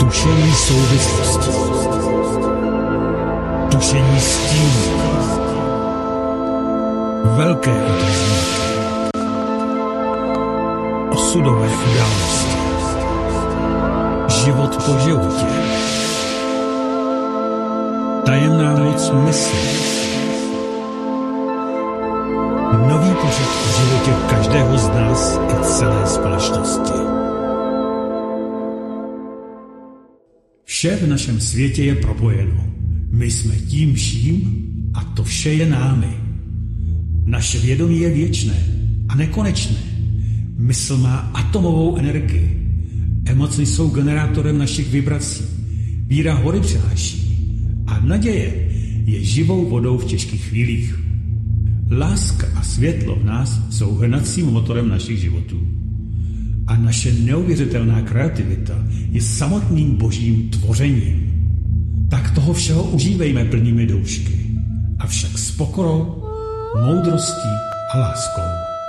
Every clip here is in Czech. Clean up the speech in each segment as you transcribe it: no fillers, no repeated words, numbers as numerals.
Tušení souvislosti. Tušení stínů. Velké otazníky. Osudové události. Život po životě. Tajemná moc mysli. Nový pořad v životě každého z nás i celé společnosti. Vše v našem světě je propojeno. My jsme tím vším a to vše je námi. Naše vědomí je věčné a nekonečné. Mysl má atomovou energii. Emoce jsou generátorem našich vibrací. Víra hory přináší. A naděje je živou vodou v těžkých chvílích. Láska a světlo v nás jsou hnacím motorem našich životů. A naše neuvěřitelná kreativita je samotným božím tvořením. Tak toho všeho užívejme plnými doušky, avšak s pokorou, moudrostí a láskou.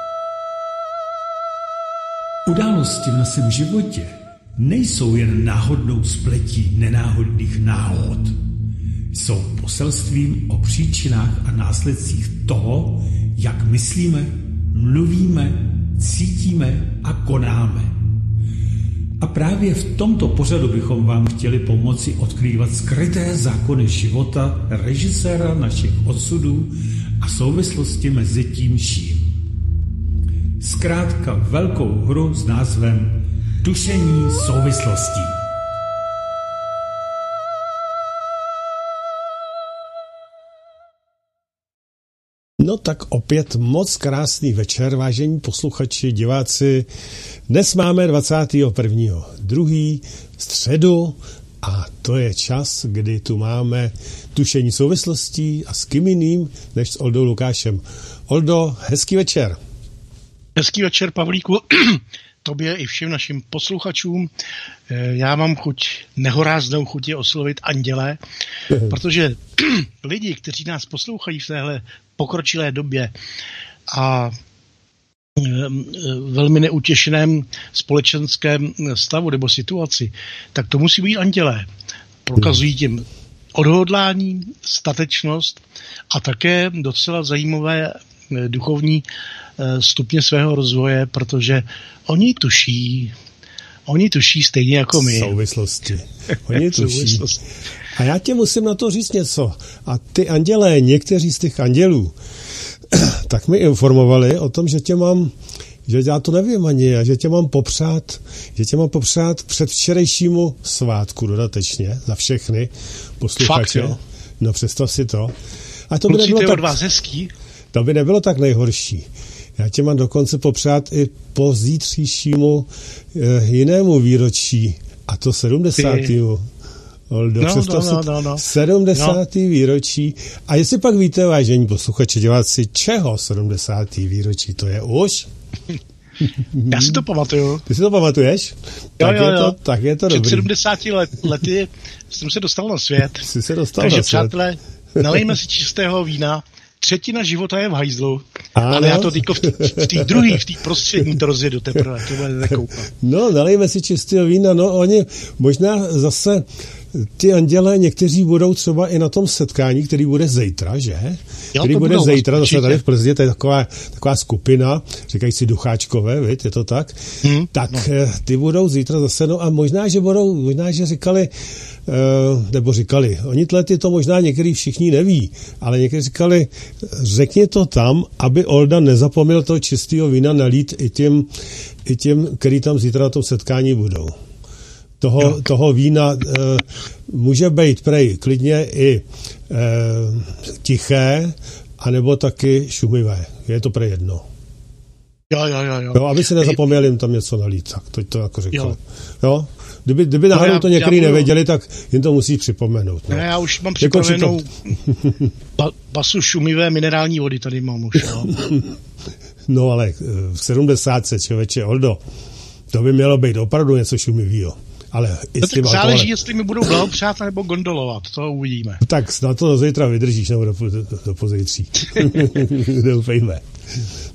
Události v našem životě nejsou jen náhodnou spletí nenáhodných náhod. Jsou poselstvím o příčinách a následcích toho, jak myslíme, mluvíme, cítíme a konáme. A právě v tomto pořadu bychom vám chtěli pomoci odkrývat skryté zákony života režiséra našich osudů a souvislosti mezi tím vším. Zkrátka velkou hru s názvem Tušení souvislostí. No tak opět moc krásný večer, vážení posluchači, diváci. Dnes máme 21.2. středu a to je čas, kdy tu máme tušení souvislostí a s kým jiným než s Oldou Lukášem. Oldo, hezký večer. Hezký večer, Pavlíku, tobě i všem našim posluchačům. Já mám nehoráznou chuť je oslovit anděle, protože lidi, kteří nás poslouchají v téhle pokročilé době a velmi neutěšeném společenském stavu nebo situaci, tak to musí být andělé. Prokazují tím odhodlání, statečnost a také docela zajímavé duchovní stupně svého rozvoje, protože oni tuší stejně jako my. Souvislosti. Oni tuší. A já tě musím na to říct něco. A ty andělé, někteří z těch andělů, tak mi informovali o tom, že já to nevím ani, a že tě mám popřát k předvčerejšímu svátku dodatečně za všechny posluchače. Fakt, jo? No představ si to. A to by nebylo tak, od vás hezký. To by nebylo tak nejhorší. Já tě mám dokonce popřát i po zítřejšímu jinému výročí, a to 70. Oldo, no. 70. výročí. A jestli pak víte, vážení posluchači, diváci, čeho 70. výročí to je už? Já si to pamatuju. Ty si to pamatuješ? Jo. Tak je to před dobrý. 70 lety jsem se dostal na svět. Jsi se dostal takže na svět. přátelé, nalejme si čistého vína. Třetina života je v hajzlu, ale já to teďko v té prostřední to rozjedu teprve, to bude nekoupat. No, nalejme si čistého vína, no oni možná zase ty andělé někteří budou třeba i na tom setkání, který bude zítra, že? Jo, který bude zítra, zase tady v Plzni, to je taková skupina, říkají si ducháčkové, viď, je to tak? Ty budou zítra zase, no a možná, že říkali, oni to možná některý všichni neví, ale někteří říkali, řekni to tam, aby Olda nezapomněl toho čistého vína nalít i těm, který tam zítra na tom setkání budou. Toho vína může být prej klidně i tiché, anebo taky šumivé. Je to prej jedno. Jo, aby si nezapomněl jim tam něco nalít, tak to jako řekl. Jo? Kdyby náhodou to některý nevěděli, tak jim to musí připomenout. No. Já už mám připravenou basu šumivé minerální vody, tady mám už. Jo. No ale v 70. člověče, Oldo, to by mělo být opravdu něco šumivého. Ale tak záleží, jestli mi budou blahopřát nebo gondolovat, to uvidíme. Tak snad to do zítra vydržíš, nebo do pozítří. Doufejme.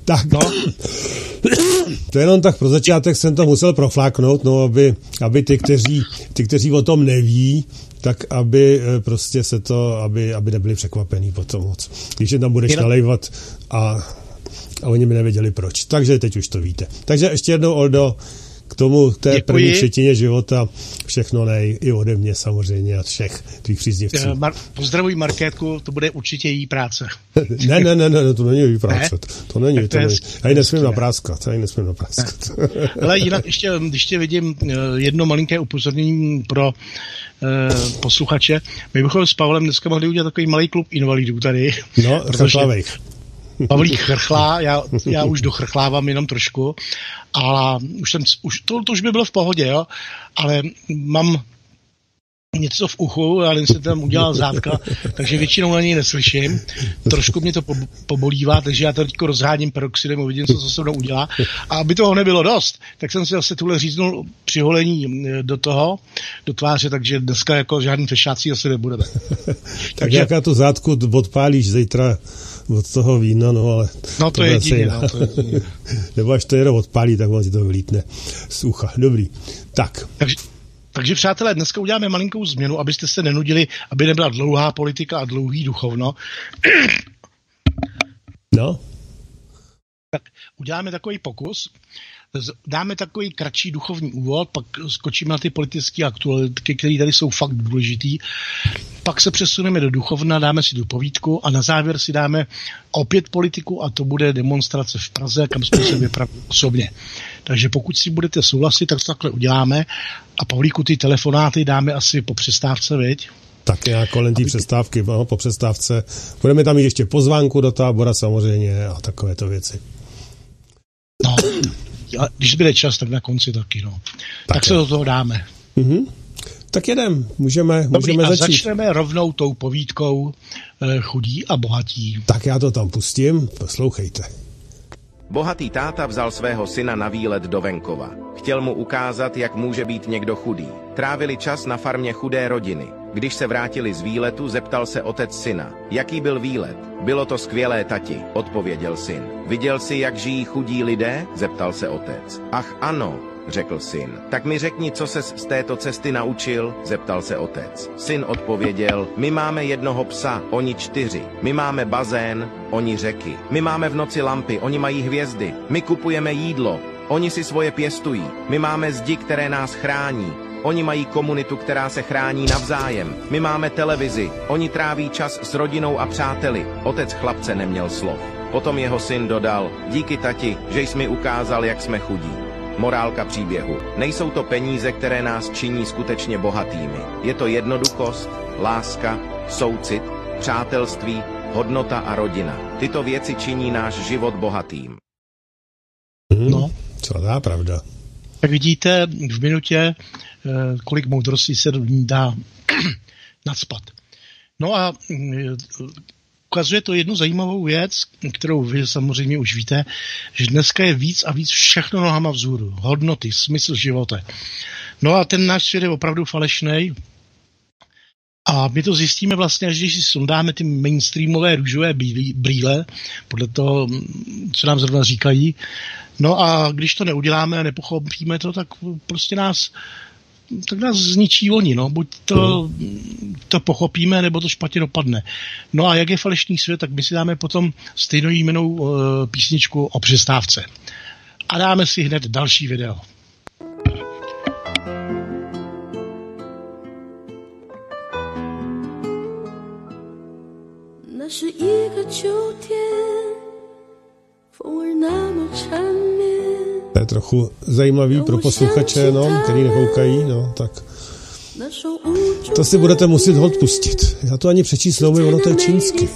Tak, no. To jenom tak pro začátek jsem to musel profláknout, no, aby ty, kteří o tom neví, tak aby prostě se to, aby nebyli překvapení potom moc. Když je tam budeš nalejvat a oni by nevěděli proč. Takže teď už to víte. Takže ještě jednou, Oldo, k tomu té první třetině života všechno i ode mě samozřejmě a všech tvých příznivců. Pozdravuj Markétku, to bude určitě její práce. Ne, to není její práce. To není. Já ji nesmím napráskat. Ale jinak ještě, když tě vidím, jedno malinké upozornění pro posluchače. My bychom s Pavlem dneska mohli udělat takový malý klub invalidů tady. No, chrchlavejch. Pavlík chrchlá, já už dochrchlávám jenom trošku, ale to už by bylo v pohodě, jo, ale mám něco v uchu, ale jsem tam udělal zátka, takže většinou na něj neslyším. Trošku mě to pobolívá, takže já to teďko rozhádím peroxidem, uvidím, co se mnou udělá. A aby toho nebylo dost, tak jsem si zase tuhle říznul přiholení do tváře, takže dneska jako žádný fešácí asi nebudeme. Takže jaká tu zátku odpálíš zítra od toho vína, no ale... No to je jedině, Nebo až to jenom odpálí, tak on si to vylítne z ucha. Dobrý. Tak. Takže přátelé, dneska uděláme malinkou změnu, abyste se nenudili, aby nebyla dlouhá politika a dlouhý duchovno. No. Tak uděláme takový pokus, dáme takový kratší duchovní úvod, pak skočíme na ty politické aktualitky, které tady jsou fakt důležitý, pak se přesuneme do duchovna, dáme si tu povídku a na závěr si dáme opět politiku a to bude demonstrace v Praze, kam jsme se vypravili osobně. Takže pokud si budete souhlasit, tak to takhle uděláme a Pavlíku, ty telefonáty dáme asi po přestávce, viď? Tak nějak kolem té přestávky, no, po přestávce. Budeme tam mít ještě pozvánku do tábora samozřejmě a takovéto věci. No, když zbyde čas, tak na konci taky, no. Tak se do toho dáme. Mhm. Tak jedem, můžeme začít. A začneme rovnou tou povídkou Chudí a bohatí. Tak já to tam pustím, poslouchejte. Bohatý táta vzal svého syna na výlet do venkova. Chtěl mu ukázat, jak může být někdo chudý. Trávili čas na farmě chudé rodiny. Když se vrátili z výletu, zeptal se otec syna. Jaký byl výlet? Bylo to skvělé, tati, odpověděl syn. Viděl jsi, jak žijí chudí lidé? Zeptal se otec. Ach ano, řekl syn. Tak mi řekni, co ses z této cesty naučil? Zeptal se otec. Syn odpověděl, my máme jednoho psa, oni 4. My máme bazén, oni řeky. My máme v noci lampy, oni mají hvězdy. My kupujeme jídlo, oni si svoje pěstují. My máme zdi, které nás chrání. Oni mají komunitu, která se chrání navzájem. My máme televizi, oni tráví čas s rodinou a přáteli. Otec chlapce neměl slov. Potom jeho syn dodal, díky tati, že jsi mi ukázal, jak jsme chudí. Morálka příběhu. Nejsou to peníze, které nás činí skutečně bohatými. Je to jednoduchost, láska, soucit, přátelství, hodnota a rodina. Tyto věci činí náš život bohatým. No, co dá pravda. Tak vidíte v minutě, kolik moudrosti se dá nacpat. No a ukazuje to jednu zajímavou věc, kterou vy samozřejmě už víte, že dneska je víc a víc všechno nohama vzhůru. Hodnoty, smysl života. No a ten náš svět je opravdu falešnej. A my to zjistíme vlastně, až když si sundáme ty mainstreamové růžové brýle, podle toho, co nám zrovna říkají. No a když to neuděláme a nepochopíme to, tak prostě nás zničí oni, no. Buď to pochopíme, nebo to špatně dopadne. No a jak je falešný svět, tak my si dáme potom stejnojmennou písničku o přestávce. A dáme si hned další video. To je trochu zajímavý pro posluchače, no, který nekoukají, no, tak to si budete muset hod pustit. Já to ani přečíst neumím, ono to je čínsky.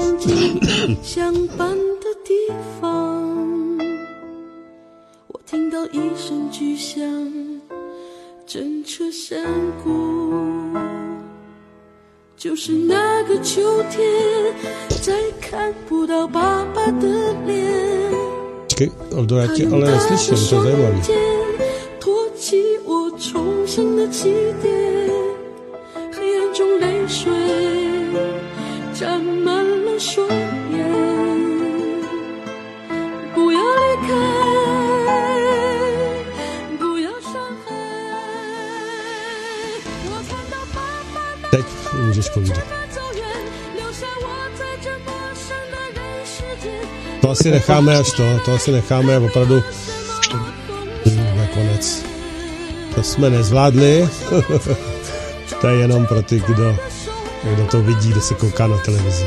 Počkej, Oldo, já tě ale neslyším, to je zajímavý. povídat. To asi necháme až to asi necháme opravdu na konec. To jsme nezvládli. To je jenom pro ty, kdo to vidí, kdo se kouká na televizi.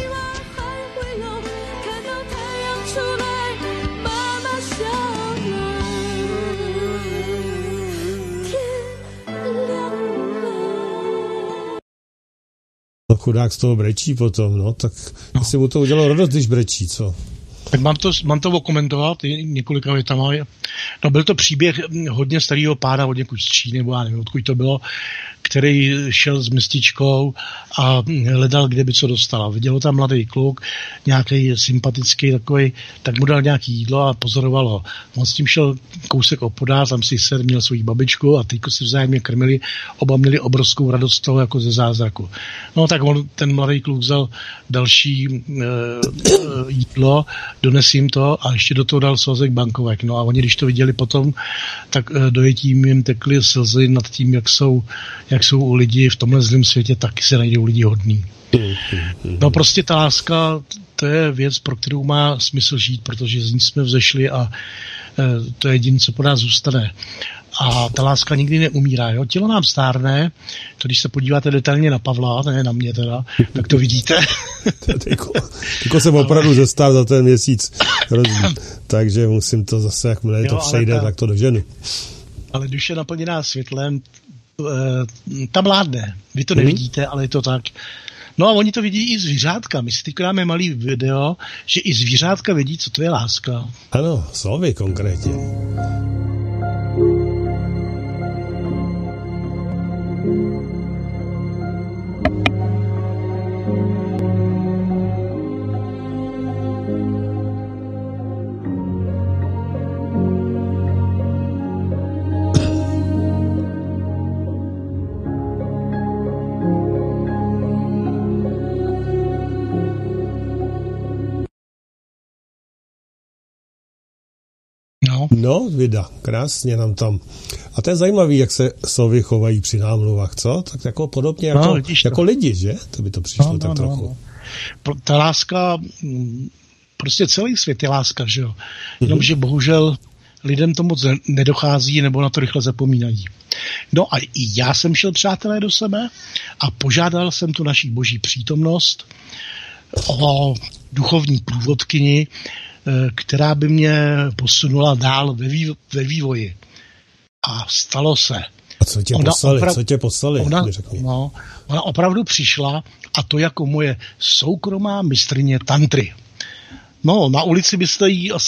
No chudák z toho brečí potom, no, tak jestli mu to udělalo radost, když brečí, co? Tak mám to okomentovat několika větama. No, byl to příběh hodně starého pána od někud z Číny, nebo já nevím, odkud to bylo, který šel s mističkou a hledal, kde by co dostala. Viděl tam mladý kluk, nějaký sympatický takový, tak mu dal nějaký jídlo a pozoroval ho. On s tím šel kousek opodál, tam si sedl, měl svou babičku a teďko si vzájemně krmili, oba měli obrovskou radost z toho jako ze zázraku. No tak ten mladý kluk vzal další jídlo, dones jim to a ještě do toho dal svazek bankovek. No a oni, když to viděli potom, tak dojetí jim tekly slzy nad tím, jak jsou lidi v tomhle zlém světě, taky se najdou lidi hodný. No prostě ta láska, to je věc, pro kterou má smysl žít, protože z ní jsme vzešli a to je jediné, co po nás zůstane. A ta láska nikdy neumírá. Jo? Tělo nám stárne, to když se podíváte detailně na Pavla, ne na mě teda, tak to vidíte. Tyko jsem opravdu zestál za ten měsíc. Takže musím to zase, jakmile to přejde, tak to doženu. Ale duše naplněná světlem, ta mládne. Vy to nevidíte, ale je to tak. No a oni to vidí i zvířátka. My si teď dáme malý video, že i zvířátka vidí, co to je láska. Ano, sovy konkrétně. No, vida, krásně nám tam. A to je zajímavý, jak se sovy chovají při námluvách, co? Tak jako podobně jako lidi, že? To by to přišlo tak trochu. Ta láska, prostě celý svět je láska, že jo? Jenomže bohužel lidem to moc nedochází nebo na to rychle zapomínají. No a i já jsem šel, přátelé, do sebe a požádal jsem tu naší boží přítomnost o duchovní průvodkyni, která by mě posunula dál ve vývoji. A stalo se. A co tě poslali? Ona opravdu přišla a to jako moje soukromá mistryně tantry. No, na ulici byste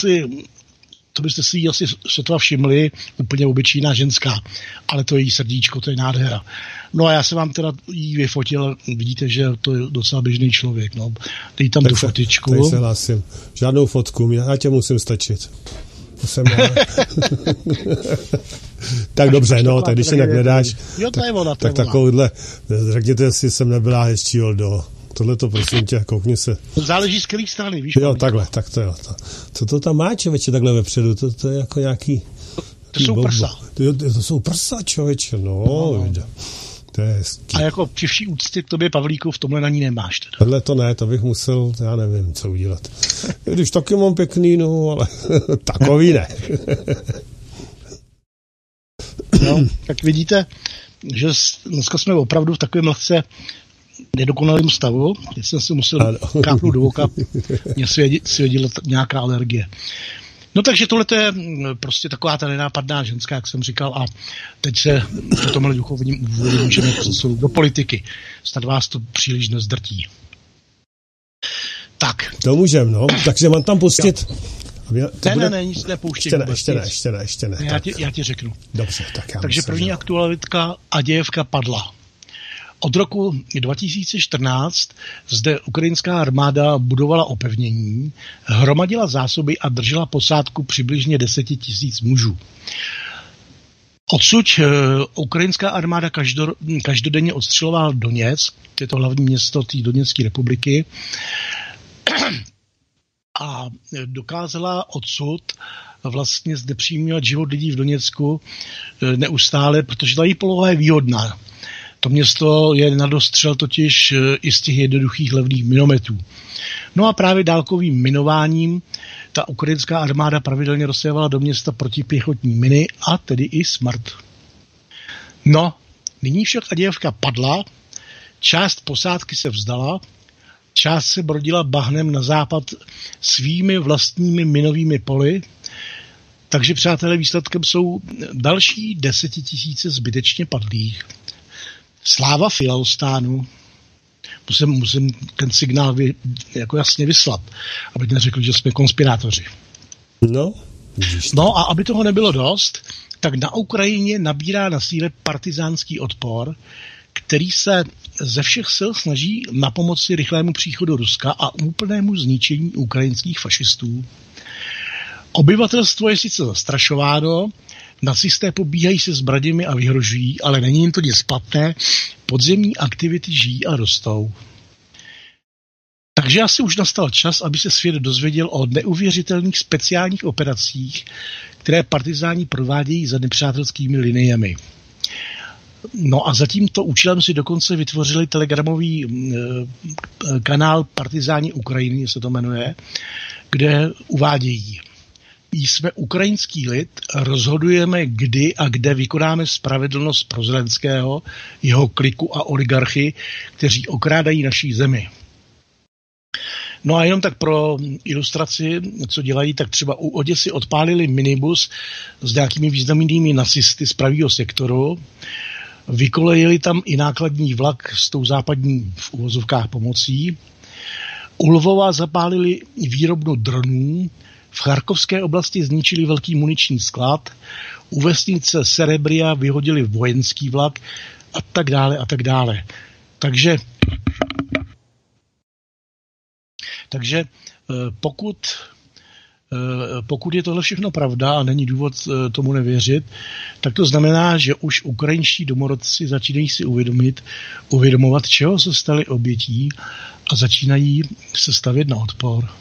si ji asi sotva všimli, úplně obyčejná ženská, ale to je její srdíčko, to je nádhera. No a já jsem vám teda jí vyfotil, vidíte, že to je docela běžný člověk, no. Dej tam tu fotičku. Tady se hlásím. Žádnou fotku, já tě musím stačit. Tak dobře, no, tak když jinak nedáš, tak takovouhle, řekněte, jestli jsem nebyla hezčí, Oldo. Tohleto, prosím tě, koukni se. Záleží z kterých strany, víš? Jo, takhle, tak to jo. Co to tam má, člověče, takhle vepředu? To je jako nějaký... To jsou prsa. To jsou prsa, člověče, no. To je hezký. A jako při vší úctě k tobě, Pavlíku, v tomhle na ní nemáš teda. Tohle to ne, to bych musel, já nevím, co udělat. Když taky mám pěkný, no, ale takový ne. No, tak vidíte, že dneska jsme opravdu v takovém lehce nedokonalém stavu, když jsem si musel kápnout do oka, mě svěděla nějaká alergie. No takže tohle je prostě taková ta nenápadná ženská, jak jsem říkal, a teď se po tomhle duchovním úvodu můžeme přesunout do politiky. Snad vás to příliš nezdrtí. Tak. To můžeme, no. Takže mám tam pustit. Ne, nic nepouštěj. Ještě ne. Já ti řeknu. Dobře, tak já takže první aktualitka Adějevka padla. Od roku 2014 zde ukrajinská armáda budovala opevnění, hromadila zásoby a držela posádku přibližně 10 000 mužů. Odsud ukrajinská armáda každodenně odstřelovala Doněck, to je to hlavní město té Doněcké republiky, a dokázala odsud vlastně zde přijímat život lidí v Doněcku neustále, protože ta její poloha je výhodná. To město je na dostřel totiž i z těch jednoduchých levných minometů. No a právě dálkovým minováním ta ukrajinská armáda pravidelně rozsévala do města protipěchotní miny a tedy i smrt. No, nyní však Adějevka padla, část posádky se vzdala, část se brodila bahnem na západ svými vlastními minovými poli, takže, přátelé, výsledkem jsou další 10 000 zbytečně padlých. Sláva Filaustánu. Musím ten signál jako jasně vyslat, aby neřekli, že jsme konspirátoři. No a aby toho nebylo dost, tak na Ukrajině nabírá na síle partizánský odpor, který se ze všech sil snaží na pomoci rychlému příchodu Ruska a úplnému zničení ukrajinských fašistů. Obyvatelstvo je sice zastrašováno, nacisté pobíhají se zbraněmi a vyhrožují, ale není jim to nic platné, podzemní aktivity žijí a rostou. Takže asi už nastal čas, aby se svět dozvěděl o neuvěřitelných speciálních operacích, které partizáni provádějí za nepřátelskými liniemi. No a za tímto účelem si dokonce vytvořili telegramový kanál Partizáni Ukrajiny, se to jmenuje, kde uvádějí: jsme ukrajinský lid, rozhodujeme, kdy a kde vykonáme spravedlnost pro Zelenského, jeho kliku a oligarchy, kteří okrádají naší zemi. No a jenom tak pro ilustraci, co dělají, tak třeba u Oděsy odpálili minibus s nějakými významnými nacisty z pravého sektoru, vykolejili tam i nákladní vlak s tou západní v uvozovkách pomocí, u Lvova zapálili výrobnu dronů, v Charkovské oblasti zničili velký muniční sklad, u vesnice Serebria vyhodili vojenský vlak a tak dále a tak dále. Takže pokud je tohle všechno pravda a není důvod tomu nevěřit, tak to znamená, že už ukrajinští domorodci začínají si uvědomovat, čeho se stali obětí a začínají se stavět na odpor.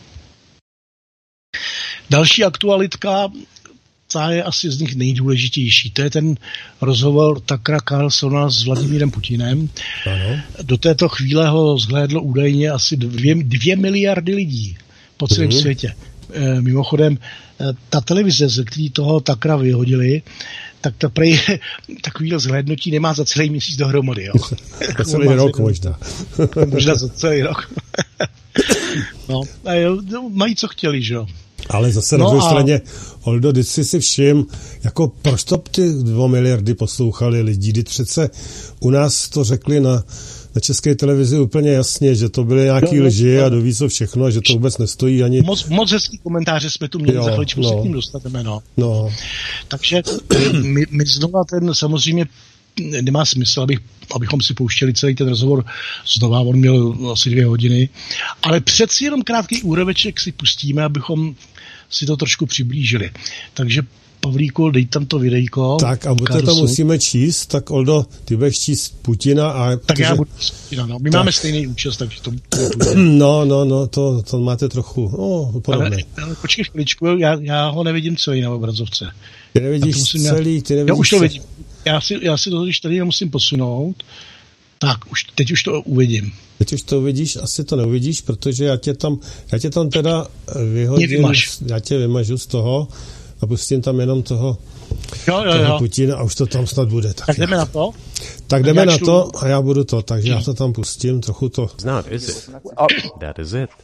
Další aktualitka, ta je asi z nich nejdůležitější. To je ten rozhovor Tuckera Carlsona s Vladimírem Putinem. Ano. Do této chvíle ho zhlédlo údajně asi 2 miliardy lidí po celém světě. Mimochodem, ta televize, ze který toho Tuckera vyhodili, tak to prej takovýhle zhlédnutí nemá za celý měsíc dohromady. Jo. Za celý rok možná. Možná za celý rok. No, a jo, mají co chtěli, že jo. Ale zase na druhé straně, Oldo, když si všim, jako proč to ty 2 miliardy poslouchali lidí, když přece u nás to řekli na české televizi úplně jasně, že to byly nějaký lži a doví co všechno a že to vůbec nestojí ani... Moc hezký komentáře jsme tu měli, za chviličku se k ním dostaneme, no. Takže my znova samozřejmě nemá smysl, abychom si pouštěli celý ten rozhovor znova, on měl asi 2 hodiny, ale přeci jenom krátký úryveček si pustíme, abychom si to trošku přiblížili. Takže Pavlíku, dej tam to videjko. Tak a protože to musíme číst, tak Oldo, ty budeš číst Putina a... Tak já budu číst Putina, no. My máme stejný účast, takže to bude. No, to máte trochu podobné. Ale počkej chviličku, já ho nevidím celý na obrazovce. Ty nevidíš celý, ty nevidíš... Já už to vidím. Já si to, když tady nemusím posunout, tak teď už to uvidím. Teď už to uvidíš, asi to neuvidíš, protože já tě tam teda vyhodím, já tě vymažu z toho a pustím tam jenom toho Putina a už to tam snad bude. Tak jdeme na to? Tak jdeme na to a já budu to, takže já to tam pustím, trochu to. That is it.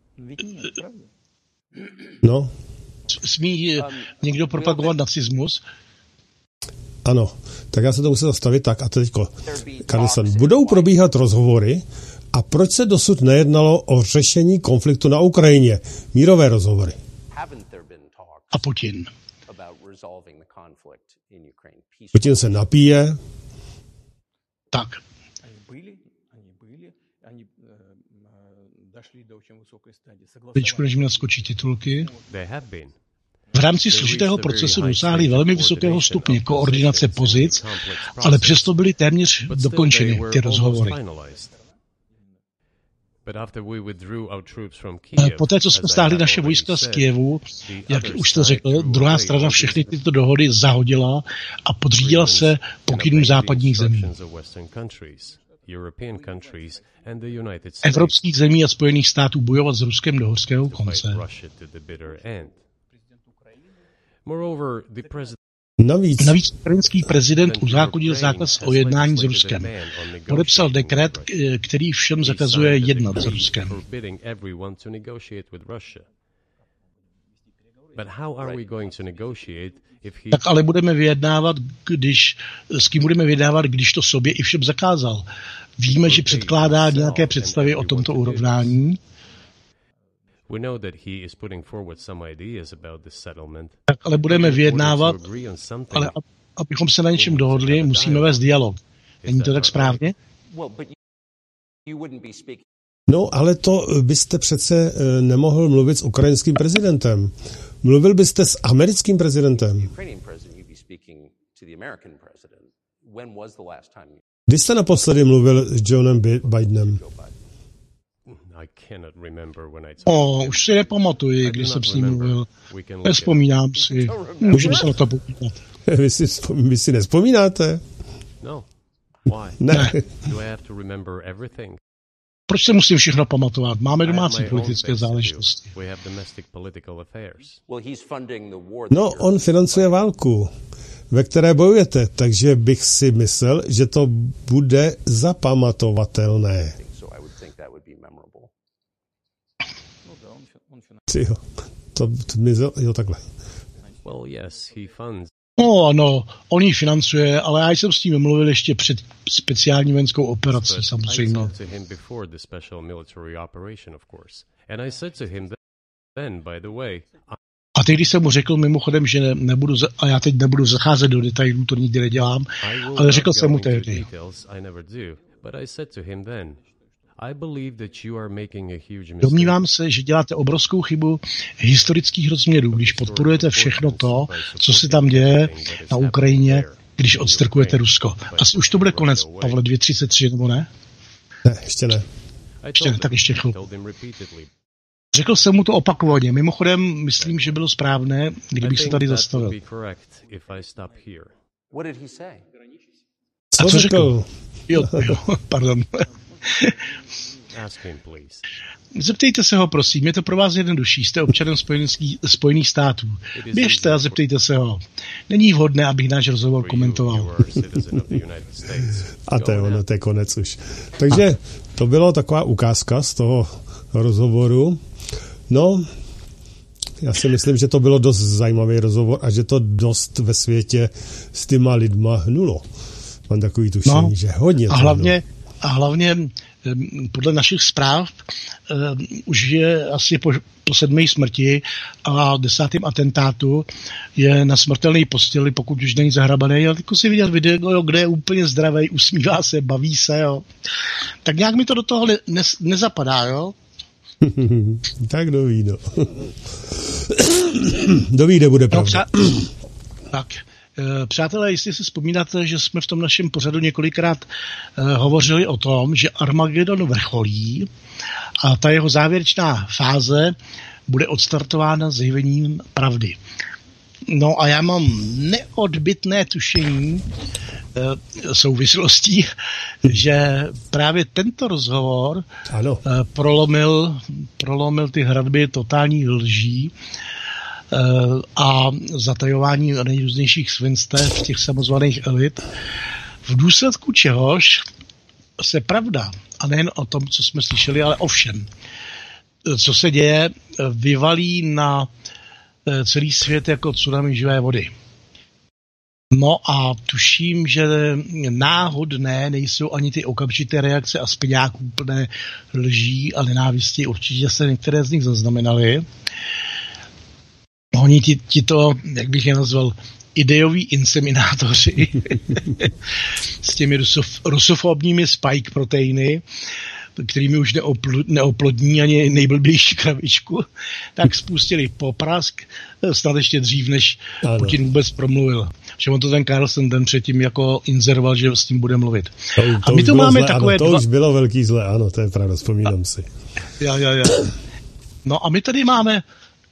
No. Smí někdo propagovat nacismus? Ano, tak já se to musím zastavit tak a teďko. Carlson, budou probíhat rozhovory a proč se dosud nejednalo o řešení konfliktu na Ukrajině? Mírové rozhovory. A Putin? Putin se napije. Tak. Teďku, než mi naskočí titulky. V rámci složitého procesu dosáhli velmi vysokého stupně koordinace pozic, ale přesto byly téměř dokončeny ty rozhovory. Poté, co jsme stáhli naše vojska z Kyjevu, jak už jste řekl, druhá strana všechny tyto dohody zahodila a podřídila se pokynům západních zemí. Evropských zemí a Spojených států bojovat s Ruskem do horského konce. Navíc ukrajinský prezident uzákonil zákaz o jednání s Ruskem. Podepsal dekret, který všem zakazuje jednat s Ruskem. Tak ale budeme vyjednávat, s kým budeme vyjednávat, když to sobě i všem zakázal. Víme, že předkládá nějaké představy o tomto urovnání. Tak ale budeme vyjednávat, ale abychom se na něčem dohodli, musíme vést dialog. Není to tak správně? No, ale to byste přece nemohl mluvit s ukrajinským prezidentem. Mluvil byste s americkým prezidentem. Kdy jste naposledy mluvil s Jonem Bidenem? Už si nepamatuji, když jsem s ním mluvil. Nespomínám si. Můžeme se na to podívat. Vy si nespomínáte? Ne. Proč se musím všechno pamatovat? Máme domácí politické záležitosti. No, on financuje válku, ve které bojujete, takže bych si myslel, že to bude zapamatovatelné. Jo, takhle. No ano, on ji financuje, ale já jsem s ním mluvil ještě před speciální vojenskou operací, samozřejmě. A teď, když jsem mu řekl mimochodem, že a já teď nebudu zacházet do detailů, to nikdy nedělám, ale řekl jsem mu tehdy. Domnívám se, že děláte obrovskou chybu historických rozměrů, když podporujete všechno to, co se tam děje na Ukrajině, když odstrkujete Rusko. Asi už to bude konec, Pavle, 2:33, nebo ne? Ne, ještě ne. Ještě ne, tak ještě chvilku. Řekl jsem mu to opakovaně. Mimochodem, myslím, že bylo správné, kdybych se tady zastavil. Co řekl? Jo, pardon. Zeptejte se ho, prosím, je to pro vás jednodušší, jste občanem Spojených států. Běžte a zeptejte se ho. Není vhodné, abych náš rozhovor komentoval. A to je ono, to je konec už. Takže to bylo taková ukázka z toho rozhovoru. No, já si myslím, že to bylo dost zajímavý rozhovor a že to dost ve světě s těma lidma hnulo. Mám takový tušení, že hodně to hnulo. A hlavně podle našich zpráv už je asi po 7. smrti a 10. atentátu je na smrtelné posteli, pokud už není zahrabaný, ale jako si viděl video, kde je úplně zdravý, usmívá se, baví se, jo. Tak nějak mi to do toho nezapadá, jo. Tak kdo ví, no. Kdo ví, kde bude pravda. Tak. Přátelé, jestli si vzpomínáte, že jsme v tom našem pořadu několikrát hovořili o tom, že Armagedon vrcholí a ta jeho závěrečná fáze bude odstartována zjevením pravdy. No a já mám neodbytné tušení souvislostí, že právě tento rozhovor prolomil ty hradby totálních lží a zatajování nejrůznějších svinstev těch samozvaných elit, v důsledku čehož se pravda, a nejen o tom, co jsme slyšeli, ale o všem, co se děje, vyvalí na celý svět jako tsunami živé vody. No a tuším, že náhodné nejsou ani ty okamžité reakce a speňáků plné lží a nenávisti. Určitě se některé z nich zaznamenaly. Oni ti to, jak bych je nazval, ideoví inseminátoři s těmi rusofobními spike proteiny, kterými už neoplodní ani nejblbější kravičku, tak spustili poprask snad ještě dřív, než Putin vůbec promluvil. že on to ten Carlson den předtím jako inzeroval, že s tím bude mluvit. A my tu máme takové to už bylo velký zle, ano, to je pravda, vzpomínám si. Jo. No a my tady máme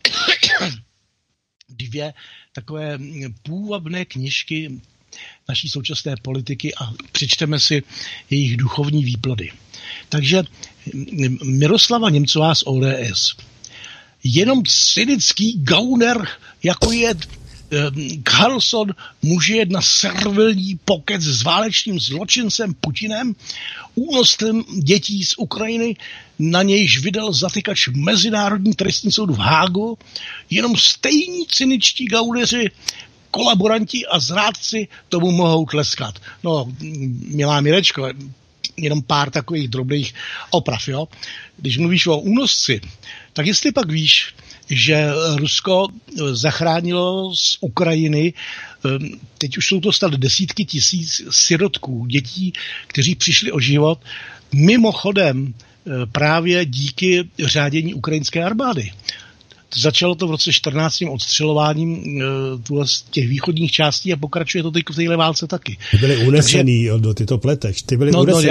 dvě takové půvabné knížky naší současné politiky a přečteme si jejich duchovní výplody. Takže Miroslava Němcová z ODS. Jenom cynický gauner, jako je Carlson, může jet na servilní pokec s válečným zločincem Putinem, únosem dětí z Ukrajiny, na nějž vydal zatykač Mezinárodní trestní soud v Hágu. Jenom stejní cyničtí gauneři, kolaboranti a zrádci tomu mohou tleskat. No, milá Mirečko, jenom pár takových drobných oprav, jo. Když mluvíš o únosci, tak jestli pak víš, že Rusko zachránilo z Ukrajiny, teď už jsou to snad desítky tisíc sirotků, dětí, kteří přišli o život, mimochodem právě díky řádění ukrajinské armády. Začalo to v roce 14. odstřelováním z těch východních částí a pokračuje to teď v téhle válce taky. Ty byli unesený do tyto pleteš. Ty byli unesený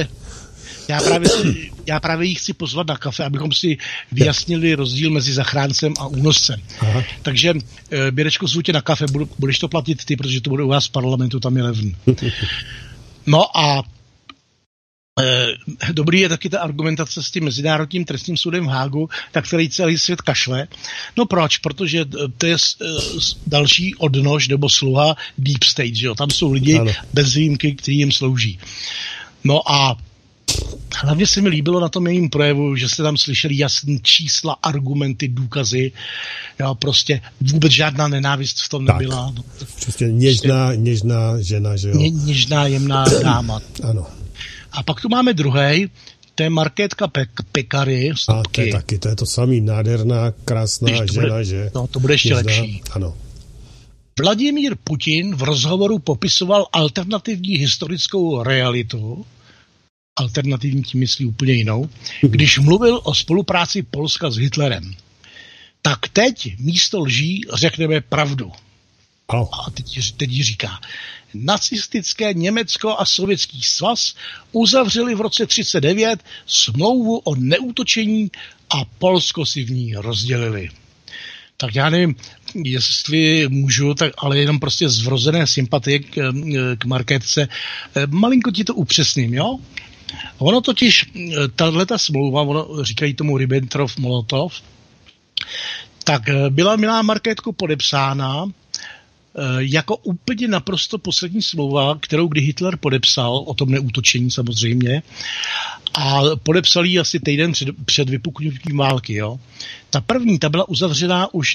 Já právě jich chci pozvat na kafe, abychom si vyjasnili rozdíl mezi zachráncem a únoscem. Aha. Takže, Běrečko, zvu tě na kafe, budeš to platit ty, protože to bude u vás v parlamentu, tam je levný. No a dobrý je taky ta argumentace s tím Mezinárodním trestním soudem v Hágu, tak který celý svět kašle. No proč? Protože to je další odnož nebo sluha Deep State, že jo? Tam jsou lidi bez výjimky, kteří jim slouží. No a hlavně se mi líbilo na tom jejím projevu, že jste tam slyšeli jasný čísla, argumenty, důkazy. Jo, prostě vůbec žádná nenávist v tom nebyla. No, prostě něžná žena, že jo? Něžná, jemná dáma. Ano. A pak tu máme druhej, to je Markétka Pekary. A to je taky, to je to samý, nádherná, krásná žena, že? No, to bude ještě lepší. Ano. Vladimír Putin v rozhovoru popisoval alternativní historickou realitu, alternativní tím myslí úplně jinou, když mluvil o spolupráci Polska s Hitlerem. Tak teď místo lží řekneme pravdu. A teď říká, nacistické Německo a Sovětský svaz uzavřeli v roce 1939 smlouvu o neútočení a Polsko si v ní rozdělili. Tak já nevím, jestli můžu, tak ale jenom prostě z vrozené sympatie k Markétce. Malinko ti to upřesním, jo? Ono totiž, tato smlouva, říkají tomu Ribbentrop-Molotov, tak byla, milá Markétko, podepsána jako úplně naprosto poslední smlouva, kterou kdy Hitler podepsal, o tom neútočení samozřejmě, a podepsal ji asi týden před vypuknutím války. Jo. Ta první, ta byla uzavřená už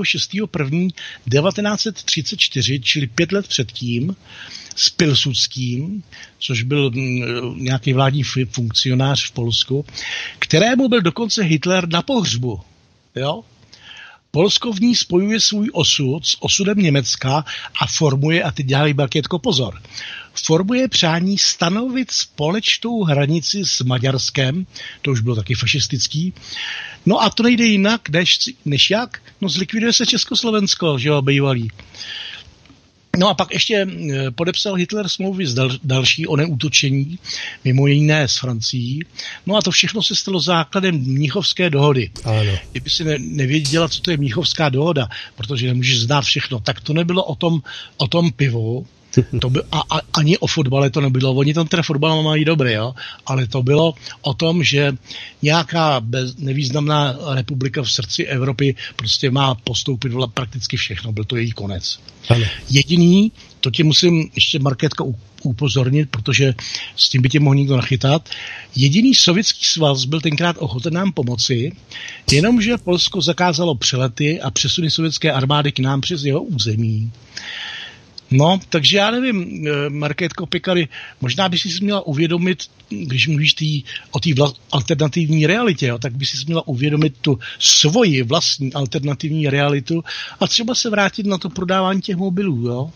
26.1.1934, čili 5 let předtím, s Pilsudským, což byl nějaký vládní funkcionář v Polsku, kterému byl dokonce Hitler na pohřbu. Jo. Polsko v ní spojuje svůj osud s osudem Německa a formuje, a teď dělají Markétko pozor, formuje přání stanovit společnou hranici s Maďarskem, to už bylo taky fašistický, no a to nejde jinak, než jak? No zlikviduje se Československo, že jo, bývalý. No a pak ještě podepsal Hitler smlouvy další o neútočení, mimo jiné s Francií. No a to všechno se stalo základem Mnichovské dohody. Ano. Kdyby si nevěděla, co to je Mnichovská dohoda, protože nemůžeš znát všechno, tak to nebylo o tom pivu, ani o fotbale to nebylo. Oni tam teda fotbal mají dobrý, jo? Ale to bylo o tom, že nějaká nevýznamná republika v srdci Evropy prostě má postoupit prakticky všechno. Byl to její konec. Ano. Jediný, to tě musím ještě, Markétko, upozornit, protože s tím by tě mohl nikdo nachytat, jediný Sovětský svaz byl tenkrát ochoten nám pomoci, jenomže Polsko zakázalo přelety a přesuny sovětské armády k nám přes jeho území. No, takže já nevím, Markétko Pekary, možná by si měla uvědomit, když mluvíš o té alternativní realitě, jo, tak by si měla uvědomit tu svoji vlastní alternativní realitu a třeba se vrátit na to prodávání těch mobilů, jo?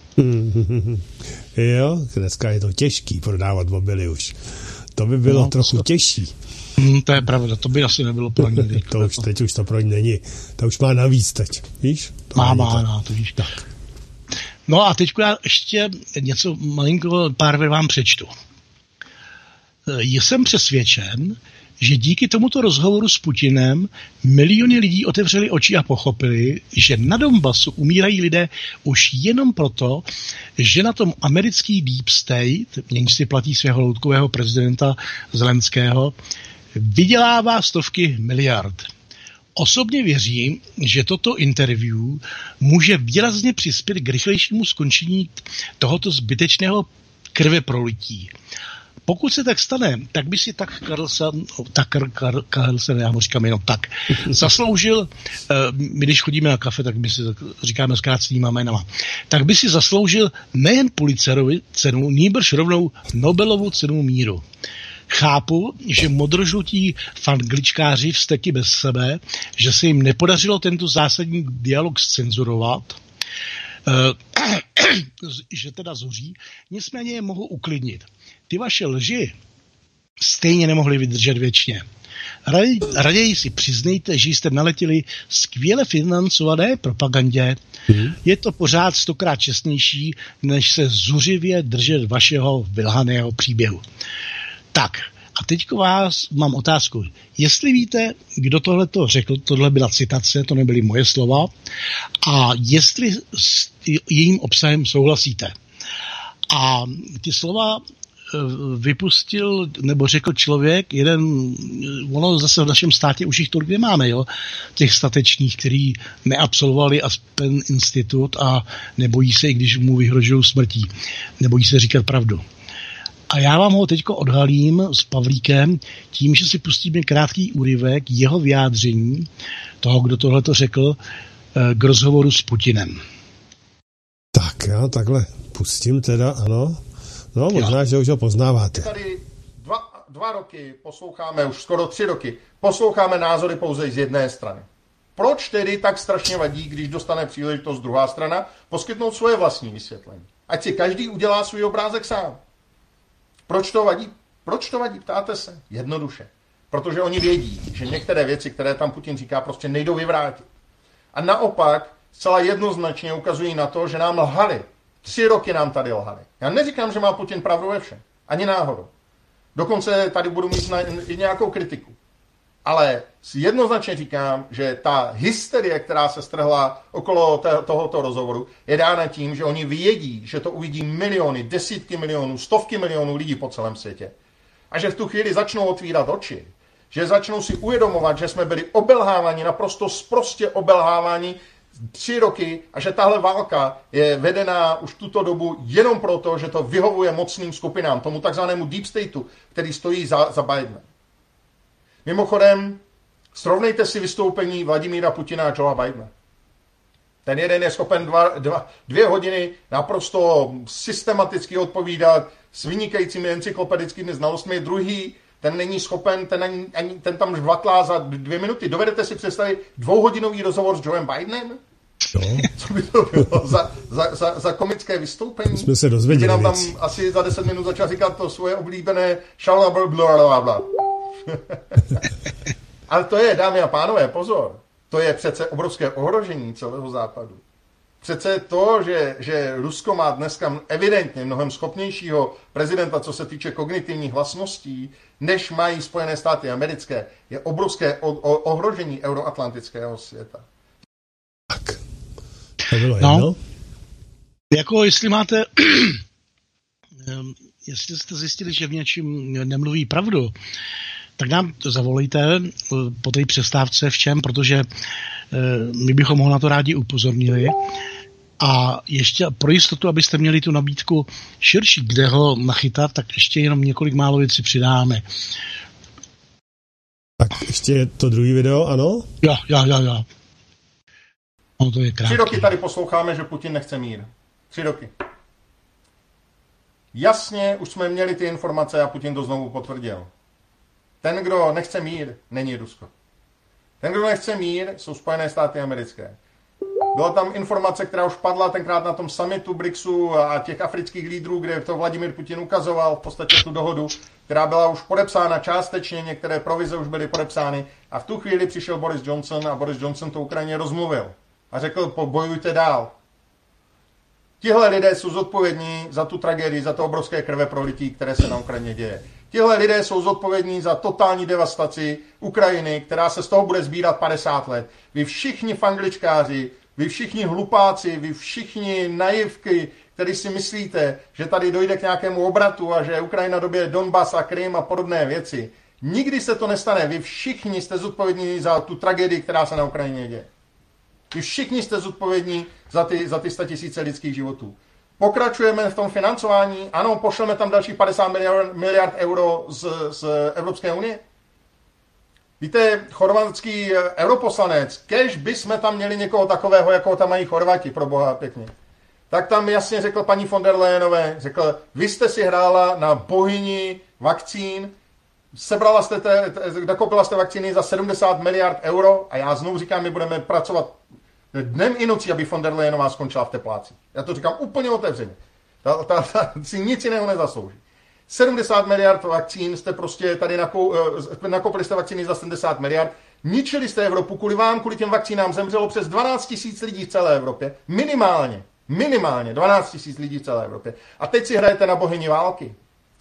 Jo, dneska je to těžký prodávat mobily už. To by bylo trochu těžší. To je pravda, to by asi nebylo pro ní. Teď už to pro ní není. To už má navíc teď, víš? Má, to víš. Tak. No a teď já ještě něco malinko, pár vám přečtu. Jsem přesvědčen, že díky tomuto rozhovoru s Putinem miliony lidí otevřeli oči a pochopili, že na Donbasu umírají lidé už jenom proto, že na tom americký Deep State, jenž si platí svého loutkového prezidenta Zelenského, vydělává stovky miliard. Osobně věřím, že toto interview může výrazně přispět k rychlejšímu skončení tohoto zbytečného krveprolití. Pokud se tak stane, tak by si Carlsen, já mu říkám jenom tak, zasloužil, my když chodíme na kafe, tak my si říkáme zkrácenýma jménama, tak by si zasloužil nejen Pulitzerovi cenu, nýbrž rovnou Nobelovu cenu míru. Chápu, že modrožlutí fangličkáři vzteky bez sebe, že se jim nepodařilo tento zásadní dialog zcenzurovat, že teda zoří, nicméně je mohu uklidnit. Ty vaše lži stejně nemohly vydržet věčně. Raději si přiznejte, že jste naletěli skvěle financované propagandě. Je to pořád 100krát čestnější, než se zuřivě držet vašeho vylhaného příběhu. Tak, a teďko vás mám otázku. Jestli víte, kdo tohle to řekl, tohle byla citace, to nebyly moje slova, a jestli s jejím obsahem souhlasíte. A ty slova vypustil, nebo řekl člověk, ono zase v našem státě už jich tolik nemáme, jo, těch statečných, který neabsolvovali Aspen institut a nebojí se, i když mu vyhrožují smrtí. Nebojí se říkat pravdu. A já vám ho teďko odhalím s Pavlíkem tím, že si pustíme krátký úryvek jeho vyjádření, toho, kdo tohleto řekl, k rozhovoru s Putinem. Tak já takhle pustím teda, ano. No, možná, že už ho poznáváte. Tady dva roky posloucháme, už skoro 3 roky, posloucháme názory pouze z jedné strany. Proč tedy tak strašně vadí, když dostane příležitost druhá strana, poskytnout svoje vlastní vysvětlení? Ať si každý udělá svůj obrázek sám. Proč to vadí? Proč to vadí, ptáte se? Jednoduše. Protože oni vědí, že některé věci, které tam Putin říká, prostě nejdou vyvrátit. A naopak zcela jednoznačně ukazují na to, že nám lhali. 3 roky nám tady lhali. Já neříkám, že má Putin pravdu ve všem. Ani náhodou. Dokonce tady budu mít i nějakou kritiku. Ale jednoznačně říkám, že ta hysterie, která se strhla okolo tohoto rozhovoru, je dána tím, že oni vědí, že to uvidí miliony, desítky milionů, stovky milionů lidí po celém světě. A že v tu chvíli začnou otvírat oči. Že začnou si uvědomovat, že jsme byli obelháváni, naprosto sprostě obelháváni 3 roky a že tahle válka je vedená už tuto dobu jenom proto, že to vyhovuje mocným skupinám, tomu takzvanému Deep Stateu, který stojí za Bidenem. Mimochodem, srovnejte si vystoupení Vladimíra Putina a Joea Bidena. Ten jeden je schopen 2 hodiny naprosto systematicky odpovídat s vynikajícími encyklopedickými znalostmi, druhý, ten není schopen, ten tam žvatlá za 2 minuty. Dovedete si představit 2hodinový rozhovor s Joeem Bidenem? No. Co by to bylo za komické vystoupení? Jsme se dozvěděli nám tam asi za 10 minut začal říkat to svoje oblíbené blablabla. Ale to je, dámy a pánové, pozor, to je přece obrovské ohrožení celého západu. Přece to, že Rusko má dneska evidentně mnohem schopnějšího prezidenta, co se týče kognitivních vlastností, než mají Spojené státy americké, je obrovské ohrožení euroatlantického světa. Tak, to bylo jedno. No, jako jestli máte, jestli jste zjistili, že v něčem nemluví pravdu, tak nám to zavolejte po té přestávce v čem, protože my bychom ho na to rádi upozornili. A ještě pro jistotu, abyste měli tu nabídku širší, kde ho nachytat, tak ještě jenom několik málo věcí přidáme. Tak ještě je to druhý video, ano? Já. No, to je krátké. 3 roky tady posloucháme, že Putin nechce mír. 3 roky. Jasně, už jsme měli ty informace a Putin to znovu potvrdil. Ten, kdo nechce mír, není Rusko. Ten, kdo nechce mír, jsou Spojené státy americké. Byla tam informace, která už padla tenkrát na tom summitu BRICSu a těch afrických lídrů, kde to Vladimír Putin ukazoval v podstatě tu dohodu, která byla už podepsána částečně, některé provize už byly podepsány a v tu chvíli přišel Boris Johnson a Boris Johnson to Ukrajině rozmluvil a řekl, bojujte dál. Tihle lidé jsou zodpovědní za tu tragédii, za to obrovské krveprolití, které se na Ukrajině děje. Tihle lidé jsou zodpovědní za totální devastaci Ukrajiny, která se z toho bude sbírat 50 let. Vy všichni fangličkáři, vy všichni hlupáci, vy všichni naivky, který si myslíte, že tady dojde k nějakému obratu a že Ukrajina dobije Donbas a Krym a podobné věci. Nikdy se to nestane. Vy všichni jste zodpovědní za tu tragédii, která se na Ukrajině děje. Vy všichni jste zodpovědní za ty 100 000 lidských životů. Pokračujeme v tom financování. Ano, pošleme tam další 50 miliard euro z Evropské unie. Víte, chorvatský europoslanec, kež bychom tam měli někoho takového, jako tam mají Chorvati, pro boha pěkně. Tak tam jasně řekl paní von der Leyenové, řekl, vy jste si hrála na bohyni vakcín, nakoupila jste vakcíny za 70 miliard euro a já znovu říkám, my budeme pracovat dnem i nocí, aby von der Leyenová skončila v tepláci. Já to říkám úplně otevřeně. Ta si nic jiného nezaslouží. 70 miliard vakcín jste prostě tady nakoupili jste vakcíny za 70 miliard, ničili jste Evropu, kvůli těm vakcínám zemřelo přes 12 000 lidí v celé Evropě. Minimálně 12 000 lidí v celé Evropě. A teď si hrajete na bohyni války.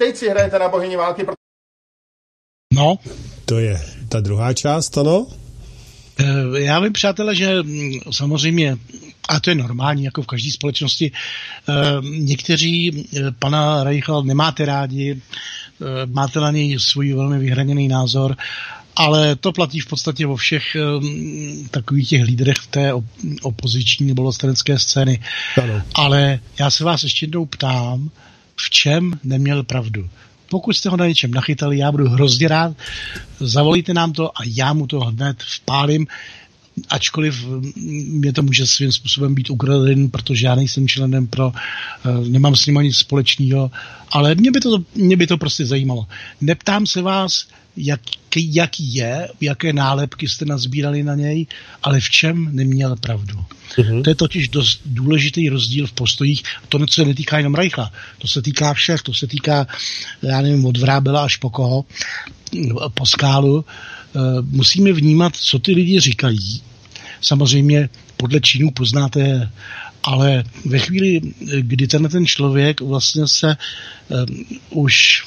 No. To je ta druhá část, ano? Já vím, přátelé, že samozřejmě, a to je normální, jako v každé společnosti, někteří pana Reicha nemáte rádi, máte na něj svůj velmi vyhraněný názor, ale to platí v podstatě o všech takových těch lídrech té opoziční nebo vlastenecké scény. Ano. Ale já se vás ještě jednou ptám, v čem neměl pravdu. Pokud jste ho na něčem nachytali, já budu hrozně rád, zavolíte nám to a já mu to hned vpálím, ačkoliv mě to může svým způsobem být ukraden, protože já nejsem členem nemám s ním nic společného, ale mě by to prostě zajímalo. Neptám se vás, jaký je, jaké nálepky jste nazbírali na něj, ale v čem neměl pravdu. Mm-hmm. To je totiž dost důležitý rozdíl v postojích. To se netýká jenom Reicha, to se týká všech, to se týká, já nevím, od Vrábela až po koho, po Skálu. Musíme vnímat, co ty lidi říkají. Samozřejmě podle činů poznáte, ale ve chvíli, kdy ten člověk vlastně se už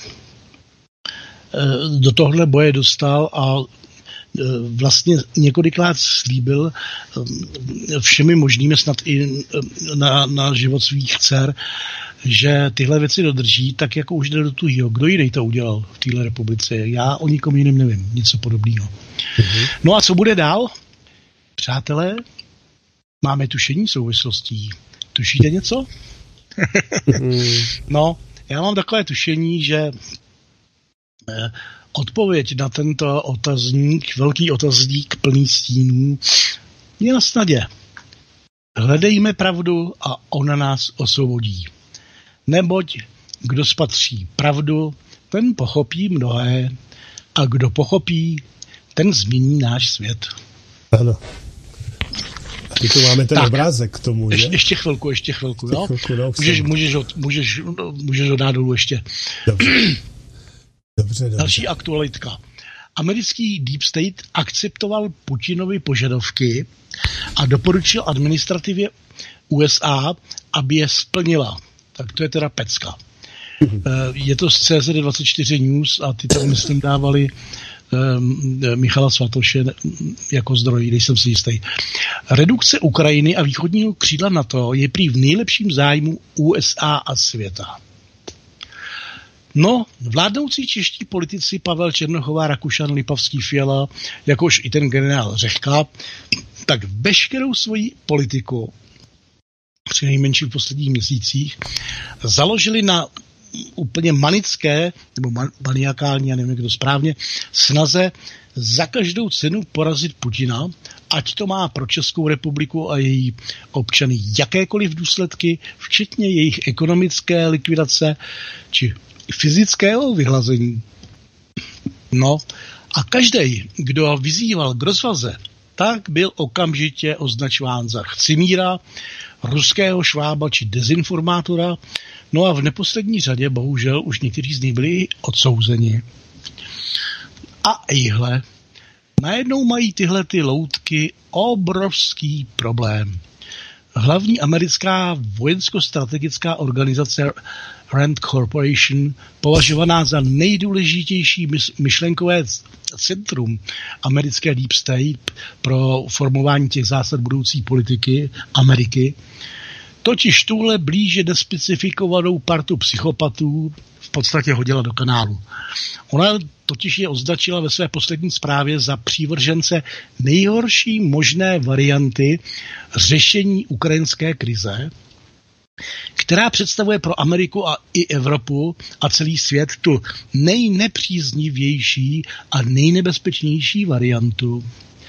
do tohle boje dostal a vlastně několikrát slíbil všemi možnými, snad i na život svých dcer, že tyhle věci dodrží, tak jako už jde do tuhýho. Kdo jiný to udělal v téhle republice? Já o nikom jiném nevím, něco podobného. Mm-hmm. No a co bude dál? Přátelé, máme tušení souvislostí. Tušíte něco? No, já mám takové tušení, že odpověď na tento otazník, velký otazník plný stínů, je na snadě. Hledejme pravdu a ona nás osvobodí. Neboť kdo spatří pravdu, ten pochopí mnohé a kdo pochopí, ten změní náš svět. Ano. A tu máme ten obrázek k tomu, že? Ještě chvilku, jo? Můžeš ho dát dolů ještě. Dobře. Další aktualitka. Americký Deep State akceptoval Putinovi požadavky a doporučil administrativě USA, aby je splnila. Tak to je teda pecka. Je to z CZ24 News a ty tam, myslím, dávali Michala Svatoše jako zdroj, nejsem si jistý. Redukce Ukrajiny a východního křídla NATO je prý v nejlepším zájmu USA a světa. No, vládnoucí čeští politici Pavel Černochová, Rakušan, Lipavský, Fiala, jakož i ten generál Řehka, tak veškerou svoji politiku přinejmenším v posledních měsících založili na úplně manické, nebo maniakální, já nevím, jak to správně, snaze za každou cenu porazit Putina, ať to má pro Českou republiku a její občany jakékoliv důsledky, včetně jejich ekonomické likvidace či fyzického vyhlazení. No a každý, kdo vyzýval k rozvaze, tak byl okamžitě označován za chcimíra, ruského švába či dezinformátora, no a v neposlední řadě bohužel už někteří z nich byli odsouzeni. A ejhle, najednou mají tyhle ty loutky obrovský problém. hlavní americká vojensko-strategická organizace Rand Corporation, považovaná za nejdůležitější myšlenkové centrum americké Deep State pro formování těch zásad budoucí politiky Ameriky, totiž tuhle blíže nespecifikovanou partu psychopatů v podstatě hodila do kanálu. Ona totiž je označila ve své poslední zprávě za přívržence nejhorší možné varianty řešení ukrajinské krize, která představuje pro Ameriku a i Evropu a celý svět tu nejnepříznivější a nejnebezpečnější variantu.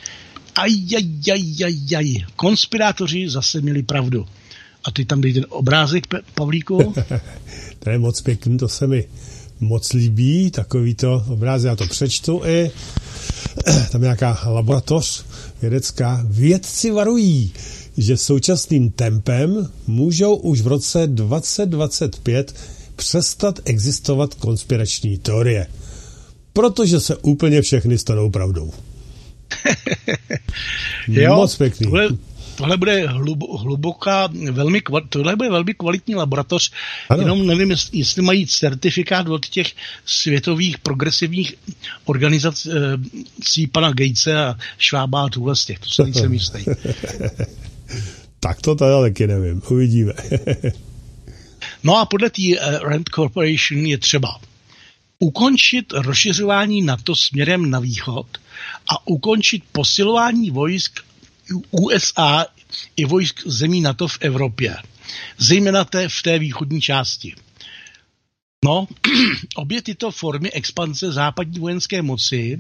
Konspirátoři zase měli pravdu. A ty tam dej ten obrázek, Pavlíku? To je moc pěkný, to se mi moc líbí, takovýto obrázek, já to přečtu i. Tam je nějaká laboratoř vědecká. Vědci varují, že současným tempem můžou už v roce 2025 přestat existovat konspirační teorie. Protože se úplně všechny stanou pravdou. Moc pěkný. Tohle bude tohle bude velmi kvalitní laboratoř, ano. Jenom nevím, jestli mají certifikát od těch světových progresivních organizací pana Gatese a Schwaba a tuhle z těch, to se nejsem jistý. Tak to tady taky nevím, uvidíme. No a podle té Rand Corporation je třeba ukončit rozšiřování NATO směrem na východ a ukončit posilování vojsk USA i vojsk zemí NATO v Evropě, zejména v té východní části. No, obě tyto formy expanze západní vojenské moci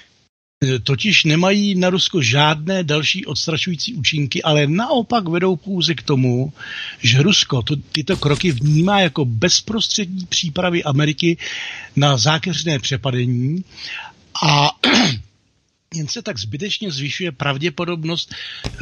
totiž nemají na Rusko žádné další odstrašující účinky, ale naopak vedou pouze k tomu, že Rusko tyto kroky vnímá jako bezprostřední přípravy Ameriky na zákeřné přepadení a jen se tak zbytečně zvyšuje pravděpodobnost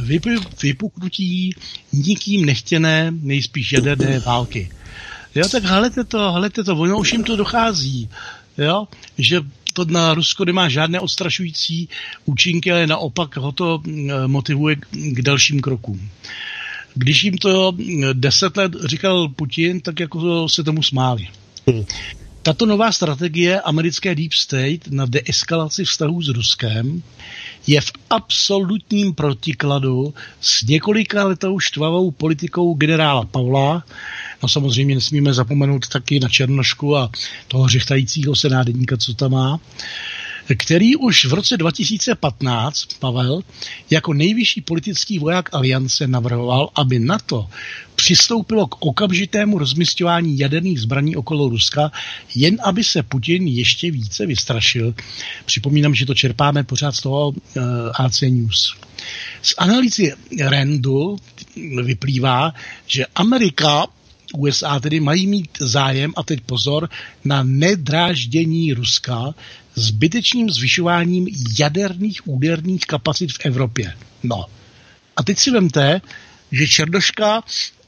vypuknutí nikým nechtěné, nejspíš jaderné války. Jo, tak helete to, ono už jim to dochází, jo, že to na Rusko nemá žádné odstrašující účinky, ale naopak ho to motivuje k dalším krokům. Když jim to 10 let říkal Putin, tak jako se tomu smáli. Tato nová strategie americké Deep State na deeskalaci vztahů s Ruskem je v absolutním protikladu s několikaletou štvavou politikou generála Pavla. No samozřejmě nesmíme zapomenout taky na Černošku a toho řechtajícího se nádeníka, co tam má, který už v roce 2015, Pavel, jako nejvyšší politický voják aliance navrhoval, aby NATO přistoupilo k okamžitému rozmisťování jaderných zbraní okolo Ruska, jen aby se Putin ještě více vystrašil. Připomínám, že to čerpáme pořád z toho AC News. Z analýzy Randu vyplývá, že Amerika, USA tedy mají mít zájem, a teď pozor, na nedráždění Ruska zbytečným zvyšováním jaderných úderných kapacit v Evropě. No. A teď si vemte, že Černoška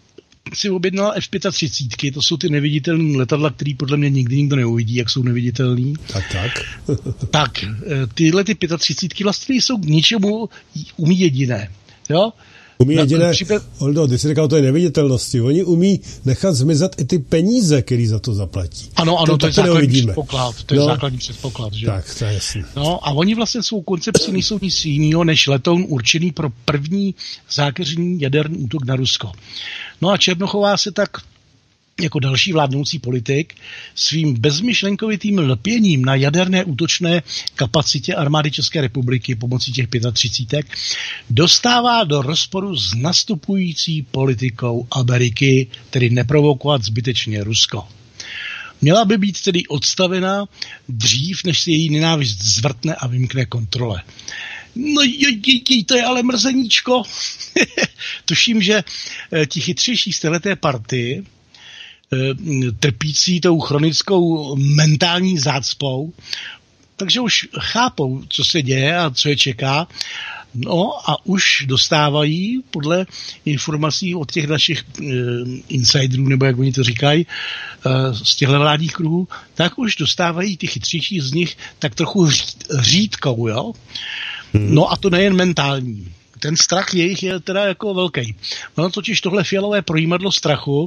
si objednala F-35, to jsou ty neviditelné letadla, které podle mě nikdy nikdo neuvidí, jak jsou neviditelný. Tak, tyhle ty 35 vlastně jsou k ničemu, umí jediné. Jo? Umí jediné, Oldo, ty jsi říkal o té neviditelnosti, oni umí nechat zmizet i ty peníze, který za to zaplatí. Ano, to je základní předpoklad. To je základní předpoklad, že? Tak, to je jasný. No a oni vlastně svou koncepcí nejsou nic jiného, než letoun určený pro první zákeřný jaderný útok na Rusko. No a Černochová se tak jako další vládnoucí politik svým bezmyšlenkovitým lpěním na jaderné útočné kapacitě armády České republiky pomocí těch 35 dostává do rozporu s nastupující politikou Ameriky, tedy neprovokovat zbytečně Rusko. Měla by být tedy odstavena dřív, než si její nenávist zvrtne a vymkne kontrole. No to je ale mrzeníčko. Tuším, že ti chytřejší z téhleté party, trpící tou chronickou mentální zácpou, takže už chápou, co se děje a co je čeká. No a už dostávají, podle informací od těch našich insiderů, nebo jak oni to říkají, z těchto vládních kruhů, tak už dostávají ty chytřejší z nich tak trochu řídkou, jo? No a to nejen mentální. ten strach jejich je teda jako velký. Ono totiž tohle fialové projímadlo strachu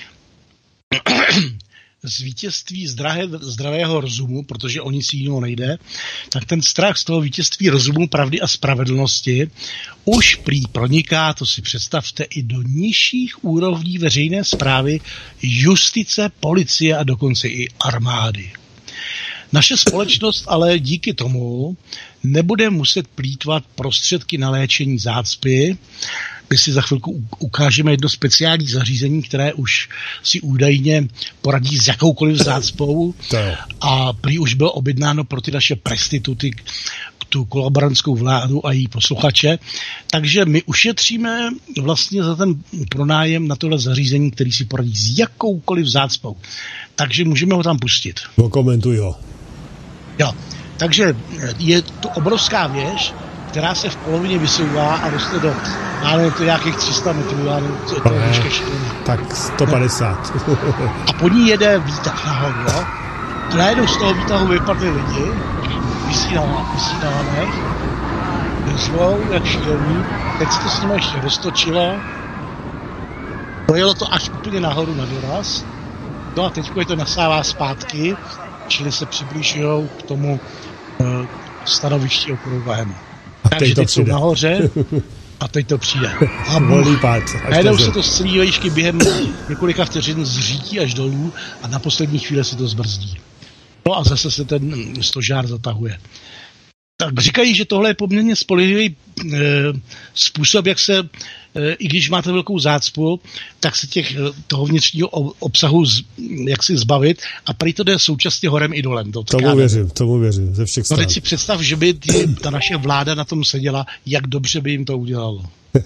z vítězství zdravého rozumu, protože o nic jiného nejde, tak ten strach z toho vítězství rozumu, pravdy a spravedlnosti už prý proniká, to si představte, i do nižších úrovní veřejné správy, justice, policie a dokonce i armády. Naše společnost ale díky tomu nebude muset plýtvat prostředky na léčení zácpy. My si za chvilku ukážeme jedno speciální zařízení, které už si údajně poradí s jakoukoliv zácpou a prý už bylo objednáno pro ty naše prestituty, tu kolaborantskou vládu a její posluchače. Takže my ušetříme vlastně za ten pronájem na tohle zařízení, který si poradí s jakoukoliv zácpou. Takže můžeme ho tam pustit. Komentuj ho. Jo, takže je to obrovská věž, která se v polovině vysouvá a roste do, máme to nějakých 300 metrů, to je výška šílená. Tak 150. No. A po ní jede výtah nahoru, jo. Najednou z toho výtahu vypadly lidi, visí na lanech, zvou, jak šílený, teď se to s nimi ještě roztočilo, projelo to až úplně nahoru na doraz, no a teď je to nasává zpátky, čili se přiblížujou k tomu stanovišti okruhovému. Takže teď jsou nahoře a teď to přijde. A najednou se to z celé výšky během několika vteřin zřítí až dolů a na poslední chvíli se to zbrzdí. No a zase se ten stožár zatahuje. Tak říkají, že tohle je poměrně spolehlivý způsob, jak se, i když máte velkou zácpu, tak se toho vnitřního obsahu jak si zbavit a prý to jde současně horem i dolem. Tomu věřím, ze všech stran. No teď si představ, že by ta naše vláda na tom seděla, jak dobře by jim to udělalo.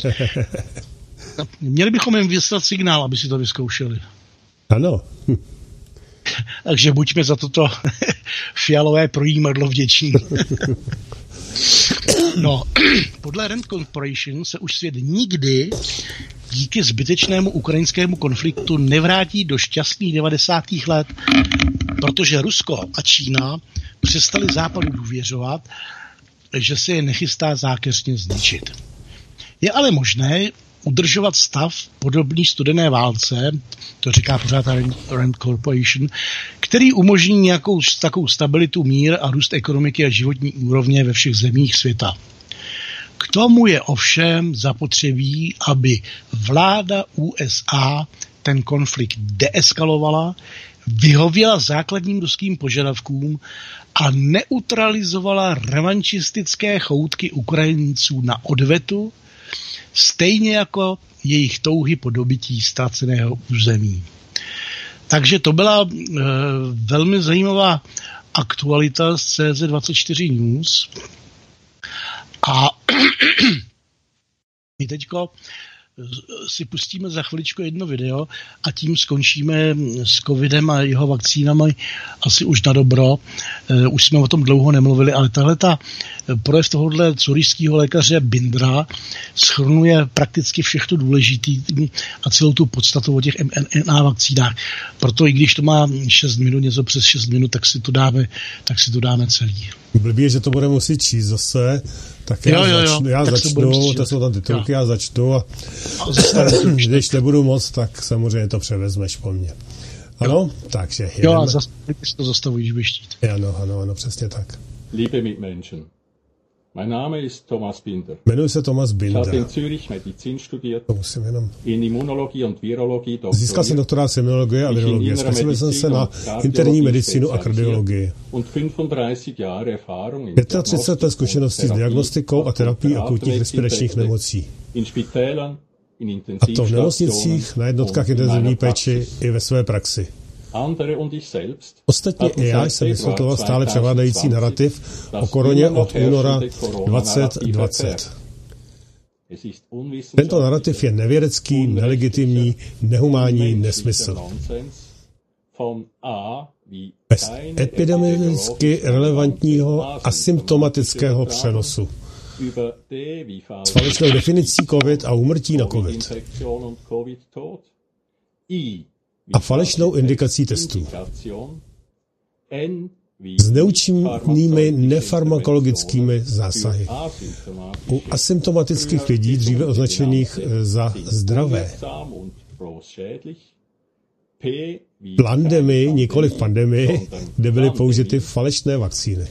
Měli bychom jim vyslat signál, aby si to vyzkoušeli. Ano. Takže buďme za toto fialové projímadlo vděční. No, podle Rand Corporation se už svět nikdy díky zbytečnému ukrajinskému konfliktu nevrátí do šťastných 90. let, protože Rusko a Čína přestali Západu důvěřovat, že se je nechystá zákeřně zničit. Je ale možné udržovat stav podobný studené válce, to říká pořád Rand Corporation, který umožní nějakou takovou stabilitu, mír a růst ekonomiky a životní úrovně ve všech zemích světa. K tomu je ovšem zapotřebí, aby vláda USA ten konflikt deeskalovala, vyhověla základním ruským požadavkům a neutralizovala revanšistické choutky Ukrajinců na odvetu, stejně jako jejich touhy po dobytí ztraceného území. Takže to byla velmi zajímavá aktualita z CZ24 News. A my teďko si pustíme za chviličku jedno video a tím skončíme s covidem a jeho vakcínami asi už na dobro. Už jsme o tom dlouho nemluvili, ale tahleta projev tohohle coryského lékaře Bindra shrnuje prakticky všechno důležitý a celou tu podstatu o těch mRNA vakcínách. Proto i když to má 6 minut, něco přes 6 minut, tak si to dáme celý. Blbý je, že to budeme muset číst zase. Tak já začnu, to jsou tam titulky, já začnu a když nebudu moc, tak samozřejmě to převezmeš po mně. Ano, takže jedeme. Jo, a zase to zastavujíš vyštít. Ano, přesně tak. Liebe Mitmenschen, mein Name ist Thomas Binder. Jmenuji se Thomas Binder. Ich habe in Zürich Medizin studiert, in Immunologie und Virologie doktoriert. Získal jsem doktorát z imunologie a virologie. Specializoval jsem se na interní medicínu a kardiologii. 35 let zkušeností s diagnostikou a terapií akutních respiračních nemocí. A to v nemocnicích, na jednotkách intenzivní péči i ve své praxi. Ostatně i já jsem vysvětloval stále převládající narrativ o koroně od února 2020. Tento narrativ je nevědecký, nelegitimní, nehumánní nesmysl. Bez epidemiologicky relevantního asymptomatického přenosu. S falešnou definicí COVID a úmrtí na COVID. A falešnou indikací testů. s neúčinnými nefarmakologickými zásahy. U asymptomatických lidí, dříve označených za zdravé. Plandemii, nikoli v pandemii, kde byly použity falešné vakcíny.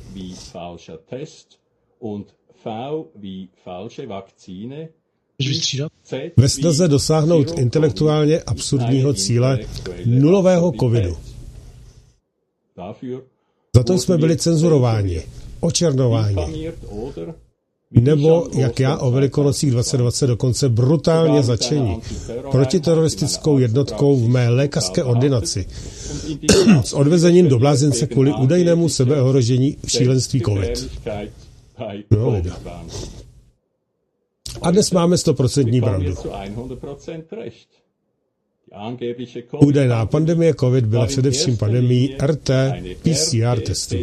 Ve snaze dosáhnout intelektuálně absurdního cíle nulového covidu. Za to jsme byli cenzurováni, očernováni, nebo, jak já o Velikonocích 2020, dokonce brutálně začeni protiteroristickou jednotkou v mé lékařské ordinaci s odvezením do blázince kvůli údajnému sebeohrožení v šílenství COVID. No, a dnes máme 100% pravdu. Údajná pandemie COVID byla především pandemií RT-PCR testů.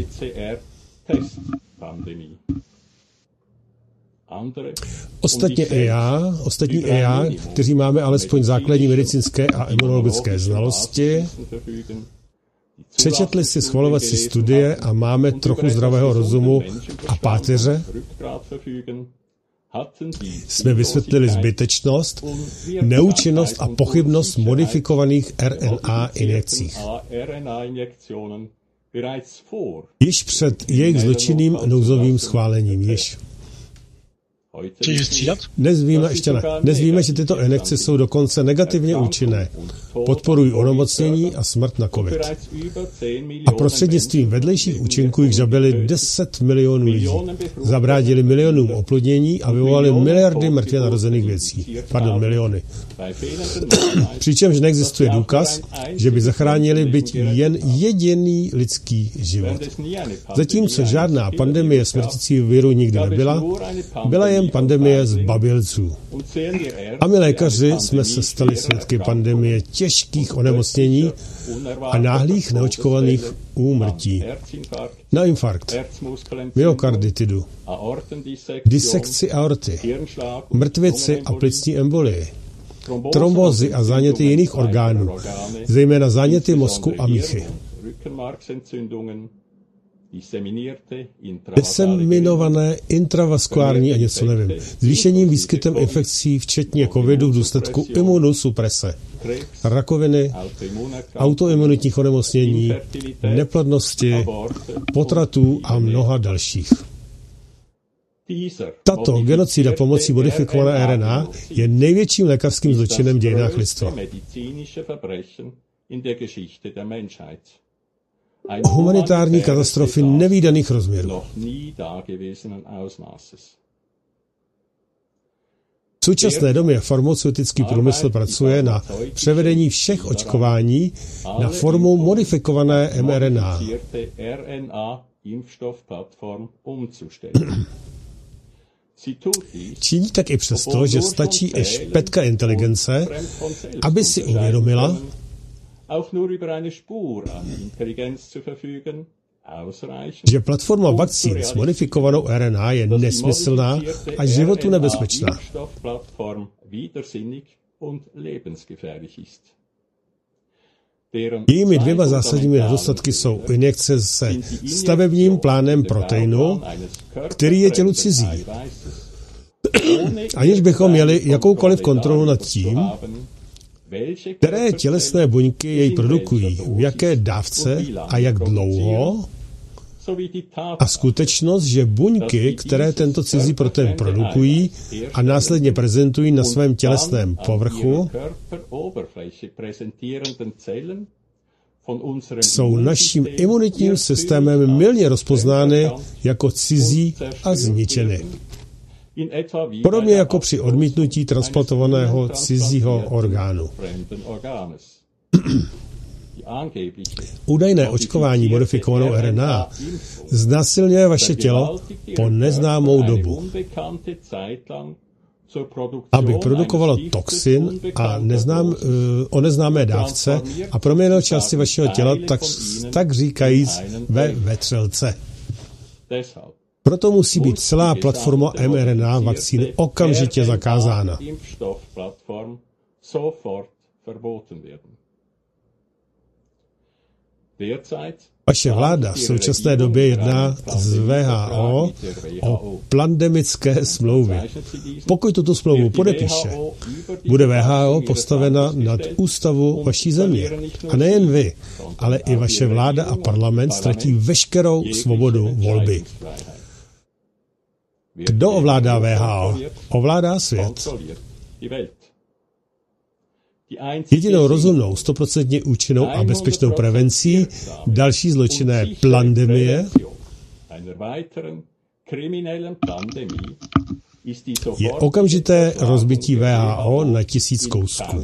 Ostatní i já, kteří máme alespoň základní medicínské a imunologické znalosti, přečetli si schvalovací studie a máme trochu zdravého rozumu a páteře, jsme vysvětlili zbytečnost, neúčinnost a pochybnost modifikovaných RNA injekcích. Již před jejich zločinným nouzovým schválením. Dnes víme, že tyto injekce jsou dokonce negativně účinné. Podporují onemocnění a smrt na COVID. A prostřednictvím vedlejších účinků jich zabili 10 milionů lidí. Zabránili milionům oplodnění a vyvolali miliardy mrtvě narozených věcí. Miliony. Přičemž neexistuje důkaz, že by zachránili byť jen jediný lidský život. Zatímco žádná pandemie smrtící viru nikdy nebyla, byla jen pandemie zbabělců. A my lékaři jsme se stali svědky pandemie těžkých onemocnění a náhlých neočkovaných úmrtí. Na infarkt, myokarditidu, disekci aorty, mrtvici a plicní embolii, trombozy a záněty jiných orgánů, zejména záněty mozku a míchy. Diseminované intravaskulární a něco nevím. Zvýšeným výskytem infekcí, včetně covidu v důsledku imunosuprese, rakoviny, autoimunitních onemocnění, neplodnosti, potratů a mnoha dalších. Tato genocida pomocí modifikované RNA je největším lékařským zločinem v dějinách lidstva. Humanitární katastrofy nevídaných rozměrů. V současné době farmaceutický průmysl pracuje na převedení všech očkování na formu modifikované mRNA. Činí tak i přesto, že stačí i špetka inteligence, aby si uvědomila, že platforma vakcín s modifikovanou RNA je nesmyslná a životu nebezpečná. Jejími dvěma zásadními nedostatky jsou injekce se stavebním plánem proteinu, který je tělu cizí. Aniž bychom měli jakoukoliv kontrolu nad tím, které tělesné buňky jej produkují, v jaké dávce a jak dlouho, a skutečnost, že buňky, které tento cizí protein produkují a následně prezentují na svém tělesném povrchu, jsou naším imunitním systémem mylně rozpoznány jako cizí a zničeny. Podobně jako při odmítnutí transplantovaného cizího orgánu. Údajné očkování modifikovanou RNA znásilňuje vaše tělo po neznámou dobu, aby produkovalo toxin a o neznámé dávce a proměnilo části vašeho těla tak říkajíc ve vetřelce. Proto musí být celá platforma mRNA vakcíny okamžitě zakázána. Vaše vláda v současné době jedná s WHO o pandemické smlouvě. Pokud tuto smlouvu podepíše, bude WHO postavena nad ústavu vaší země. A nejen vy, ale i vaše vláda a parlament ztratí veškerou svobodu volby. Kdo ovládá WHO? Ovládá svět. Jedinou rozumnou, 100% účinnou a bezpečnou prevencí další zločinné pandemie je okamžité rozbití WHO na 1000 kousků.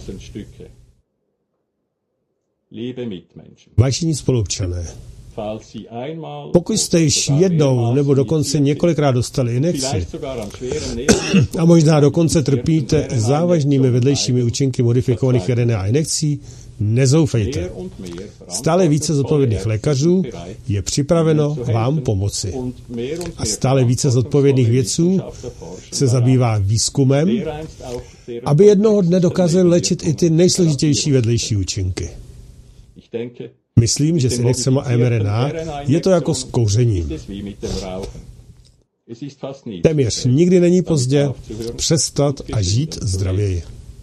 Vážení spoluobčané, pokud jste již jednou nebo dokonce několikrát dostali injekci a možná dokonce trpíte závažnými vedlejšími účinky modifikovaných RNA injekcí, nezoufejte. Stále více zodpovědných lékařů je připraveno vám pomoci. A stále více zodpovědných vědců se zabývá výzkumem, aby jednoho dne dokázali léčit i ty nejsložitější vedlejší účinky. Myslím, že s injekcemi mRNA je to jako s kouřením. Téměř nikdy není pozdě přestat a žít zdravěji.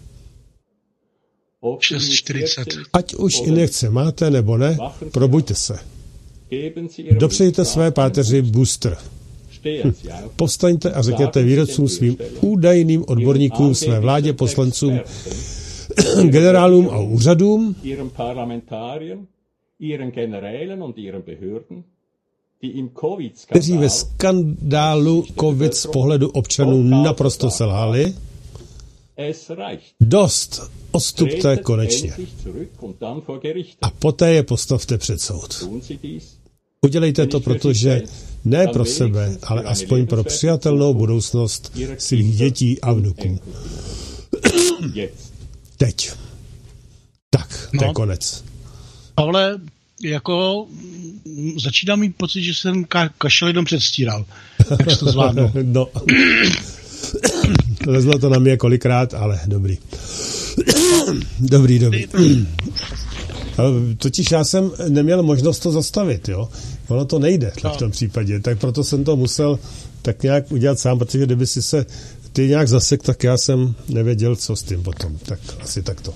6:40. Ať už injekce máte nebo ne, probuďte se. Dopřejte své páteři booster. Povstaňte a řekněte výrobcům, svým údajným odborníkům, své vládě, poslancům, generálům a úřadům, kteří ve skandálu COVID z pohledu občanů naprosto selhali, dost, odstupte konečně. A poté je postavte před soud. Udělejte to, protože ne pro sebe, ale aspoň pro přijatelnou budoucnost svých dětí a vnuků. Teď. Tak, to je konec. Ale jako začínám mít pocit, že jsem kašel jenom předstíral. Jak jsi to zvládl? No. Lezlo to na mě kolikrát, ale dobrý. Dobrý. Totiž já jsem neměl možnost to zastavit, jo. Ono to nejde v tom případě, tak proto jsem to musel tak nějak udělat sám, protože kdyby si se ty nějak zasek, tak já jsem nevěděl, co s tím potom. Tak asi takto.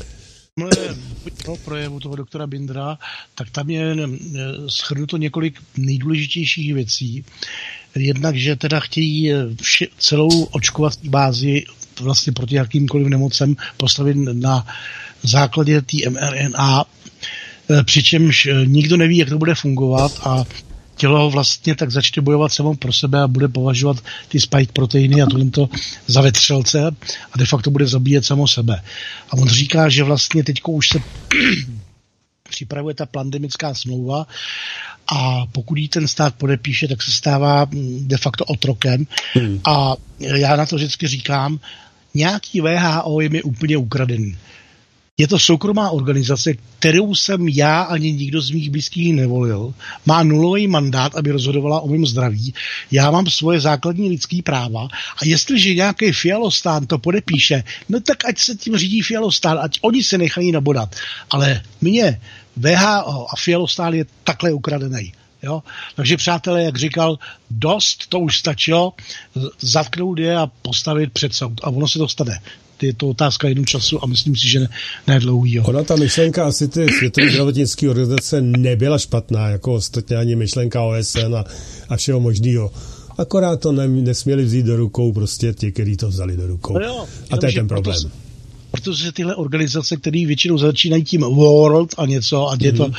Pro projevu toho doktora Bindra, tak tam je shrnuto několik nejdůležitějších věcí. Jednak, že teda chtějí celou očkovací bázi vlastně proti jakýmkoliv nemocem postavit na základě té mRNA, přičemž nikdo neví, jak to bude fungovat a tělo vlastně tak začne bojovat samo pro sebe a bude považovat ty spike proteiny a tohle za vetřelce a de facto bude zabíjet samo sebe. A on říká, že vlastně teďko už se připravuje ta pandemická smlouva a pokud jí ten stát podepíše, tak se stává de facto otrokem. A já na to vždycky říkám, nějaký WHO je mi úplně ukradený. Je to soukromá organizace, kterou jsem já ani nikdo z mých blízkých nevolil. Má nulový mandát, aby rozhodovala o mém zdraví. Já mám svoje základní lidský práva a jestliže nějaký Fialostán to podepíše, no tak ať se tím řídí Fialostán, ať oni se nechají nabodat. Ale mě WHO a Fialostán je takhle ukradený. Jo? Takže přátelé, jak říkal, dost, to už stačilo, zatknout je a postavit před soud. A ono se to stane. Je to otázka jenom času a myslím si, že ne dlouhýho. Ona ta myšlenka asi ty Světové zdravotnické organizace nebyla špatná, jako ostatně ani myšlenka OSN a všeho možného. Akorát to nesměli vzít do rukou prostě ti, kteří to vzali do rukou. No a to je ten problém. Protože tyhle organizace, které většinou začínají tím World a něco, ať je to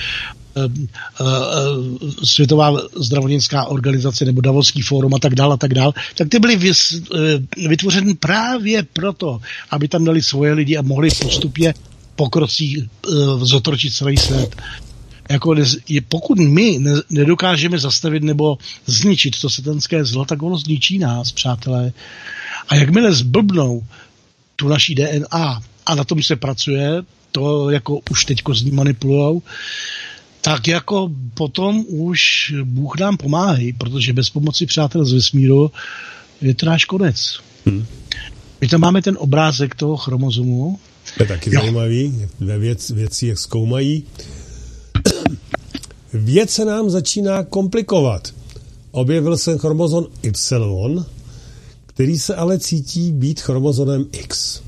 Světová zdravotnická organizace nebo Davosský fórum a tak dále, tak ty byly vytvořeny právě proto, aby tam dali svoje lidi a mohli postupně po krocích zotročit celý svět. Jako pokud my nedokážeme zastavit nebo zničit to satanské zlo, tak ono zničí nás, přátelé. A jakmile zblbnou tu naší DNA, a na tom se pracuje, to jako už teďko z ní manipulujou, tak jako potom už Bůh nám pomáhají, protože bez pomoci přátel z vesmíru je to náš konec. My tam máme ten obrázek toho chromozomu. To je taky zajímavý, ve věcí, jak zkoumají. věc se nám začíná komplikovat. Objevil se chromozom Y, který se ale cítí být chromozonem X.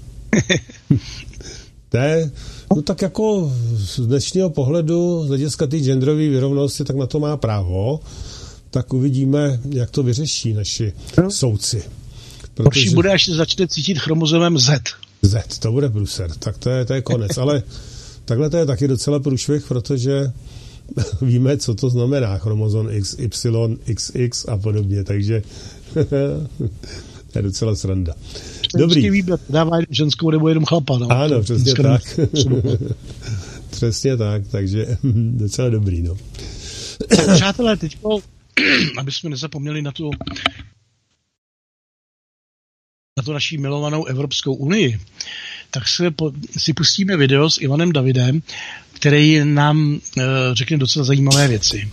To je, no tak jako z dnešního pohledu, z hlediska té genderové vyrovnanosti, tak na to má právo, tak uvidíme, jak to vyřeší naši soudci. Protože bude, až se začne cítit chromozomem Z. Z, to bude průser, tak to je konec, ale takhle to je taky docela průšvih, protože víme, co to znamená chromozom XY, XX a podobně, takže to je docela sranda. Dobrý. Výběr, dává ženskou nebo jenom chlapa. No. Ano, přesně tak. Přesně tak, takže docela dobrý. No. Tak, přátelé, teďko, aby jsme nezapomněli na tu naší milovanou Evropskou unii, tak si pustíme video s Ivanem Davidem, který nám řekne docela zajímavé věci.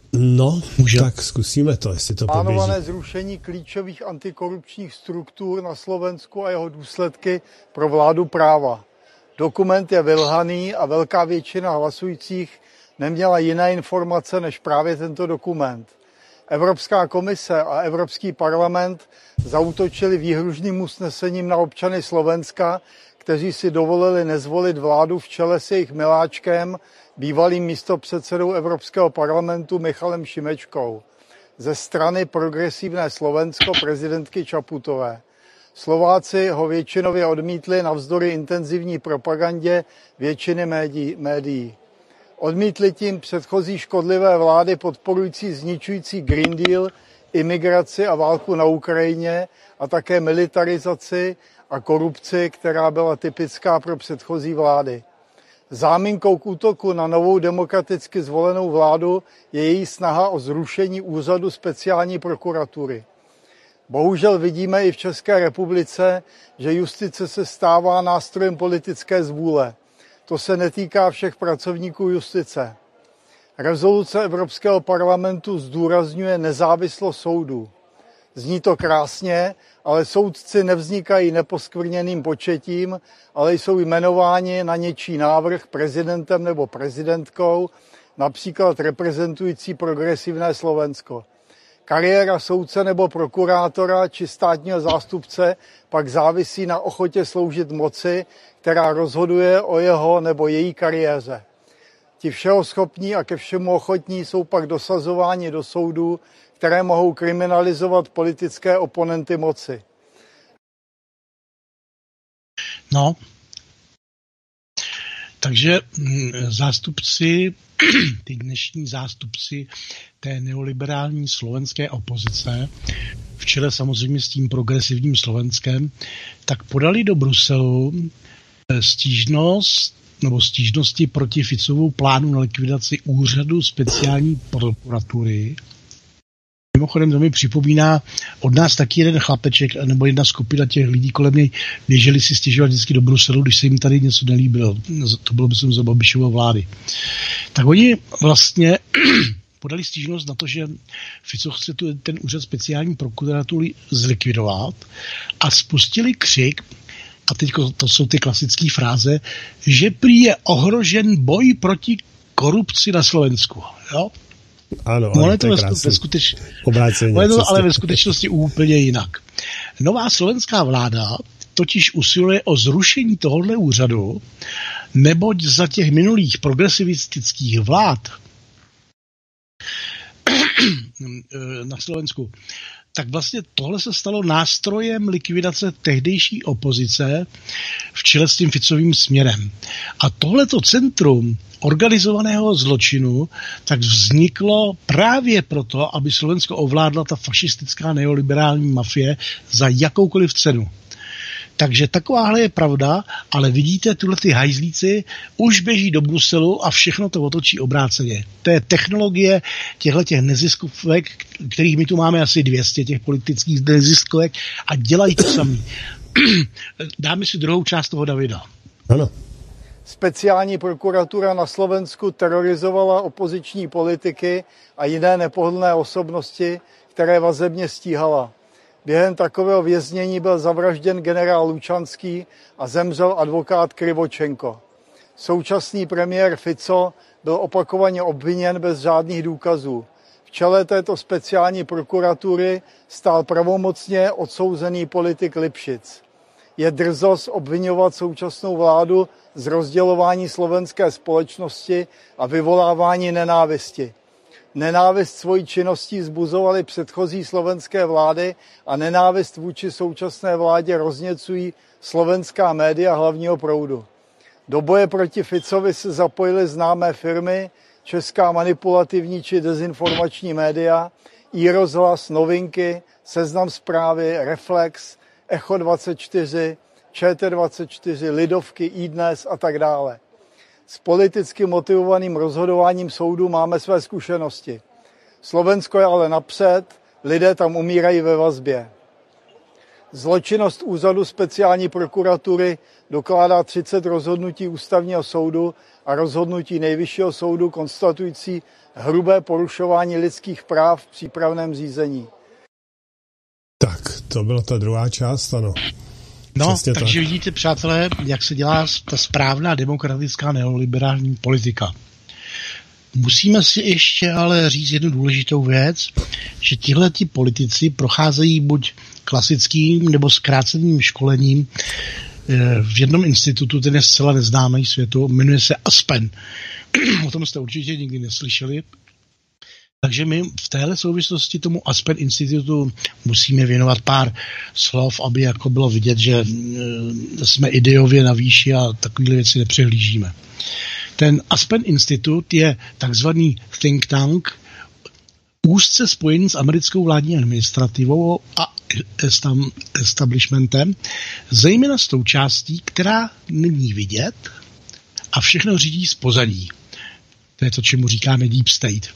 No, tak zkusíme to, jestli to poběží. Plánované zrušení klíčových antikorupčních struktur na Slovensku a jeho důsledky pro vládu práva. Dokument je vylhaný a velká většina hlasujících neměla jiné informace než právě tento dokument. Evropská komise a Evropský parlament zaútočili výhružným usnesením na občany Slovenska, kteří si dovolili nezvolit vládu v čele s jejich miláčkem, bývalým místopředsedou Evropského parlamentu Michalem Šimečkou ze strany Progresivné Slovensko prezidentky Čaputové. Slováci ho většinově odmítli navzdory intenzivní propagandě většiny médií. Odmítli tím předchozí škodlivé vlády podporující zničující Green Deal, imigraci a válku na Ukrajině a také militarizaci a korupci, která byla typická pro předchozí vlády. Záminkou k útoku na novou demokraticky zvolenou vládu je její snaha o zrušení úřadu speciální prokuratury. Bohužel vidíme i v České republice, že justice se stává nástrojem politické zvůle. To se netýká všech pracovníků justice. Rezoluce Evropského parlamentu zdůrazňuje nezávislost soudů. Zní to krásně, ale soudci nevznikají neposkvrněným početím, ale jsou jmenováni na něčí návrh prezidentem nebo prezidentkou, například reprezentující Progresivné Slovensko. Kariéra soudce nebo prokurátora či státního zástupce pak závisí na ochotě sloužit moci, která rozhoduje o jeho nebo její kariéře. Ti všeho schopní a ke všemu ochotní jsou pak dosazováni do soudů, které mohou kriminalizovat politické oponenty moci. No, takže zástupci, ty dnešní zástupci té neoliberální slovenské opozice, v čele samozřejmě s tím progresivním Slovenskem, tak podali do Bruselu stížnosti proti Ficovu plánu na likvidaci úřadu speciální prokuratury. Mimochodem to mi připomíná od nás taky jeden chlapeček nebo jedna skupina těch lidí kolem něj běželi si stěžovat vždycky do Bruselu, když se jim tady něco nelíbilo. To bylo, myslím, za Babišova vlády. Tak oni vlastně podali stížnost na to, že Fico chce ten úřad speciální prokuratury zlikvidovat a spustili křik, a teď to jsou ty klasické fráze, že prý je ohrožen boj proti korupci na Slovensku. Jo? Ano, ale je to ale ve skutečnosti úplně jinak. Nová slovenská vláda totiž usiluje o zrušení tohoto úřadu, neboť za těch minulých progresivistických vlád na Slovensku, tak vlastně tohle se stalo nástrojem likvidace tehdejší opozice v čele s tím Ficovým směrem. A tohleto centrum organizovaného zločinu tak vzniklo právě proto, aby Slovensko ovládla ta fašistická neoliberální mafie za jakoukoliv cenu. Takže takováhle je pravda, ale vidíte, tuhle ty hajzlíci už běží do Bruselu a všechno to otočí obráceně. To je technologie těchto neziskovek, kterých my tu máme asi 200, těch politických neziskovek, a dělají to sami. Dáme si druhou část toho Davida. Ano. Speciální prokuratura na Slovensku terorizovala opoziční politiky a jiné nepohodlné osobnosti, které vazebně stíhala. Během takového věznění byl zavražděn generál Lučanský a zemřel advokát Krivočenko. Současný premiér Fico byl opakovaně obviněn bez žádných důkazů. V čele této speciální prokuratury stál pravomocně odsouzený politik Lipšic. Je drzost obvinovat současnou vládu z rozdělování slovenské společnosti a vyvolávání nenávisti. Nenávist svojí činností vzbuzovaly předchozí slovenské vlády a nenávist vůči současné vládě rozněcují slovenská média hlavního proudu. Do boje proti Ficovi se zapojily známé firmy, česká manipulativní či dezinformační média, iRozhlas, Novinky, Seznam Zprávy, Reflex, Echo 24, ČT24, Lidovky, iDnes a tak dále. S politicky motivovaným rozhodováním soudu máme své zkušenosti. Slovensko je ale napřed, lidé tam umírají ve vazbě. Zločinnost úřadu speciální prokuratury dokládá 30 rozhodnutí ústavního soudu a rozhodnutí nejvyššího soudu konstatující hrubé porušování lidských práv v přípravném řízení. Tak, to byla ta druhá část, ano. No, takže vidíte, přátelé, jak se dělá ta správná demokratická neoliberální politika. Musíme si ještě ale říct jednu důležitou věc, že tihleti politici procházejí buď klasickým nebo zkráceným školením v jednom institutu, ten je zcela neznámý světu, jmenuje se Aspen. O tom jste určitě nikdy neslyšeli. Takže my v téhle souvislosti tomu Aspen institutu musíme věnovat pár slov, aby jako bylo vidět, že jsme ideově na výši a takovýhle věci nepřehlížíme. Ten Aspen institut je takzvaný think tank, úzce spojený s americkou vládní administrativou a establishmentem, zejména s tou částí, která není vidět a všechno řídí z pozadí. To je to, čemu říkáme Deep State.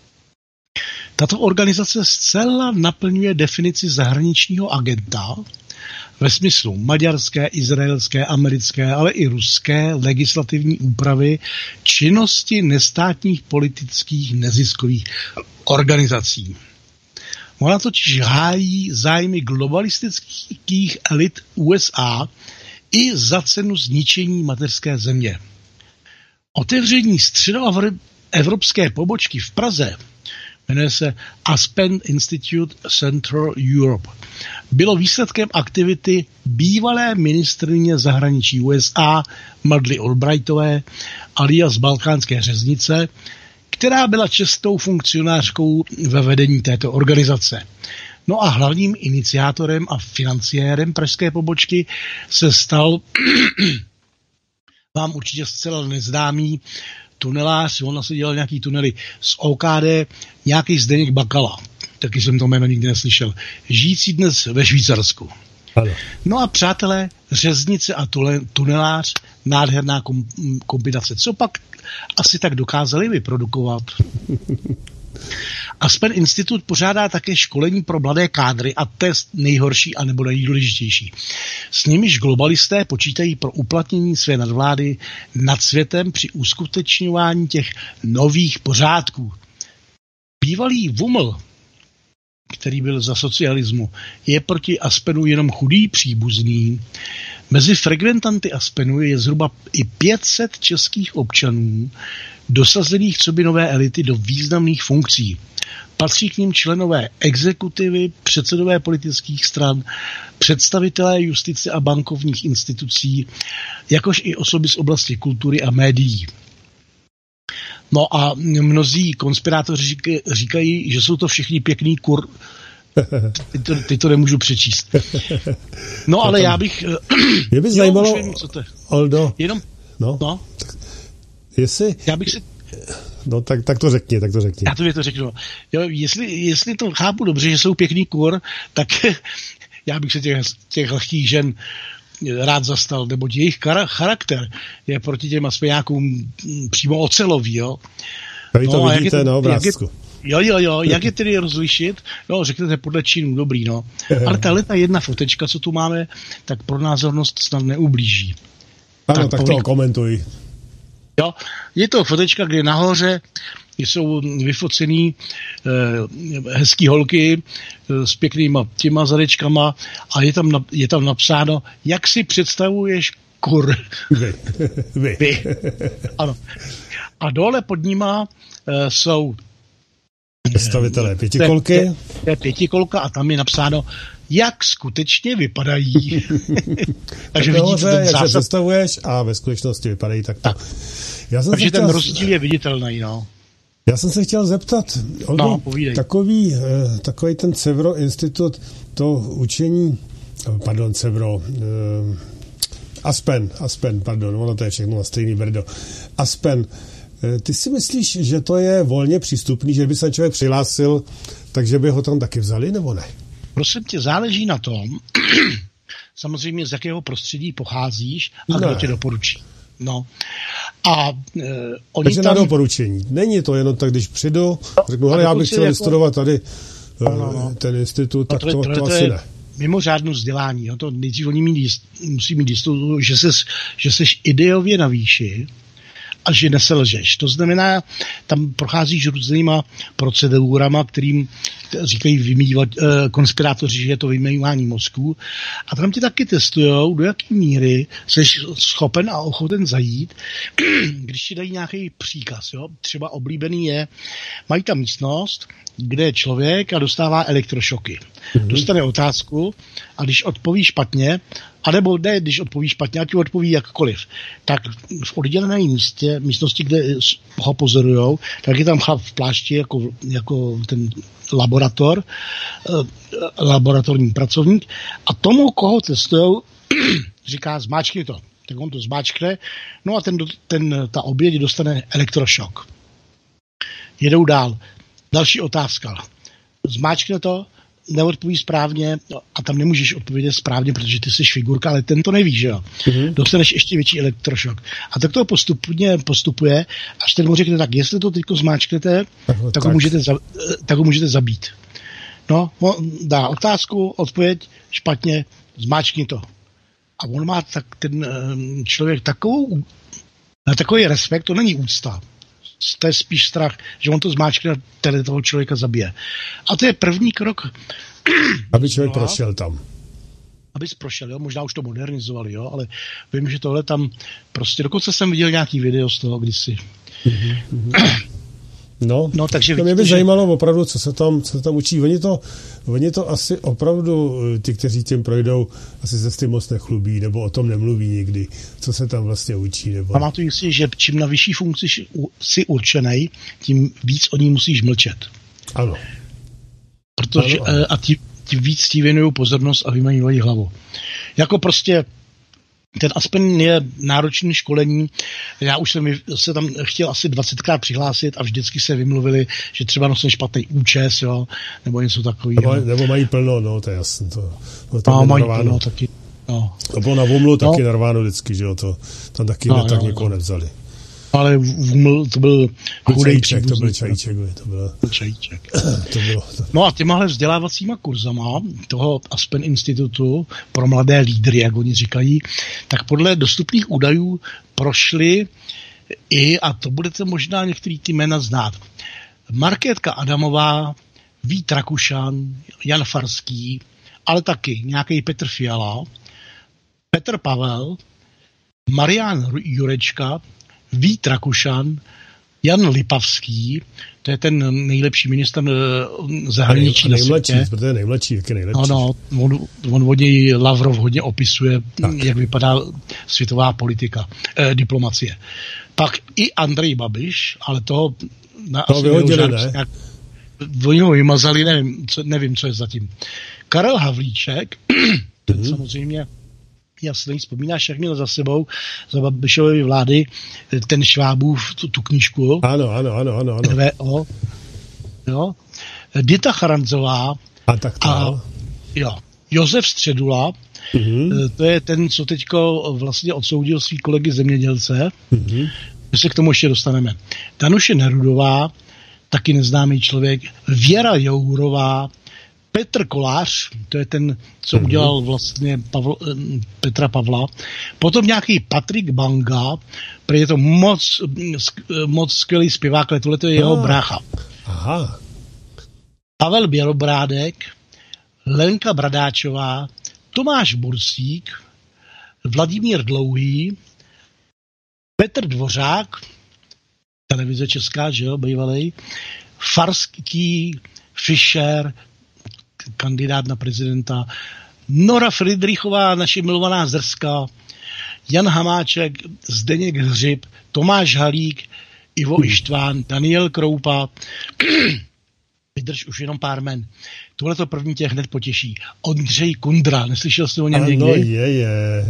Tato organizace zcela naplňuje definici zahraničního agenta ve smyslu maďarské, izraelské, americké, ale i ruské legislativní úpravy činnosti nestátních politických neziskových organizací. Ona totiž hájí zájmy globalistických elit USA i za cenu zničení mateřské země. Otevření středoevropské pobočky v Praze, jmenuje se Aspen Institute Central Europe, bylo výsledkem aktivity bývalé ministryně zahraničí USA Madeleine Albrightové alias Balkánské řeznice, která byla čestou funkcionářkou ve vedení této organizace. No a hlavním iniciátorem a financiérem pražské pobočky se stal vám určitě zcela neznámý tunelář, on asi dělal nějaký tunely z OKD, nějaký Zdeněk Bakala, taky jsem to jméno nikdy neslyšel, žijící dnes ve Švýcarsku. Ano. No a přátelé, řeznice a tunelář, nádherná kombinace. Co pak asi tak dokázali vyprodukovat? Aspen Institut pořádá také školení pro mladé kádry a to je nejhorší a nebo nejdůležitější. S nimiž globalisté počítají pro uplatnění své nadvlády nad světem při uskutečňování těch nových pořádků. Bývalý Vuml, který byl za socialismu, je proti Aspenu jenom chudý příbuzný. Mezi frekventanty Aspenu je zhruba i 500 českých občanů, dosazených coby nové elity do významných funkcí. Patří k nim členové exekutivy, předsedové politických stran, představitelé justice a bankovních institucí, jakož i osoby z oblasti kultury a médií. No a mnozí konspirátoři říkají, že jsou to všichni pěkný teď to nemůžu přečíst. No ale já bych... Mě by zajímalo, Oldo, No. Jestli... Já bych si... No tak to řekni. Já to řeknu. Jo, jestli to chápu dobře, že jsou pěkný kur, tak já bych se těch lehkých žen rád zastal, neboť jejich charakter je proti těm aspoňákům přímo ocelový, jo. Tady to vidíte na obrázku. Jak je tedy rozlišit? No, řeknete podle činů, dobrý, no. Ale ta jedna fotečka, co tu máme, tak pro názornost snad neublíží. Ano, tak to komentuj. Jo, je to fotečka, kde nahoře jsou vyfocený hezký holky s pěknýma těma zadečkama a je tam napsáno, jak si představuješ kur. Vy. Ano. a dole pod nima jsou představitelé pětikolky. To je pětikolka a tam je napsáno, jak skutečně vypadají. Takže vidíte ten jak se představuješ a ve skutečnosti vypadají takto. Tak. Takže ten rozdíl je viditelný, no. Já jsem se chtěl zeptat, takový ten Cevro institut, to učení, Aspen, ono to je všechno na stejný brdo. Aspen, ty si myslíš, že to je volně přístupný, že by se člověk přihlásil, takže by ho tam taky vzali, nebo ne? Prosím tě, záleží na tom, samozřejmě z jakého prostředí pocházíš a kdo tě doporučí. No. A oni takže tam... na doporučení. Není to jenom tak, když přijdu, řeknu, hele, já bych chtěl vystudovat tady ten institut, tak to asi ne. Mimořádné vzdělání. To nejdřív oni musí mít jistotu, že seš ideově na výši a že neselžeš. To znamená, tam procházíš různýma procedurama, kterým říkají konspirátoři, že je to vymývání mozku. A tam ti taky testujou, do jaké míry jsi schopen a ochoten zajít, když ti dají nějaký příkaz. Jo? Třeba oblíbený je, mají tam místnost, kde je člověk a dostává elektrošoky. Dostane otázku a když odpoví špatně, anebo ne, když odpoví špatně, ať odpoví jakkoliv, tak v oddělené místnosti, kde ho pozorujou, tak je tam chlap v plášti jako ten laboratorní pracovník a tomu, koho testujou, říká, zmáčkni to. Tak on to zmáčkne, no a ta oběť dostane elektrošok. Jedou dál. Další otázka. Zmáčkne to, neodpoví správně a tam nemůžeš odpovědět správně, protože ty jsi figurka, ale ten to neví, že jo. Dostaneš ještě větší elektrošok. A tak to postupuje, až ten mu řekne, tak jestli to teďko zmáčknete, tak ho můžete zabít. No, dá otázku, odpověď, špatně, zmáčkni to. A on má ten člověk takový respekt, to není úcta. To je spíš strach, že on to zmáčkne a toho člověka zabije. A to je první krok. Aby člověk prošel tam. Abys prošel, jo? Možná už to modernizovali, jo? Ale vím, že tohle tam prostě, dokonce jsem viděl nějaký video z toho kdysi. No, takže to mě by zajímalo opravdu, co se tam učí. Oni to asi opravdu, ti, kteří tím projdou, asi se s tím moc nechlubí, nebo o tom nemluví nikdy. Co se tam vlastně učí? Nebo... Pamatuju si, že čím na vyšší funkci jsi určenej, tím víc o ní musíš mlčet. Ano. Protože, ano. A tím víc ti věnují pozornost a vymanívají hlavu. Jako prostě ten Aspen je náročný školení. Já už jsem se tam chtěl asi 20krát přihlásit a vždycky se vymluvili, že třeba nosím špatný účes, jo, nebo něco takového. Nebo mají plno, no, to je jasné. Mají plno taky. No. To bylo na Vumlu taky narváno vždycky, že jo, to tam taky tak někoho nevzali. Ale Vuml to byl chudej čajíček, to byl čajíček. Čajíček. No a těmahle vzdělávacíma kurzama toho Aspen institutu pro mladé lídry, jak oni říkají, tak podle dostupných údajů prošli a to budete možná některý ty jména znát. Markétka Adamová, Vít Rakušan, Jan Farský, ale taky nějaký Petr Fiala, Petr Pavel, Marián Jurečka, Vít Rakušan, Jan Lipavský, to je ten nejlepší ministr zahraničí na světě. To je nejmladší, jak je nejlepší. No, on od něj Lavrov hodně opisuje, jak vypadá světová politika, diplomacie. Pak i Andrej Babiš, ale toho vyhodili, ne? Oni ho vymazali, nevím, co je zatím. Karel Havlíček, ten samozřejmě jasný, vzpomínáš, jak měl za sebou za Babišovy vlády ten Švábův tu knížku. Ano. NVO. Jo. Dita Charanzová a Josef Středula, to je ten, co teďko vlastně odsoudil svý kolegy zemědělce. My se k tomu ještě dostaneme. Danuše Nerudová, taky neznámý člověk, Věra Jourová, Petr Kolář, to je ten, co udělal vlastně Petra Pavla. Potom nějaký Patrik Banga, protože je to moc skvělý zpěvák, ale tohle to je jeho brácha. Aha. Pavel Bělobrádek, Lenka Bradáčová, Tomáš Bursík, Vladimír Dlouhý, Petr Dvořák, televize česká, že jo, bývalej, Farský, Fischer, kandidát na prezidenta, Nora Friedrichová, naše milovaná Zrska, Jan Hamáček, Zdeněk Hřib, Tomáš Halík, Ivo Ištván, Daniel Kroupa. Vydrž už jenom pár men. Tohle to první tě hned potěší. Ondřej Kundra, neslyšel jsi o něm někdy? Ano, je.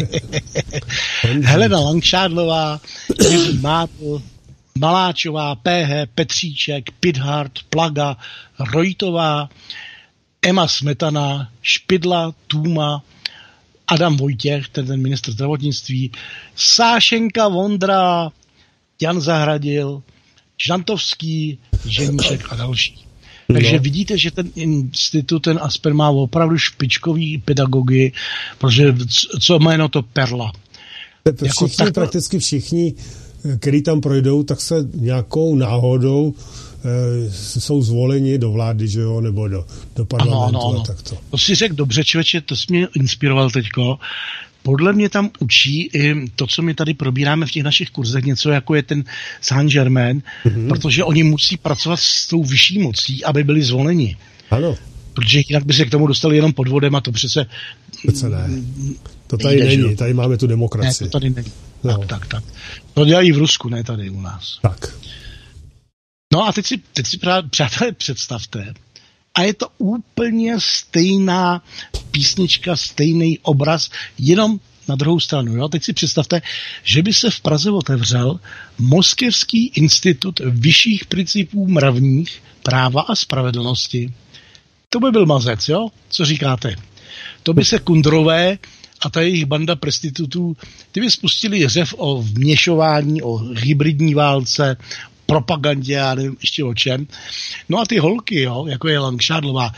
Helena Langšádlová, Jiří Mátl, Maláčová, PH, Petříček, Pithart, Plaga, Rojtová, Emma Smetana, Špidla, Tůma, Adam Vojtěch, ten ministr zdravotnictví, Sášenka Vondra, Jan Zahradil, Žantovský, Ženíšek a další. Takže vidíte, že ten institut, ten Aspen má opravdu špičkový pedagogy, protože co jméno to Perla. Všichni, prakticky všichni, který tam projdou, tak se nějakou náhodou jsou zvoleni do vlády, že jo, nebo do parlamentu. Ano. A takto. To si řekl dobře, člověče, to jsi mě inspiroval teďko. Podle mě tam učí i to, co my tady probíráme v těch našich kurzech, něco jako je ten Saint-Germain, protože oni musí pracovat s tou vyšší mocí, aby byli zvoleni. Ano. Protože jinak by se k tomu dostali jenom podvodem a to přece... ne. To tady není, tady máme tu demokracii. Ne, to tady není. No. Tak. To dělají v Rusku, ne tady u nás. Tak. No a teď si přátelé představte, a je to úplně stejná písnička, stejný obraz, jenom na druhou stranu. Jo? Teď si představte, že by se v Praze otevřel Moskevský institut vyšších principů mravních, práva a spravedlnosti. To by byl mazec, jo? Co říkáte? To by se Kundrové a ta jejich banda prostitutů, ty by spustili řev o vměšování, o hybridní válce, propagandě, já nevím ještě o čem. No a ty holky, jo, jako je Langšádlová,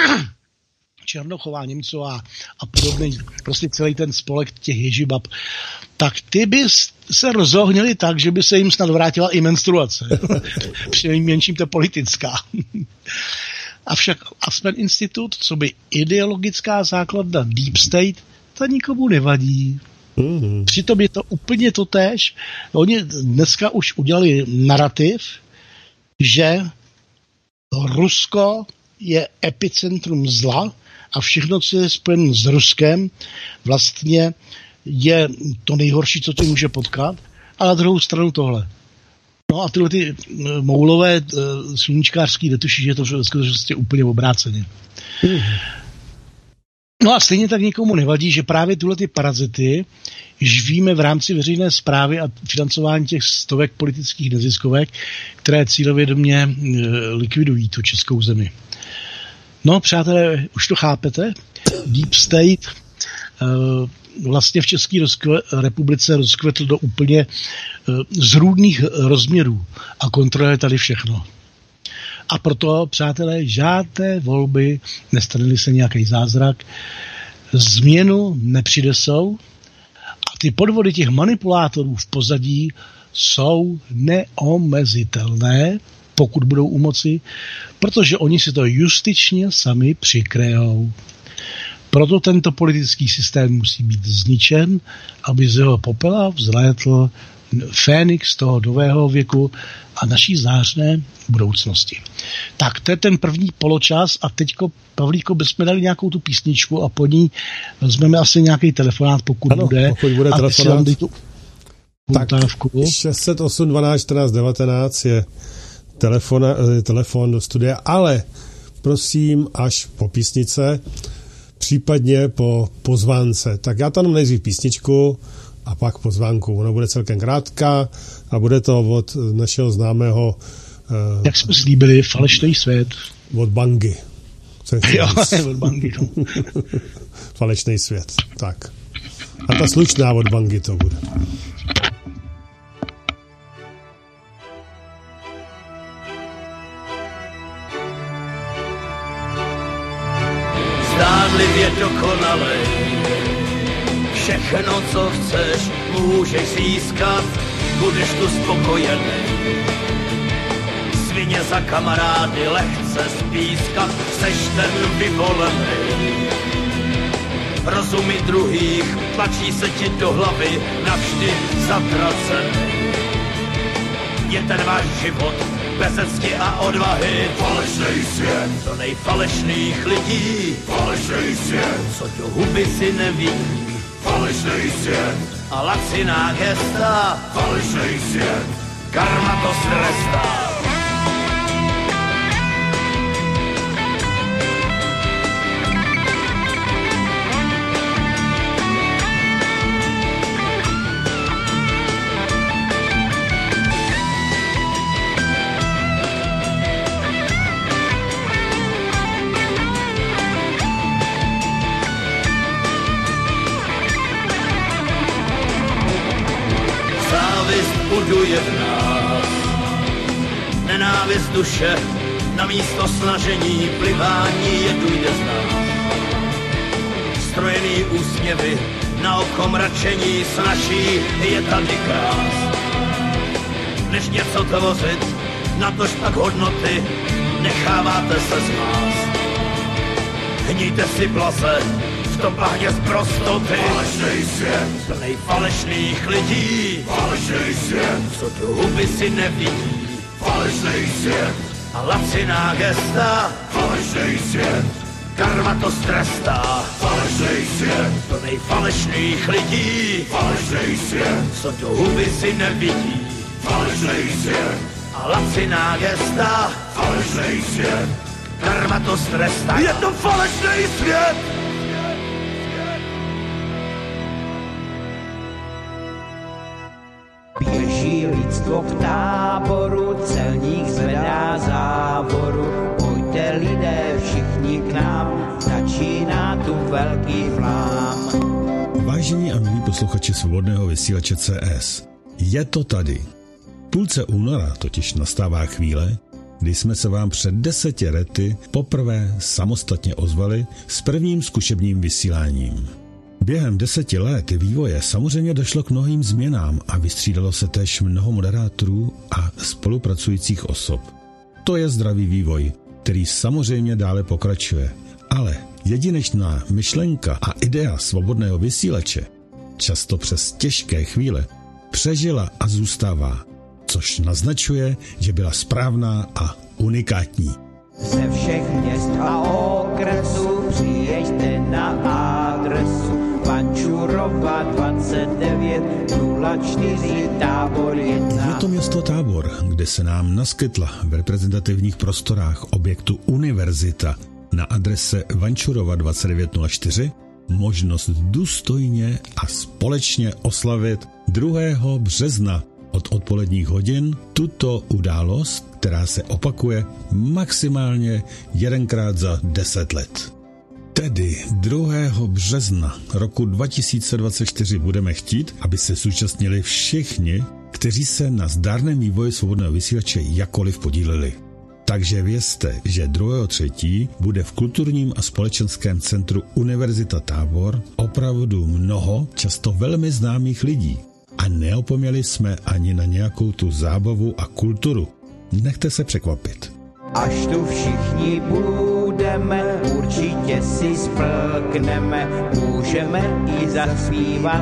Černochová, Němcová a podobný, prostě celý ten spolek těch ježibab, tak ty by se rozohnili tak, že by se jim snad vrátila i menstruace. Přinejmenším to politická. Avšak Aspen Institut, co by ideologická základna Deep State, to nikomu nevadí. Přitom je to úplně totéž. Oni dneska už udělali narrativ, že Rusko je epicentrum zla a všechno, co je spojené s Ruskem, vlastně je to nejhorší, co tě může potkat. A na druhou stranu tohle. No a tyhle ty moulové sluníčkářský netuší, že je to skutečně úplně obráceně. No a stejně tak nikomu nevadí, že právě tyhle ty parazity živíme v rámci veřejné správy a financování těch stovek politických neziskovek, které cílevědomě likvidují tu českou zemi. No, přátelé, už to chápete? Deep State vlastně v České republice rozkvetl do úplně zrůdných rozměrů a kontroluje tady všechno. A proto, přátelé, žádné volby, nestane se nějaký zázrak, změnu nepřidesou a ty podvody těch manipulátorů v pozadí jsou neomezitelné, pokud budou u moci, protože oni si to justičně sami přikrejou. Proto tento politický systém musí být zničen, aby z jeho popela vzlétl Fénix toho nového věku a naší zářné budoucnosti. Tak to je ten první poločas a teďko, Pavlíko, bychom dali nějakou tu písničku a po ní vezmeme asi nějaký telefonát, pokud bude. Pokud bude telefonát. Tak 608 12 14 19 je telefon do studia, ale prosím až po písnice, případně po pozvánce. Tak já tam nejdřív písničku a pak pozvánku. Ona bude celkem krátká a bude to od našeho známého... Jak jsme slíbili, Falešný svět. Od Bangy. Jo, od Bangy. No. Falešný svět, tak. A ta slušná od Bangy to bude. Zdánlivě dokonalej, všechno, co chceš, můžeš získat, budeš tu spokojený. Svině za kamarády lehce spískat, seš ten vyvolený. Rozumy druhých tlačí se ti do hlavy, navždy zatracený. je ten váš život, bez cti a odvahy. Falešný svět, do nejfalešných lidí. Falešný svět, co do huby si nevidí. Falešný svět a laciná gesta. Falešný svět, karma to strestá. Buduje v nás nenávist duše, na místo snažení plivání je jde z nás. Strojený úsměvy, na oko mračení snaží je tady krás. Než něco tvořit, natož pak hodnoty, necháváte se zmást. Hníte si blaze, v tom bahně z prostoty. Falešný svět, plnej falešných lidí. Falešný svět, co do huby si nevidí. Falešný svět a laciná gesta. Falešný svět, karma to strestá. Falešný svět, plnej falešných lidí. Falešný svět, co do huby si nevidí. Falešný svět a laciná gesta. Falešný svět, karma to strestá. Je to falešný svět. Běží lidstvo k táboru, celník zvedá závoru. Pojďte lidé všichni k nám, začíná tu velký flám. Vážení a milí posluchači Svobodného vysílače CS, je to tady. V půlce února totiž nastává chvíle, kdy jsme se vám před 10 lety poprvé samostatně ozvali s prvním zkušebním vysíláním. Během 10 let vývoje samozřejmě došlo k mnohým změnám a vystřídalo se též mnoho moderátorů a spolupracujících osob. To je zdravý vývoj, který samozřejmě dále pokračuje. Ale jedinečná myšlenka a idea Svobodného vysílače, často přes těžké chvíle, přežila a zůstává, což naznačuje, že byla správná a unikátní. Ze všech měst a okresů přijeďte na adresu Vančurova 2904 Tábor 1. Je to město Tábor, kde se nám naskytla v reprezentativních prostorách objektu Univerzita na adrese Vančurova 2904 možnost důstojně a společně oslavit 2. března od odpoledních hodin tuto událost, která se opakuje maximálně 1krát za 10 let. Tedy 2. března roku 2024 budeme chtít, aby se zúčastnili všichni, kteří se na zdárném vývoji Svobodného vysílače jakkoliv podíleli. Takže vězte, že 2.3. bude v kulturním a společenském centru Univerzita Tábor opravdu mnoho, často velmi známých lidí. A neopomněli jsme ani na nějakou tu zábavu a kulturu. Nechte se překvapit. Až tu všichni budeme, určitě si splkneme, můžeme i zaspívat,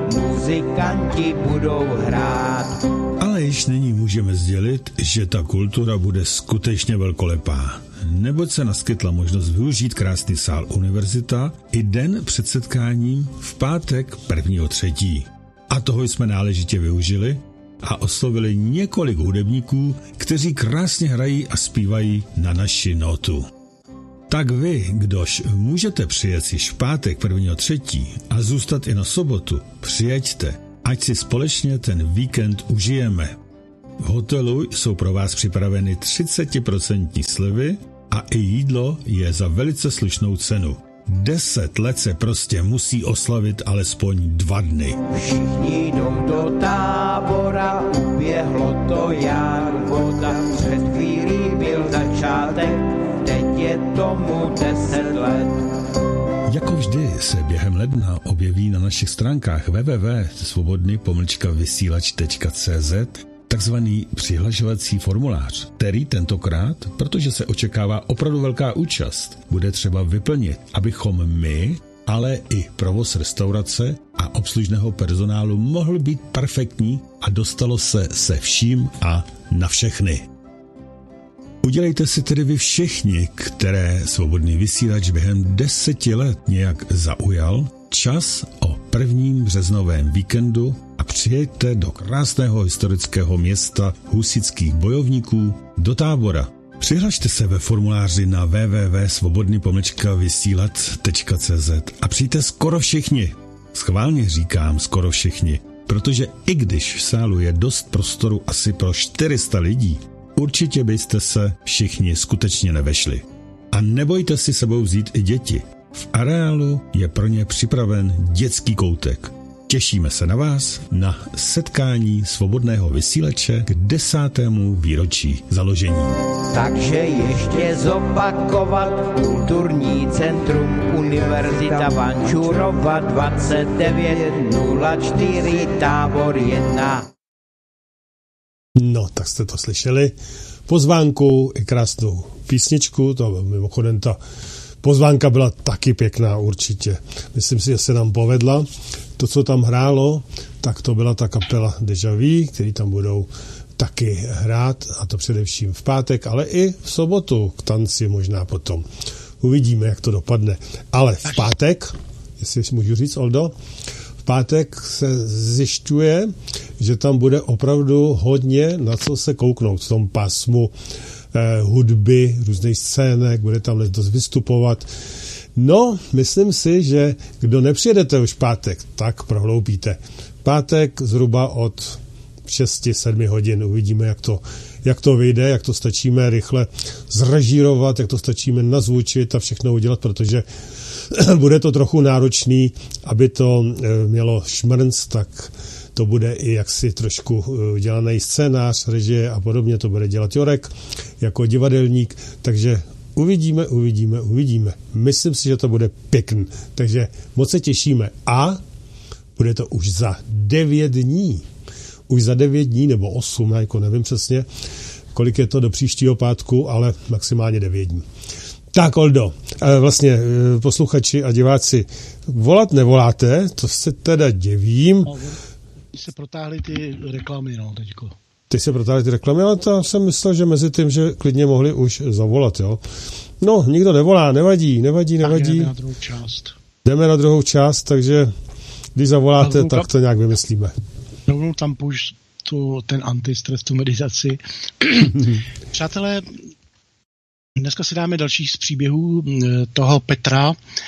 muzikanti budou hrát. Ale již nyní můžeme sdělit, že ta kultura bude skutečně velkolepá. Neboť se naskytla možnost využít krásný sál Univerzita i den před setkáním v pátek 1.3. A toho jsme náležitě využili a oslovili několik hudebníků, kteří krásně hrají a zpívají na naši notu. Tak vy, kdož můžete přijet již v pátek 1.3. a zůstat i na sobotu, přijeďte, ať si společně ten víkend užijeme. V hotelu jsou pro vás připraveny 30% slevy a i jídlo je za velice slušnou cenu. 10 let se prostě musí oslavit alespoň 2 dny. Všichni jdou do Tábora, uběhlo to jak voda. Před chvílí byl začátek, teď je tomu 10 let. Jako vždy se během ledna objeví na našich stránkách www.svobodny-vysílač.cz takzvaný přihlašovací formulář, který tentokrát, protože se očekává opravdu velká účast, bude třeba vyplnit, abychom my, ale i provoz restaurace a obslužného personálu mohl být perfektní a dostalo se vším a na všechny. Udělejte si tedy vy všichni, které Svobodný vysílač během 10 let nějak zaujal, čas o 1. březnovém víkendu a přijeďte do krásného historického města husitských bojovníků do Tábora. Přihlašte se ve formuláři na www.svobodny-vysílac.cz a přijďte skoro všichni. Schválně říkám skoro všichni, protože i když v sálu je dost prostoru asi pro 400 lidí, určitě byste se všichni skutečně nevešli. A nebojte si sebou vzít i děti. V areálu je pro ně připraven dětský koutek. Těšíme se na vás na setkání Svobodného vysílače k 10. výročí založení. Takže ještě zopakovat Kulturní centrum Univerzita Vančurova 2904 Tábor 1. No, tak jste to slyšeli. Pozvánku i krásnou písničku, to mimochodem ta pozvánka byla taky pěkná určitě. Myslím si, že se nám povedla. To, co tam hrálo, tak to byla ta kapela Deja Vu, který tam budou taky hrát, a to především v pátek, ale i v sobotu k tanci možná potom. Uvidíme, jak to dopadne. Ale v pátek, jestli můžu říct, Oldo, v pátek se zjišťuje, že tam bude opravdu hodně na co se kouknout v tom pásmu hudby, různých scének, bude tam dost vystupovat. No, myslím si, že kdo nepřijedete už pátek, tak prohloupíte. Pátek zhruba od 6-7 hodin uvidíme, jak to vyjde, jak to stačíme rychle zrežírovat, jak to stačíme nazvučit a všechno udělat, protože bude to trochu náročný, aby to mělo šmrnc, tak to bude i jaksi trošku dělaný scénář, režie a podobně, to bude dělat Jorek jako divadelník, takže uvidíme. Myslím si, že to bude pěkný, takže moc se těšíme a bude to už za 9 dní. Už za 9 dní nebo 8, jako nevím přesně, kolik je to do příštího pátku, ale maximálně 9 dní. Tak, Oldo, vlastně posluchači a diváci, volat nevoláte, to se teda divím. Se protáhly ty reklamy, no, teďko. Ty se protáhly ty reklamy, ale to jsem myslel, že mezi tím, že klidně mohli už zavolat, jo. No, nikdo nevolá, nevadí. Tak jdeme na druhou část. Jdeme na druhou část, takže když zavoláte, tak to nějak vymyslíme. Rovnou tam půjš ten antistres, tu meditaci. Přátelé, dneska si dáme další z příběhů toho Petra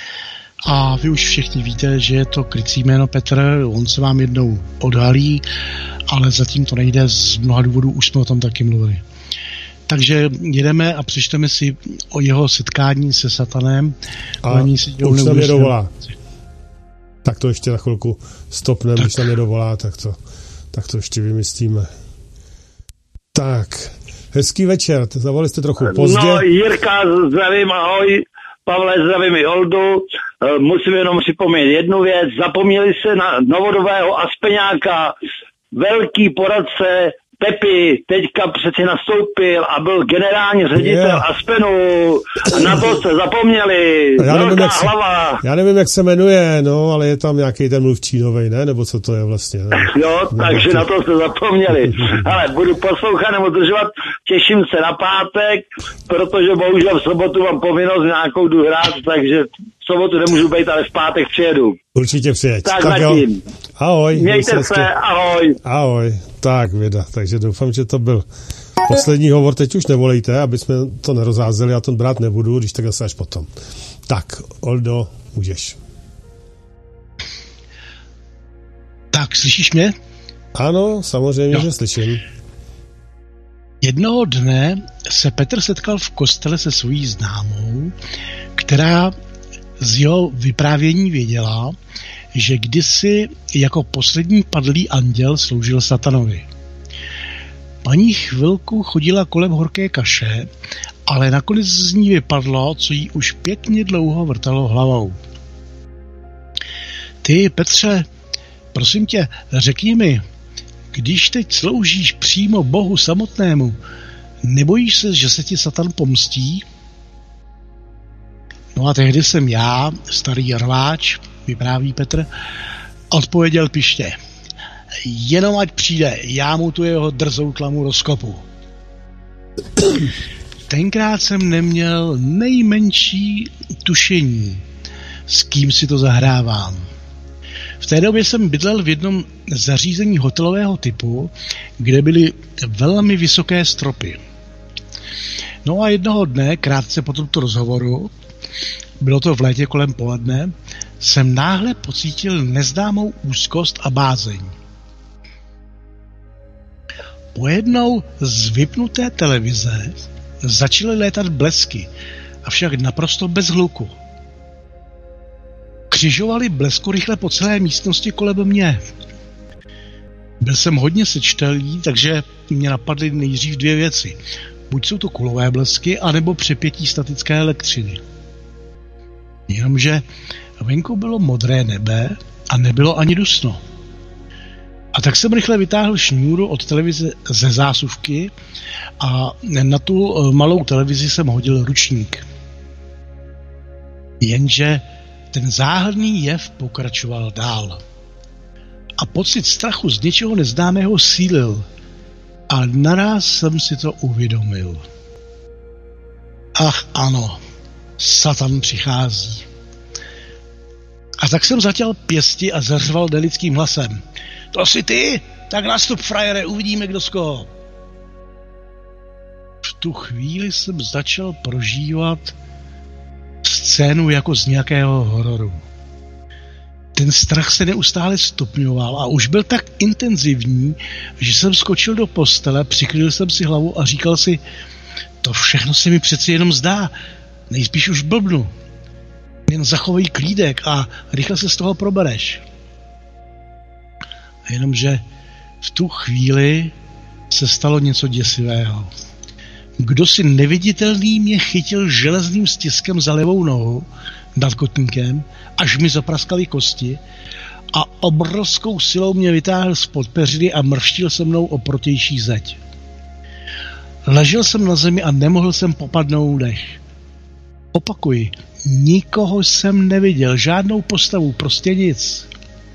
a vy už všichni víte, že je to krycí jméno Petr, on se vám jednou odhalí, ale zatím to nejde z mnoha důvodů, už jsme o tom taky mluvili. Takže jedeme a přečteme si o jeho setkání se satanem. A už nám je dovolá. Tak to ještě na chvilku stopneme, když nám je dovolá, tak to ještě vymyslíme. Tak, hezký večer, zavolali jste trochu pozdě. No, Jirka, zdravím, ahoj. Pavle, zdravím i Oldu. Musím jenom připomínat jednu věc. Zapomněli se na novodobého Aspeňáka, velký poradce Pepi, teďka přeci nastoupil a byl generální ředitel Aspenu. Na to jste zapomněli. Já nevím, jak se jmenuje, no, ale je tam nějaký ten mluvčí novej, ne? Nebo co to je vlastně? Ne? Jo, takže na to jste zapomněli. Ale budu poslouchat nebo držovat, těším se na pátek, protože bohužel v sobotu mám povinnost nějakou jdu hrát, takže v sobotu nemůžu být, ale v pátek přijedu. Určitě přijeď. Tak zatím. Ahoj. Mějte se, ahoj. Ahoj. Tak, věda. Takže doufám, že to byl poslední hovor. Teď už nevolejte, aby jsme to nerozházeli, já to brát nebudu, když tak zase až potom. Tak, Oldo, můžeš. Tak, slyšíš mě? Ano, samozřejmě, že slyším. Jednoho dne se Petr setkal v kostele se svojí známou, která z jeho vyprávění věděla, že kdysi jako poslední padlý anděl sloužil satanovi. Paní chvilku chodila kolem horké kaše, ale nakonec z ní vypadlo, co jí už pěkně dlouho vrtalo hlavou. Ty, Petře, prosím tě, řekni mi, když teď sloužíš přímo Bohu samotnému, nebojíš se, že se ti Satan pomstí? No a tehdy jsem já, starý rváč, vypráví Petr, odpověděl pyšně. Jenom ať přijde, já mu tu jeho drzou tlamu rozkopu. Tenkrát jsem neměl nejmenší tušení, s kým si to zahrávám. V té době jsem bydlel v jednom zařízení hotelového typu, kde byly velmi vysoké stropy. No a jednoho dne, krátce po tomto rozhovoru, bylo to v létě kolem poledne, jsem náhle pocítil neznámou úzkost a bázeň. Pojednou z vypnuté televize začaly létat blesky, avšak naprosto bez hluku. Křižovaly blesku rychle po celé místnosti kolem mě. Byl jsem hodně sečtelý, takže mě napadly nejdřív dvě věci. Buď jsou to kulové blesky, anebo přepětí statické elektřiny. Jenomže venku bylo modré nebe a nebylo ani dusno. A tak jsem rychle vytáhl šňůru od televize ze zásuvky a na tu malou televizi jsem hodil ručník. Jenže ten záhadný jev pokračoval dál. A pocit strachu z něčeho neznámého sílil. A naraz jsem si to uvědomil. Ach ano, Satan přichází. A tak jsem zatěl pěsti a zařval nelidským hlasem. To jsi ty? Tak nastup, frajere, uvidíme, kdo z koho. V tu chvíli jsem začal prožívat scénu jako z nějakého hororu. Ten strach se neustále stupňoval a už byl tak intenzivní, že jsem skočil do postele, přikryl jsem si hlavu a říkal si, to všechno se mi přeci jenom zdá, nejspíš už blbnu. Jen zachovej klídek a rychle se z toho probereš. A jenomže v tu chvíli se stalo něco děsivého. Kdosi neviditelný mě chytil železným stiskem za levou nohu nad kotníkem, až mi zapraskaly kosti a obrovskou silou mě vytáhl spod peřiny a mrštil se mnou o protější zeď. Ležel jsem na zemi a nemohl jsem popadnout dech. Opakuji, nikoho jsem neviděl, žádnou postavu, prostě nic.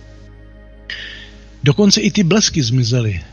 Dokonce i ty blesky zmizely.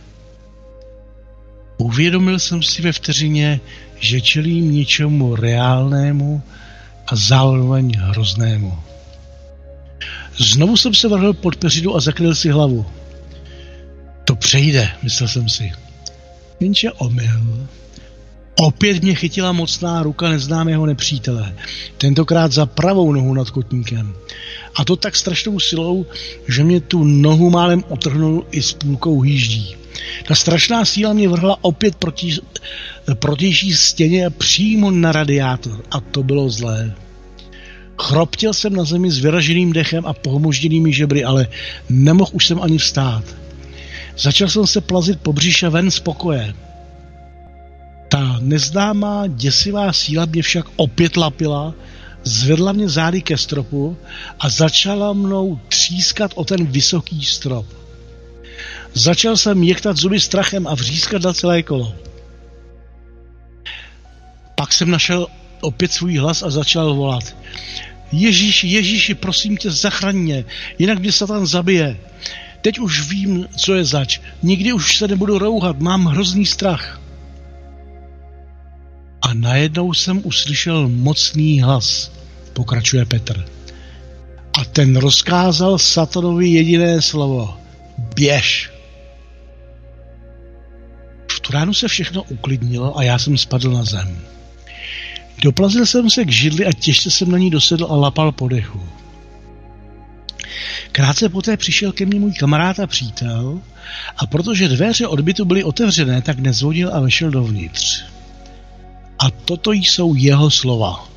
Uvědomil jsem si ve vteřině, že čelím něčemu reálnému a zároveň hroznému. Znovu jsem se vrhl pod peřinu a zakryl si hlavu. To přejde, myslel jsem si. Jenže omyl. Opět mě chytila mocná ruka neznámého nepřítele. Tentokrát za pravou nohu nad kotníkem. A to tak strašnou silou, že mě tu nohu málem otrhnul i s půlkou hýždí. Ta strašná síla mě vrhla opět protější stěně přímo na radiátor. A to bylo zlé. Chroptěl jsem na zemi s vyraženým dechem a pohmožděnými žebry, ale nemohl už jsem ani vstát. Začal jsem se plazit po břiše ven z pokoje. Ta neznámá děsivá síla mě však opět lapila, zvedla mě zády ke stropu a začala mnou třískat o ten vysoký strop. Začal jsem jektat zuby strachem a vřískat na celé kolo. Pak jsem našel opět svůj hlas a začal volat. Ježíši, prosím tě, zachraň mě, jinak mě Satan zabije. Teď už vím, co je zač. Nikdy už se nebudu rouhat, mám hrozný strach. A najednou jsem uslyšel mocný hlas, pokračuje Petr. A ten rozkázal Satanovi jediné slovo. Běž. V tu ránu se všechno uklidnilo a já jsem spadl na zem. Doplazil jsem se k židli a těžce jsem na ní dosedl a lapal po dechu. Krátce poté přišel ke mně můj kamarád a přítel a protože dveře od bytu byly otevřené, tak nezvonil a vešel dovnitř. A toto jsou jeho slova.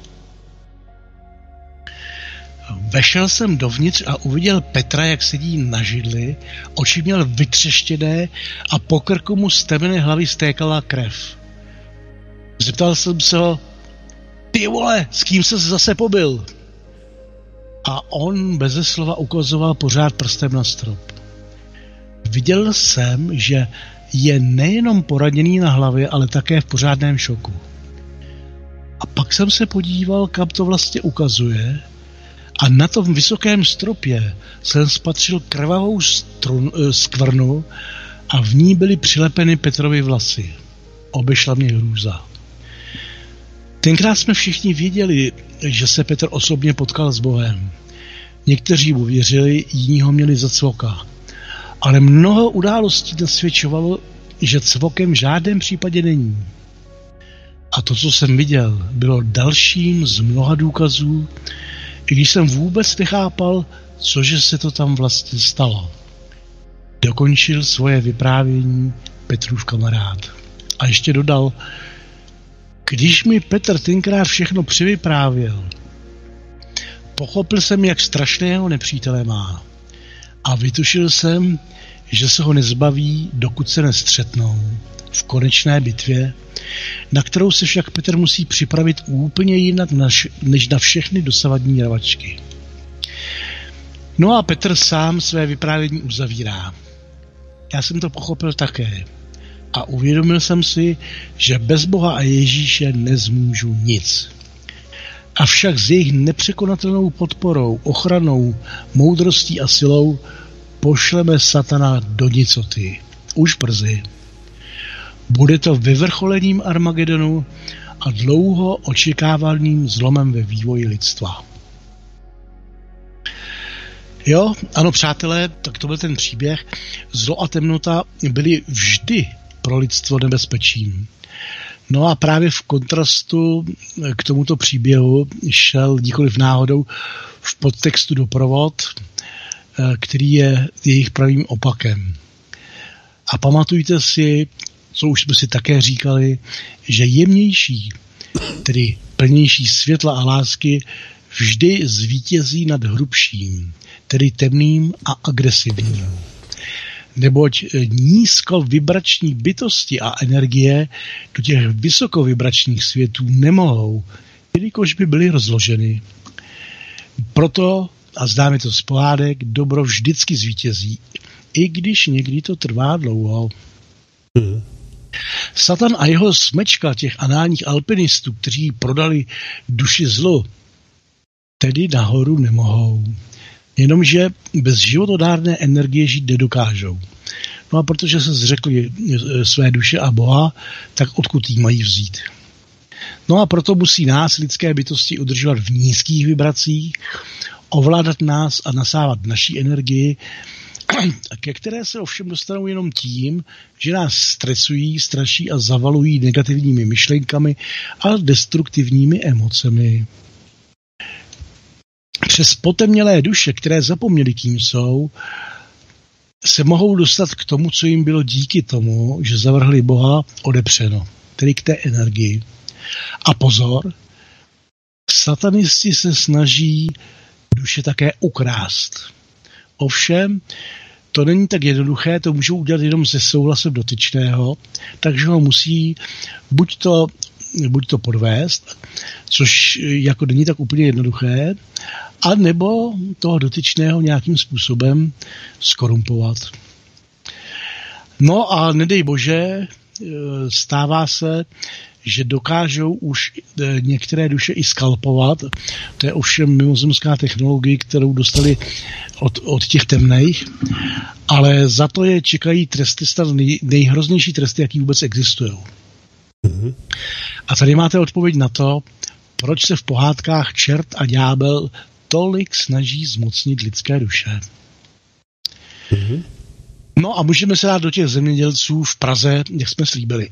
Vešel jsem dovnitř a uviděl Petra, jak sedí na židli, oči měl vytřeštěné a po krku mu z temné hlavy stékala krev. Zeptal jsem se ho, ty vole, s kým ses zase pobil? A on beze slova ukazoval pořád prstem na strop. Viděl jsem, že je nejenom poraněný na hlavě, ale také v pořádném šoku. A pak jsem se podíval, kam to vlastně ukazuje, a na tom vysokém stropě jsem spatřil krvavou skvrnu a v ní byly přilepeny Petrovy vlasy. obešla mě hrůza. Tenkrát jsme všichni věděli, že se Petr osobně potkal s Bohem. Někteří mu věřili, jiní ho měli za cvoka. Ale mnoho událostí nasvědčovalo, že cvokem v žádném případě není. A to, co jsem viděl, bylo dalším z mnoha důkazů, i když jsem vůbec nechápal, cože se to tam vlastně stalo. Dokončil svoje vyprávění Petrův kamarád. A ještě dodal, když mi Petr tenkrát všechno přivyprávěl, pochopil jsem, jak strašného nepřítele má. A vytušil jsem, že se ho nezbaví, dokud se nestřetnou v konečné bitvě, na kterou se však Petr musí připravit úplně jinak než na všechny dosavadní rvačky. No a Petr sám své vyprávění uzavírá. Já jsem to pochopil také. A uvědomil jsem si, že bez Boha a Ježíše nezmůžu nic. Avšak s jejich nepřekonatelnou podporou, ochranou, moudrostí a silou pošleme satana do nicoty. Už brzy. Bude to vyvrcholením Armagedonu a dlouho očekávaným zlomem ve vývoji lidstva. Jo, ano, přátelé, tak to byl ten příběh. Zlo a temnota byly vždy pro lidstvo nebezpečím. No a právě v kontrastu k tomuto příběhu šel nikoliv náhodou v podtextu doprovod, který je jejich pravým opakem. A pamatujte si, co už jsme si také říkali, že jemnější, tedy plnější světla a lásky, vždy zvítězí nad hrubším, tedy temným a agresivním. Neboť nízkovibrační bytosti a energie do těch vysokovibračních světů nemohou, jelikož by byly rozloženy. Proto, a známe to z pohádek, dobro vždycky zvítězí, i když někdy to trvá dlouho. Satan a jeho smečka těch análních alpinistů, kteří prodali duši zlu, tedy nahoru nemohou. Jenomže bez životodárné energie žít nedokážou. No a protože se zřekli své duše a Boha, tak odkud jí mají vzít? No a proto musí nás, lidské bytosti, udržovat v nízkých vibracích, ovládat nás a nasávat naší energii, ke které se ovšem dostanou jenom tím, že nás stresují, straší a zavalují negativními myšlenkami a destruktivními emocemi. Přes potemnělé duše, které zapomněly, kým jsou, se mohou dostat k tomu, co jim bylo díky tomu, že zavrhli Boha, odepřeno, tedy k té energii. A pozor, satanisti se snaží duše také ukrást. Ovšem, to není tak jednoduché, to můžou udělat jenom se souhlasem dotyčného, takže ho musí buď to podvést, což jako není tak úplně jednoduché, a nebo toho dotyčného nějakým způsobem skorumpovat. No a nedej bože, stává se, že dokážou už některé duše i skalpovat. To je ovšem mimozemská technologie, kterou dostali od těch temných, ale za to je čekají tresty, nejhroznější tresty, jaký vůbec existují. Mm-hmm. A tady máte odpověď na to, proč se v pohádkách čert a ďábel tolik snaží zmocnit lidské duše. Mm-hmm. No a můžeme se dát do těch zemědělců v Praze, jak jsme slíbili.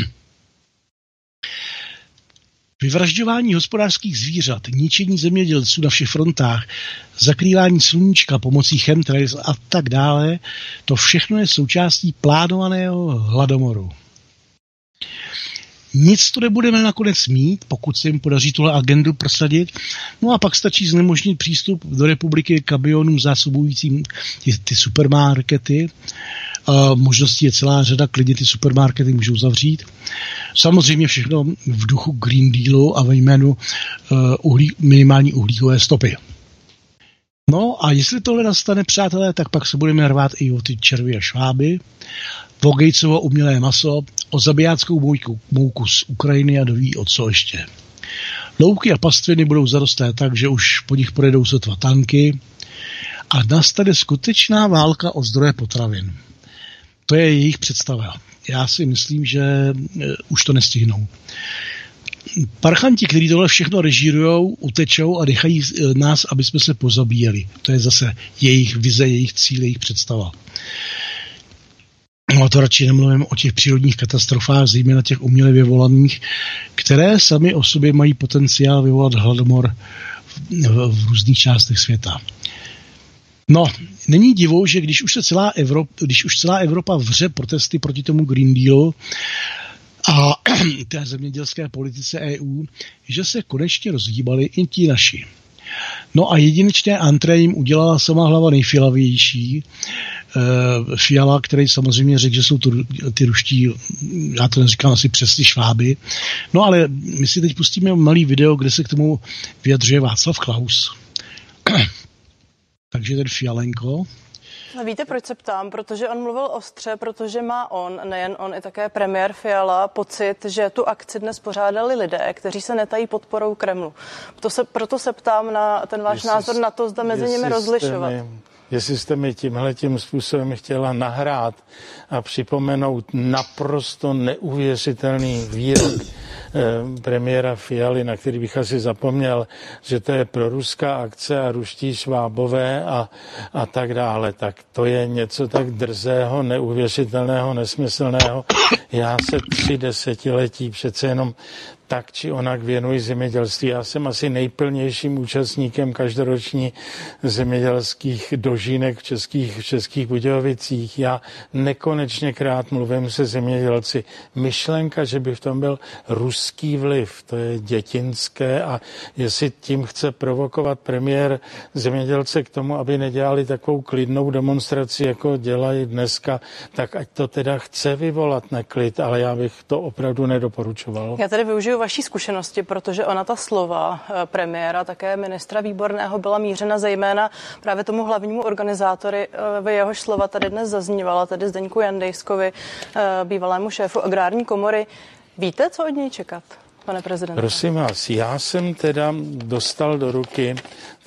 Vyvražďování hospodářských zvířat, ničení zemědělců na všech frontách, zakrývání sluníčka pomocí chemtrails a tak dále, to všechno je součástí plánovaného hladomoru. Nic to nebudeme nakonec mít, pokud se jim podaří tuhle agendu prosadit. No a pak stačí znemožnit přístup do republiky kamionům zásobujícím ty supermarkety. Možností je celá řada, klidně ty supermarkety můžou zavřít. Samozřejmě všechno v duchu Green Dealu a ve jménu minimální uhlíkové stopy. No a jestli tohle nastane, přátelé, tak pak se budeme rvát i o ty červy a šváby, o Gatesovo umělé maso, o zabijáckou mouku z Ukrajiny a doví o co ještě. Louky a pastviny budou zarostlé tak, že už po nich projedou sotva tanky a nastane skutečná válka o zdroje potravin. To je jejich představa. já si myslím, že už to nestihnou. Parchanti, kteří tohle všechno režírujou, utečou a nechají nás, aby jsme se pozabíjeli. To je zase jejich vize, jejich cíl, jejich představa. No a to radši nemluvím o těch přírodních katastrofách, zejména těch uměle vyvolaných, které sami o sobě mají potenciál vyvolat hladomor v různých částech světa. No, není divu, že když už celá Evropa vře protesty proti tomu Green Dealu a té zemědělské politice EU, že se konečně rozhýbali i ti naši. No a jedinečné antré jim udělala sama hlava nejfilavější, Fiala, který samozřejmě řekl, že jsou ty ruští, já to neříkám asi přesně šváby. No ale my si teď pustíme malý video, kde se k tomu vyjadřuje Václav Klaus. Takže ten Fialenko. No víte, proč se ptám? Protože on mluvil ostře, protože má nejen on, i také premiér Fiala, pocit, že tu akci dnes pořádali lidé, kteří se netají podporou Kremlu. Proto se ptám na ten váš názor na to, zda mezi nimi rozlišovat. Jestli jste mi tímhletím způsobem chtěla nahrát a připomenout naprosto neuvěřitelný výrok premiéra Fialy, na který bych asi zapomněl, že to je proruská akce a ruští švábové a tak dále. Tak to je něco tak drzého, neuvěřitelného, nesmyslného. Já se 3 desetiletí přece jenom tak či onak věnuji zemědělství. Já jsem asi nejplnějším účastníkem každoroční zemědělských dožínek v českých Budějovicích. Já nekonečněkrát mluvím se zemědělci. Myšlenka, že by v tom byl ruský vliv, to je dětinské a jestli tím chce provokovat premiér zemědělce k tomu, aby nedělali takovou klidnou demonstraci, jako dělají dneska, tak ať to teda chce vyvolat neklid, ale já bych to opravdu nedoporučoval. Já tady využiju vaší zkušenosti, protože ona ta slova premiéra, také ministra Výborného, byla mířena zejména právě tomu hlavnímu organizátory. Jehož slova tady dnes zaznívala, tedy Zdeňku Jandejskovi, bývalému šéfu agrární komory. Víte, co od něj čekat, pane prezidente? Prosím vás, já jsem teda dostal do ruky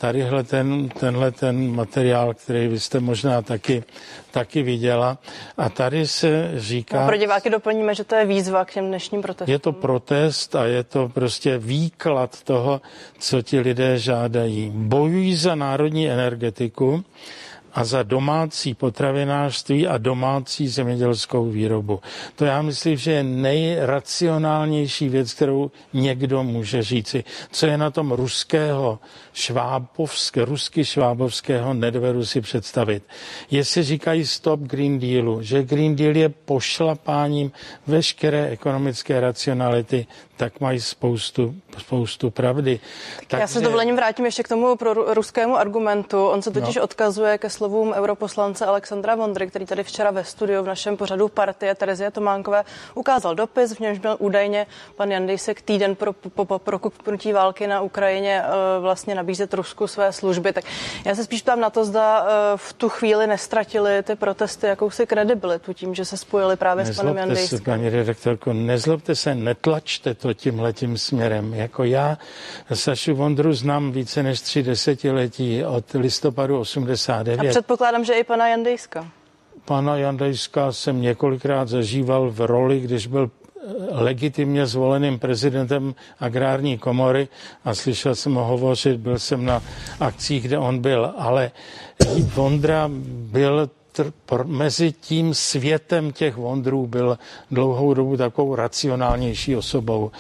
tenhle materiál, který vy jste možná taky viděla. A tady se říká... No, pro diváky doplníme, že to je výzva k těm dnešním protestům. Je to protest a je to prostě výklad toho, co ti lidé žádají. Bojují za národní energetiku a za domácí potravinářství a domácí zemědělskou výrobu. To já myslím, že je nejracionálnější věc, kterou někdo může říci. Co je na tom rusky švábovského, nedovedu si představit. Jestli říkají stop Green Dealu, že Green Deal je pošlapáním veškeré ekonomické racionality, tak mají spoustu pravdy. Já se dovolením vrátím ještě k tomu ruskému argumentu. On se totiž odkazuje ke slovům europoslance Alexandra Vondry, který tady včera ve studiu v našem pořadu Partie Terezie Tománkové ukázal dopis, v němž byl údajně pan Jandejsek týden po propuknutí války na Ukrajině vlastně nabízet Rusku své služby. Tak já se spíš ptám na to, zda v tu chvíli nestratili ty protesty jakousi kredibilitu tím, že se spojili právě s panem Jandejskem. Nezlobte se, paní redaktorko, nezlobte se, netlačte to tímhletím směrem. Jako já Sašu Vondru znám více než 3 desetiletí od listopadu 89. A předpokládám, že i pana Jandejska. Pana Jandejska jsem několikrát zažíval v roli, když byl legitimně zvoleným prezidentem agrární komory a slyšel jsem ho hovořit, byl jsem na akcích, kde on byl, ale Vondra byl mezi tím světem těch Vondrů byl dlouhou dobu takovou racionálnější osobou,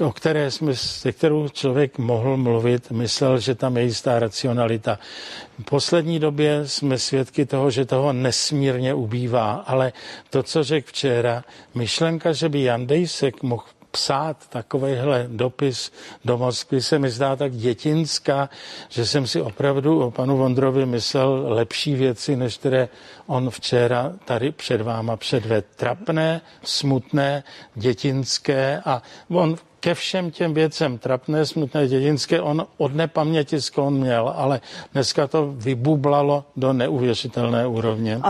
se kterou člověk mohl mluvit, myslel, že tam je jistá racionalita. V poslední době jsme svědky toho, že toho nesmírně ubývá, ale to, co řekl včera, myšlenka, že by Jandejsek mohl psát takovejhle dopis do Moskvy, se mi zdá tak dětinská, že jsem si opravdu o panu Vondrovi myslel lepší věci, než které on včera tady před váma předvedl. Trapné, smutné, dětinské a on ke všem těm věcem trapné, smutné, dětinské, on od nepaměti měl, ale dneska to vybublalo do neuvěřitelné úrovně.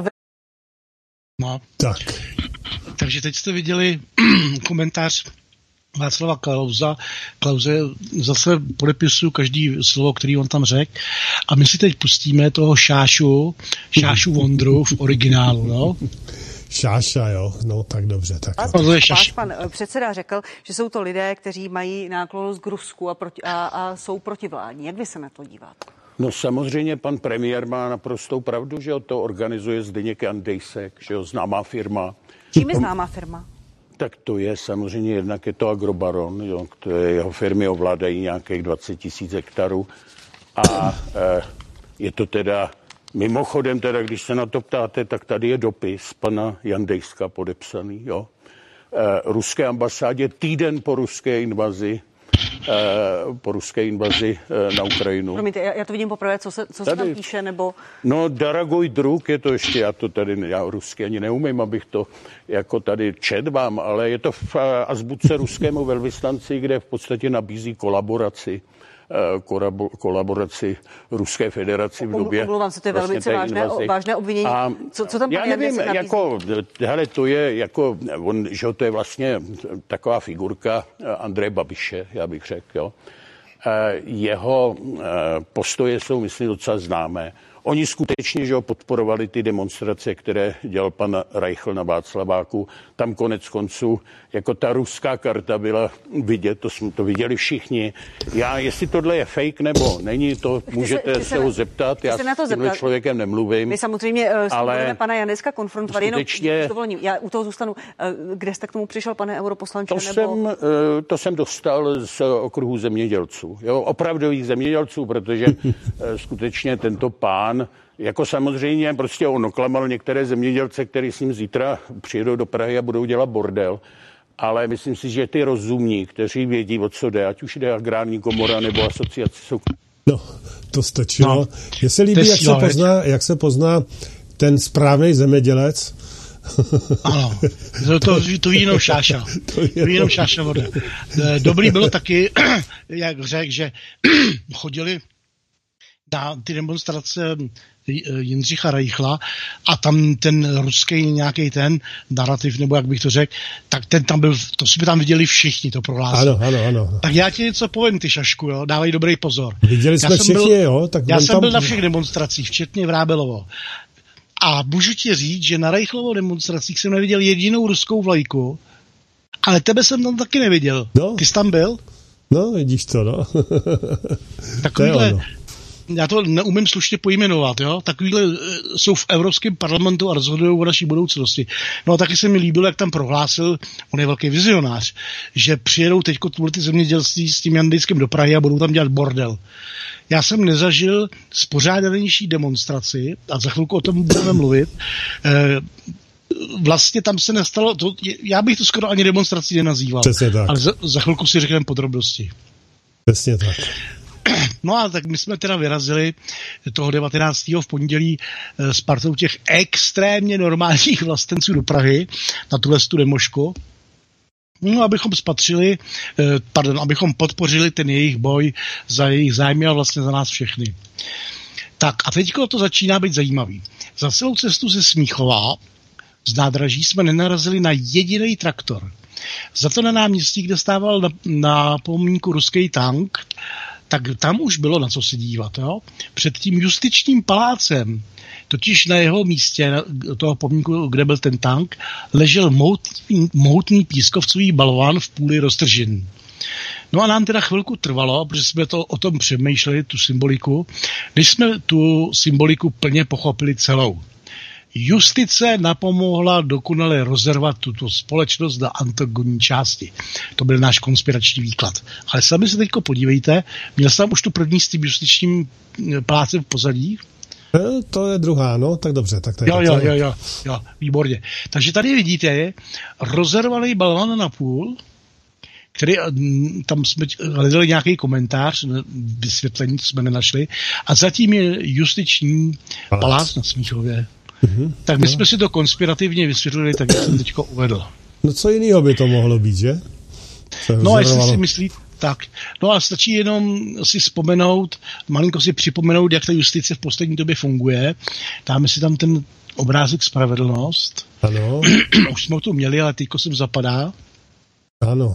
No. Tak. Takže teď jste viděli komentář Václava Klause, zase podepisuju každý slovo, který on tam řekl. A my si teď pustíme toho Šášu Vondru v originálu, no? Šáša, jo, no tak dobře. Tak Váš pan předseda řekl, že jsou to lidé, kteří mají náklonnost k Rusku a jsou protivládní. Jak vy se na to díváte? No samozřejmě pan premiér má naprostou pravdu, že to organizuje Zdeněk Jandejsek, že jo, známá firma. Čím je známá firma? Tak to je samozřejmě jednak je to Agrobaron, jo, jeho firmy ovládají nějakých 20 000 hektarů a je to teda, mimochodem teda, když se na to ptáte, tak tady je dopis pana Jandejska podepsaný, jo, ruské ambasádě týden po ruské invazi na Ukrajinu. Promiňte, já to vidím poprvé, co se tam píše, nebo... No, Daragoj druk je to ještě, já rusky ani neumím, abych to jako tady čet vám, ale je to v azbuce ruskému velvyslanci, kde v podstatě nabízí kolaboraci Ruské federaci v době... Omlouvám se, to je velmi vážné obvinění. Co tam já nevím, jako, hele, to je jako, že to je vlastně taková figurka Andreje Babiše, já bych řekl, jo. Jeho postoje jsou, myslím, docela známé. Oni skutečně, že ho podporovali ty demonstrace, které dělal pan Reichl na Václaváku. Tam konec konců, jako ta ruská karta byla vidět, to jsme to viděli všichni. Jestli tohle je fake nebo není, to můžete se ho zeptat. Já s tímhle člověkem nemluvím. My samozřejmě budeme pana Jandejska konfrontovat, skutečně... jenom dovolím. Já u toho zůstanu. Kde jste k tomu přišel, pane europoslanče? To jsem dostal z okruhu zemědělců. Jo, opravdových zemědělců, protože skutečně tento pán jako samozřejmě prostě on oklamal některé zemědělce, kteří s ním zítra přijedou do Prahy a budou dělat bordel, ale myslím si, že ty rozumní, kteří vědí, o co jde, ať už jde agrární komora nebo asociace jsou... No, to stačilo. No, mně se líbí, jak se pozná ten správný zemědělec. Ano, to ví jenom Šáša. To ví jenom Šáša voda. Dobrý bylo taky, jak řekl, že chodili na ty demonstrace Jindřicha Reichla a tam ten ruský nějaký ten narrativ, nebo jak bych to řekl, tak ten tam byl, to jsme tam viděli všichni, to prohlásil. Ano. Tak já ti něco povím, ty Šašku, jo, dávej dobrý pozor. Viděli jsme všichni, jo. Tak já jsem byl na všech demonstracích, včetně Vrábelovo. A můžu ti říct, že na Reichlovo demonstracích jsem neviděl jedinou ruskou vlajku, ale tebe jsem tam taky neviděl. No. Ty jsi tam byl? No, vidíš to, no. Takovýhle... Já to neumím slušně pojmenovat, jo? Takovýhle jsou v Evropském parlamentu a rozhodují o naší budoucnosti. No a taky se mi líbilo, jak tam prohlásil, on je velký vizionář, že přijedou teďko ty zemědělství s tím Jandejskem do Prahy a budou tam dělat bordel. Já jsem nezažil spořádanější demonstraci, a za chvilku o tom budeme mluvit, vlastně tam se nestalo, já bych to skoro ani demonstrací nenazýval, ale za chvilku si řekneme podrobnosti. Přesně tak. No a tak my jsme teda vyrazili toho 19. v pondělí s partou těch extrémně normálních vlastenců do Prahy na tuhle demošku. No, abychom podpořili ten jejich boj za jejich zájmy a vlastně za nás všechny. Tak a teďko to začíná být zajímavý. Za celou cestu ze Smíchova z nádraží jsme nenarazili na jediný traktor. Za to na náměstí, kde stával na pomníku ruský tank, tak tam už bylo na co se dívat. Jo? Před tím justičním palácem, totiž na jeho místě, toho pomníku, kde byl ten tank, ležel mohutný pískovcový balván v půli roztržený. No a nám teda chvilku trvalo, protože jsme o tom přemýšleli, tu symboliku, než jsme tu symboliku plně pochopili celou. Justice napomohla dokonale rozervat tuto společnost na antagonní části. To byl náš konspirační výklad. Ale sami se teďko podívejte, měl jsem tam už tu první s tím justičním palácem v pozadí? To je druhá, no, tak dobře. Tak Jo, výborně. Takže tady vidíte, rozervali balvan na půl, který tam jsme hledali nějaký komentář, vysvětlení, to jsme nenašli, a zatím je justiční palác na Smíchově. Tak my jsme si to konspirativně vysvětlili, tak jak jsem teďko uvedl. No co jiného by to mohlo být, že? No a jestli si myslí, tak. No a stačí jenom si vzpomenout, malinko si připomenout, jak ta justice v poslední době funguje. Dáme si tam ten obrázek Spravedlnost. Ano. Už jsme to měli, ale teďko sem zapadá. Ano.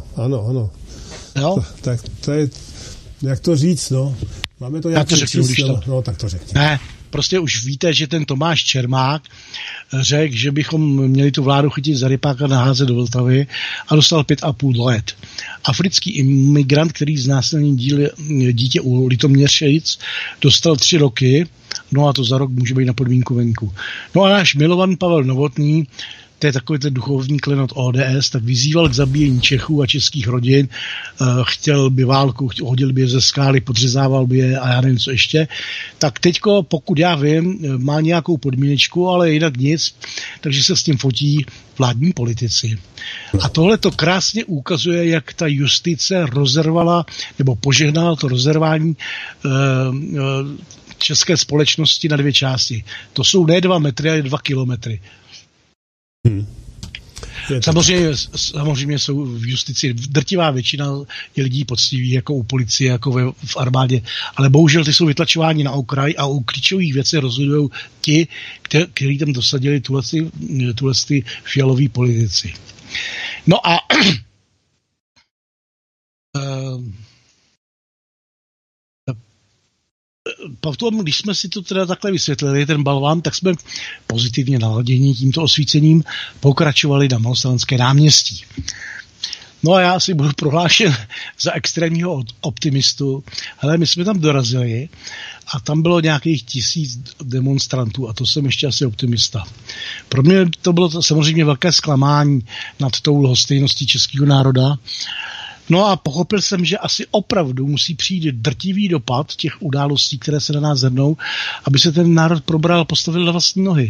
Jo? Tak to je, jak to říct, no. Máme to nějaké číslo. No, tak to řekni. Ne, prostě už víte, že ten Tomáš Čermák řekl, že bychom měli tu vládu chytit za rypáka, naházet do Vltavy a dostal 5,5 let. Africký imigrant, který znásilnil dítě u Litoměřic, dostal 3 roky, no a to za rok může být na podmínku venku. No a náš milovaný Pavel Novotný, to je takový ten duchovní klenot ODS, tak vyzýval k zabíjení Čechů a českých rodin, chtěl by válku, hodil by je ze skály, podřezával by je a já nevím co ještě. Tak teďko, pokud já vím, má nějakou podmínečku, ale jinak nic, takže se s tím fotí vládní politici. A tohle to krásně ukazuje, jak ta justice rozervala, nebo požehnala to rozervání české společnosti na 2 části. To jsou ne 2 metry, ale 2 kilometry. Samozřejmě jsou v justici drtivá většina je lidí poctivých, jako u policie, jako v armádě, ale bohužel ty jsou vytlačováni na okraj a u klíčových věcí rozhodují ti, kteří tam dosadili tuhle fialoví politici. No a potom, když jsme si to teda takhle vysvětlili, ten balván, tak jsme pozitivně naladěni tímto osvícením pokračovali na Malostranské náměstí. No a já si budu prohlášen za extrémního optimistu. Hele, my jsme tam dorazili a tam bylo nějakých 1000 demonstrantů a to jsem ještě asi optimista. Pro mě to bylo samozřejmě velké zklamání nad tou lhostejností českého národa. No a pochopil jsem, že asi opravdu musí přijít drtivý dopad těch událostí, které se na nás zhrnou, aby se ten národ probral, postavil na vlastní nohy.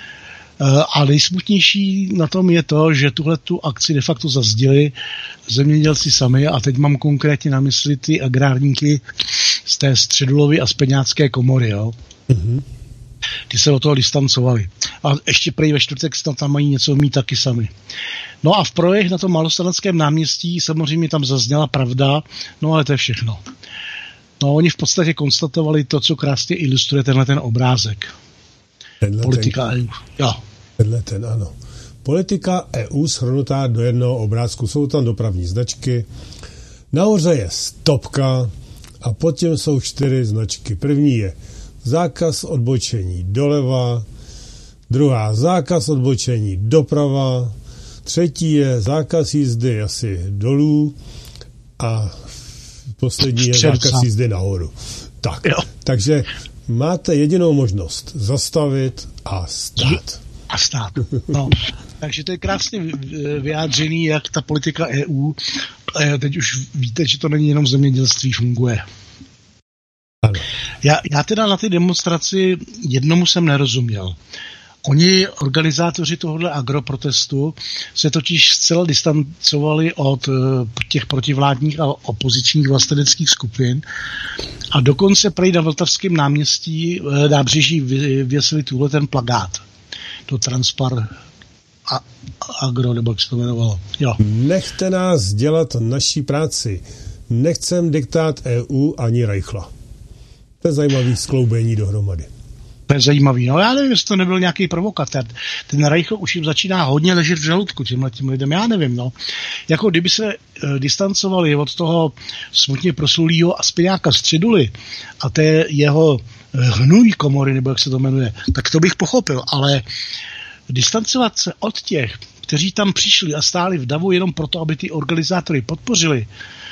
A nejsmutnější na tom je to, že tuhletu akci de facto zazdili zemědělci sami a teď mám konkrétně na mysli ty agrárníky z té Středulovy a Speňácké komory. Jo? Mm-hmm. Ty se od toho distancovali. A ještě prej ve čtvrtek tam mají něco mít taky sami. No a v projevech na tom Malostranském náměstí samozřejmě tam zazněla pravda, no ale to je všechno. No oni v podstatě konstatovali to, co krásně ilustruje ten obrázek. Politika EU. Jo. Ano. Politika EU shrnutá do jednoho obrázku. Jsou tam dopravní značky. Nahoře je stopka a pod tím jsou 4 značky. První je zákaz odbočení doleva, druhá zákaz odbočení doprava, třetí je zákaz jízdy asi dolů a poslední je zákaz jízdy nahoru. Tak, takže máte jedinou možnost zastavit a stát. No. Takže to je krásně vyjádřený, jak ta politika EU, teď už víte, že to není jenom zemědělství, funguje. Ano. Já teda na ty demonstraci jednomu jsem nerozuměl. Oni, organizátoři tohohle agroprotestu, se totiž zcela distancovali od těch protivládních a opozičních vlasteneckých skupin a dokonce prej na Vltavském nábřeží vyvěsili tuhle ten plakát. To Transpar Agro, nebo jak se to jmenovalo. Jo. Nechte nás dělat naší práci. Nechcem diktát EU ani Reichla. To je zajímavý skloubení dohromady. To je zajímavý. No já nevím, jestli to nebyl nějaký provokatér. Ten Reichl už jim začíná hodně ležet v žaludku těmhletím lidem. Já nevím, no. Jako kdyby se distancovali od toho smutně proslulýho Aspeňáka Středuly a té jeho hnůj komory, nebo jak se to jmenuje, tak to bych pochopil, ale distancovat se od těch, kteří tam přišli a stáli v davu jenom proto, aby ty organizátory podpořili,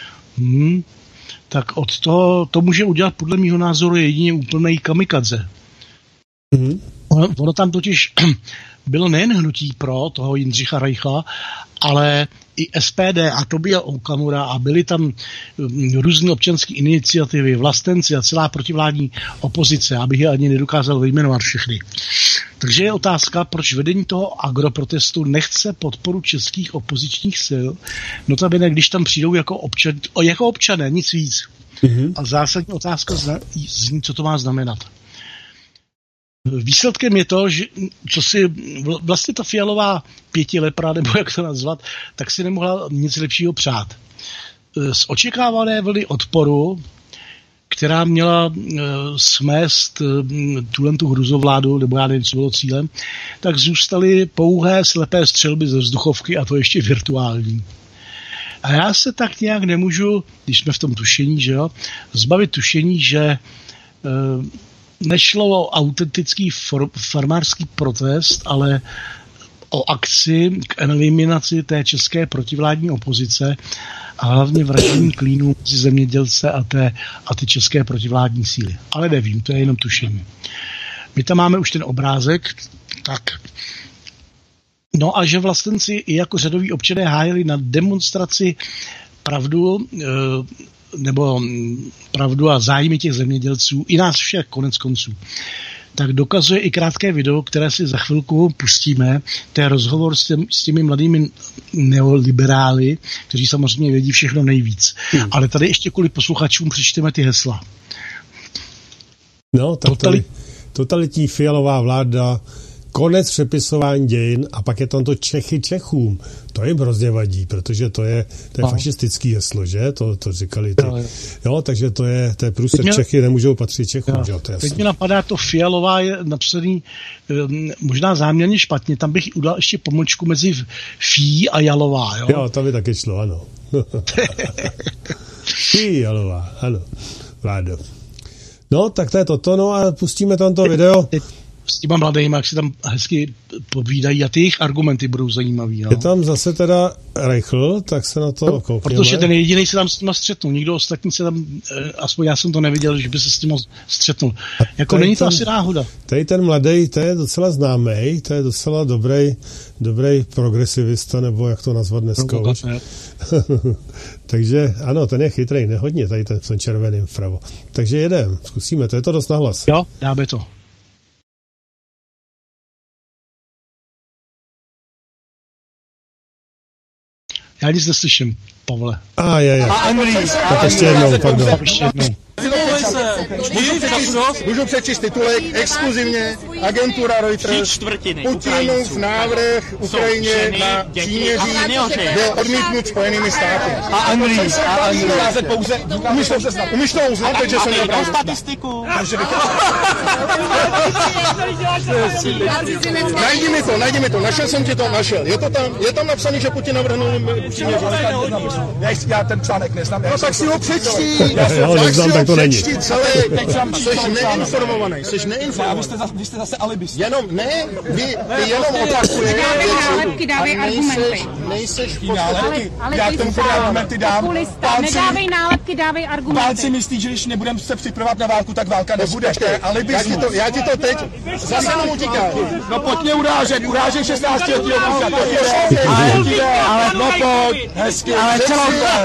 tak od toho to může udělat podle mýho názoru jedině úplnej kamikadze. Mm-hmm. Ono tam totiž bylo nejen hnutí pro toho Jindřicha Reichla, ale i SPD a Tomio Okamura a byly tam různé občanské iniciativy, vlastenci a celá protivládní opozice, abych je ani nedokázal vyjmenovat všechny. Takže je otázka, proč vedení toho agroprotestu nechce podporu českých opozičních sil, notabene když tam přijdou jako občané, nic víc. Mm-hmm. A zásadní otázka zní, co to má znamenat. Výsledkem je to, že co si vlastně ta fialová pětilepra, nebo jak to nazvat, tak si nemohla nic lepšího přát. Z očekávané vlny odporu, která měla smést tu hruzovládu, nebo já nevím, co bylo cílem, tak zůstaly pouhé slepé střelby ze vzduchovky a to ještě virtuální. A já se tak nějak nemůžu, když jsme v tom tušení, že jo, zbavit tušení, že nešlo o autentický farmářský protest, ale o akci k eliminaci té české protivládní opozice a hlavně vraždění klínů mezi zemědělce a ty české protivládní síly. Ale nevím, to je jenom tušení. My tam máme už ten obrázek, tak. No a že vlastenci i jako řadoví občané hájili na demonstraci pravdu a zájmy těch zemědělců, i nás všech konec konců. Tak dokazuje i krátké video, které si za chvilku pustíme. To je rozhovor s těmi mladými neoliberály, kteří samozřejmě vědí všechno nejvíc. Ale tady ještě kvůli posluchačům přečteme ty hesla. No, tak totalitní Fialová vláda, konec přepisování dějin a pak je tam to Čechy Čechům. To jim hrozně vadí, protože to je fašistický heslo, že? To říkali ty. Jo, takže to je průser Čechy, nemůžou patřit Čechům, že? To je teď mi napadá, to Fialová je napsaný možná záměrně špatně, tam bych udal ještě pomlčku mezi Fí a Jalová, jo? Jo, to by taky šlo, ano. Fialová, ano, vládo. No, tak to je toto, no a pustíme tam to video. S těma mladejma, jak si tam hezky povídají a ty jejich argumenty budou zajímavý. No. Je tam zase teda Reichl, tak se na to koukněme. Protože ten jediný se tam s těma střetnul, nikdo ostatní se tam, aspoň já jsem to neviděl, že by se s tím střetnul. Jako není to asi náhoda. Tady ten mladej, to je docela známý, to je docela dobrý progresivista, nebo jak to nazvat dneska už. Takže ano, ten je chytrý, nehodně, tady ten červeným vpravo. Takže jedem, zkusíme, to je to dost nahlas. Jo, dáme to. Já nic neslyším, Pavle. Tak ještě jednou, pardon. Můžu přečíst titulek exkluzivně. Agentura Reuters. Putinův návrh Ukrajině na příměří byl odmítnut Spojenými státy. Umíš to uznat, takže jsem nepravdu. Najdi mi to, našel jsem ti to, našel. Je tam napsaný, že Putin navrhnul příměří. Já ten článek neznám. No tak si ho přečti. Tak to není. Jsi neinformovaný. Vy jste zase alibist. Vy jenom opakujete věci a nejseš v podstatě. Já tomu argumenty dám. Nedávej nálepky, dávej argumenty. Pálci myslí, že když nebudeme se připravovat na válku, tak válka nebude. To je alibismus. Já ti to teď zase tomu říkám. No pojď mě urážet 16letýho ale no pojď, hezky. Ale celou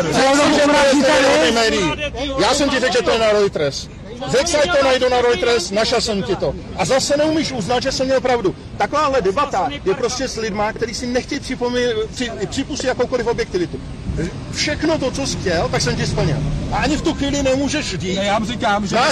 já jsem ti řekl, že to je na Reuters. Řekl jsem to, najdu na Reuters, našel jsem ti to. A zase neumíš uznat, že jsem měl pravdu. Takováhle debata je prostě s lidma, kteří si nechtějí připustit jakoukoliv objektivitu. Všechno to, co jsi chtěl, tak jsem ti splnil. A ani v tu chvíli nemůžeš říct. Já říkám, že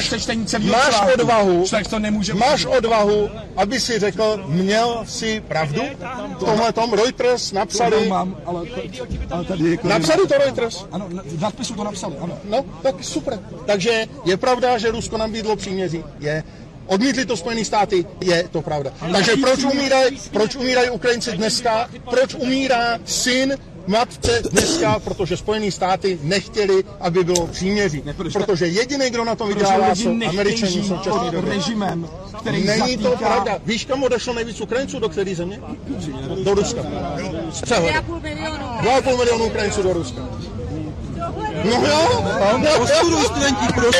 máš odvahu, aby si řekl, měl si pravdu. V tomhletom Reuters napsali. Napsali to Reuters? Ano, v nadpisu to napsali, ano. No, tak super. Takže je pravda, že Rusko nabídlo příměří. Odmítli to Spojené státy, je to pravda. Takže proč umírají Ukrajinci dneska? Proč umírá syn matce dneska? Protože Spojené státy nechtěli, aby bylo příměří. Protože jediný, kdo na to vydělává, jsou Američané v současné době. Není to pravda. Víš, kam odešlo nejvíc Ukrajinců? Do které země? Do Ruska. Z přehledu. 2,5 milionu Ukrajinců do Ruska. No jo. Ostuduj studenti, prosím.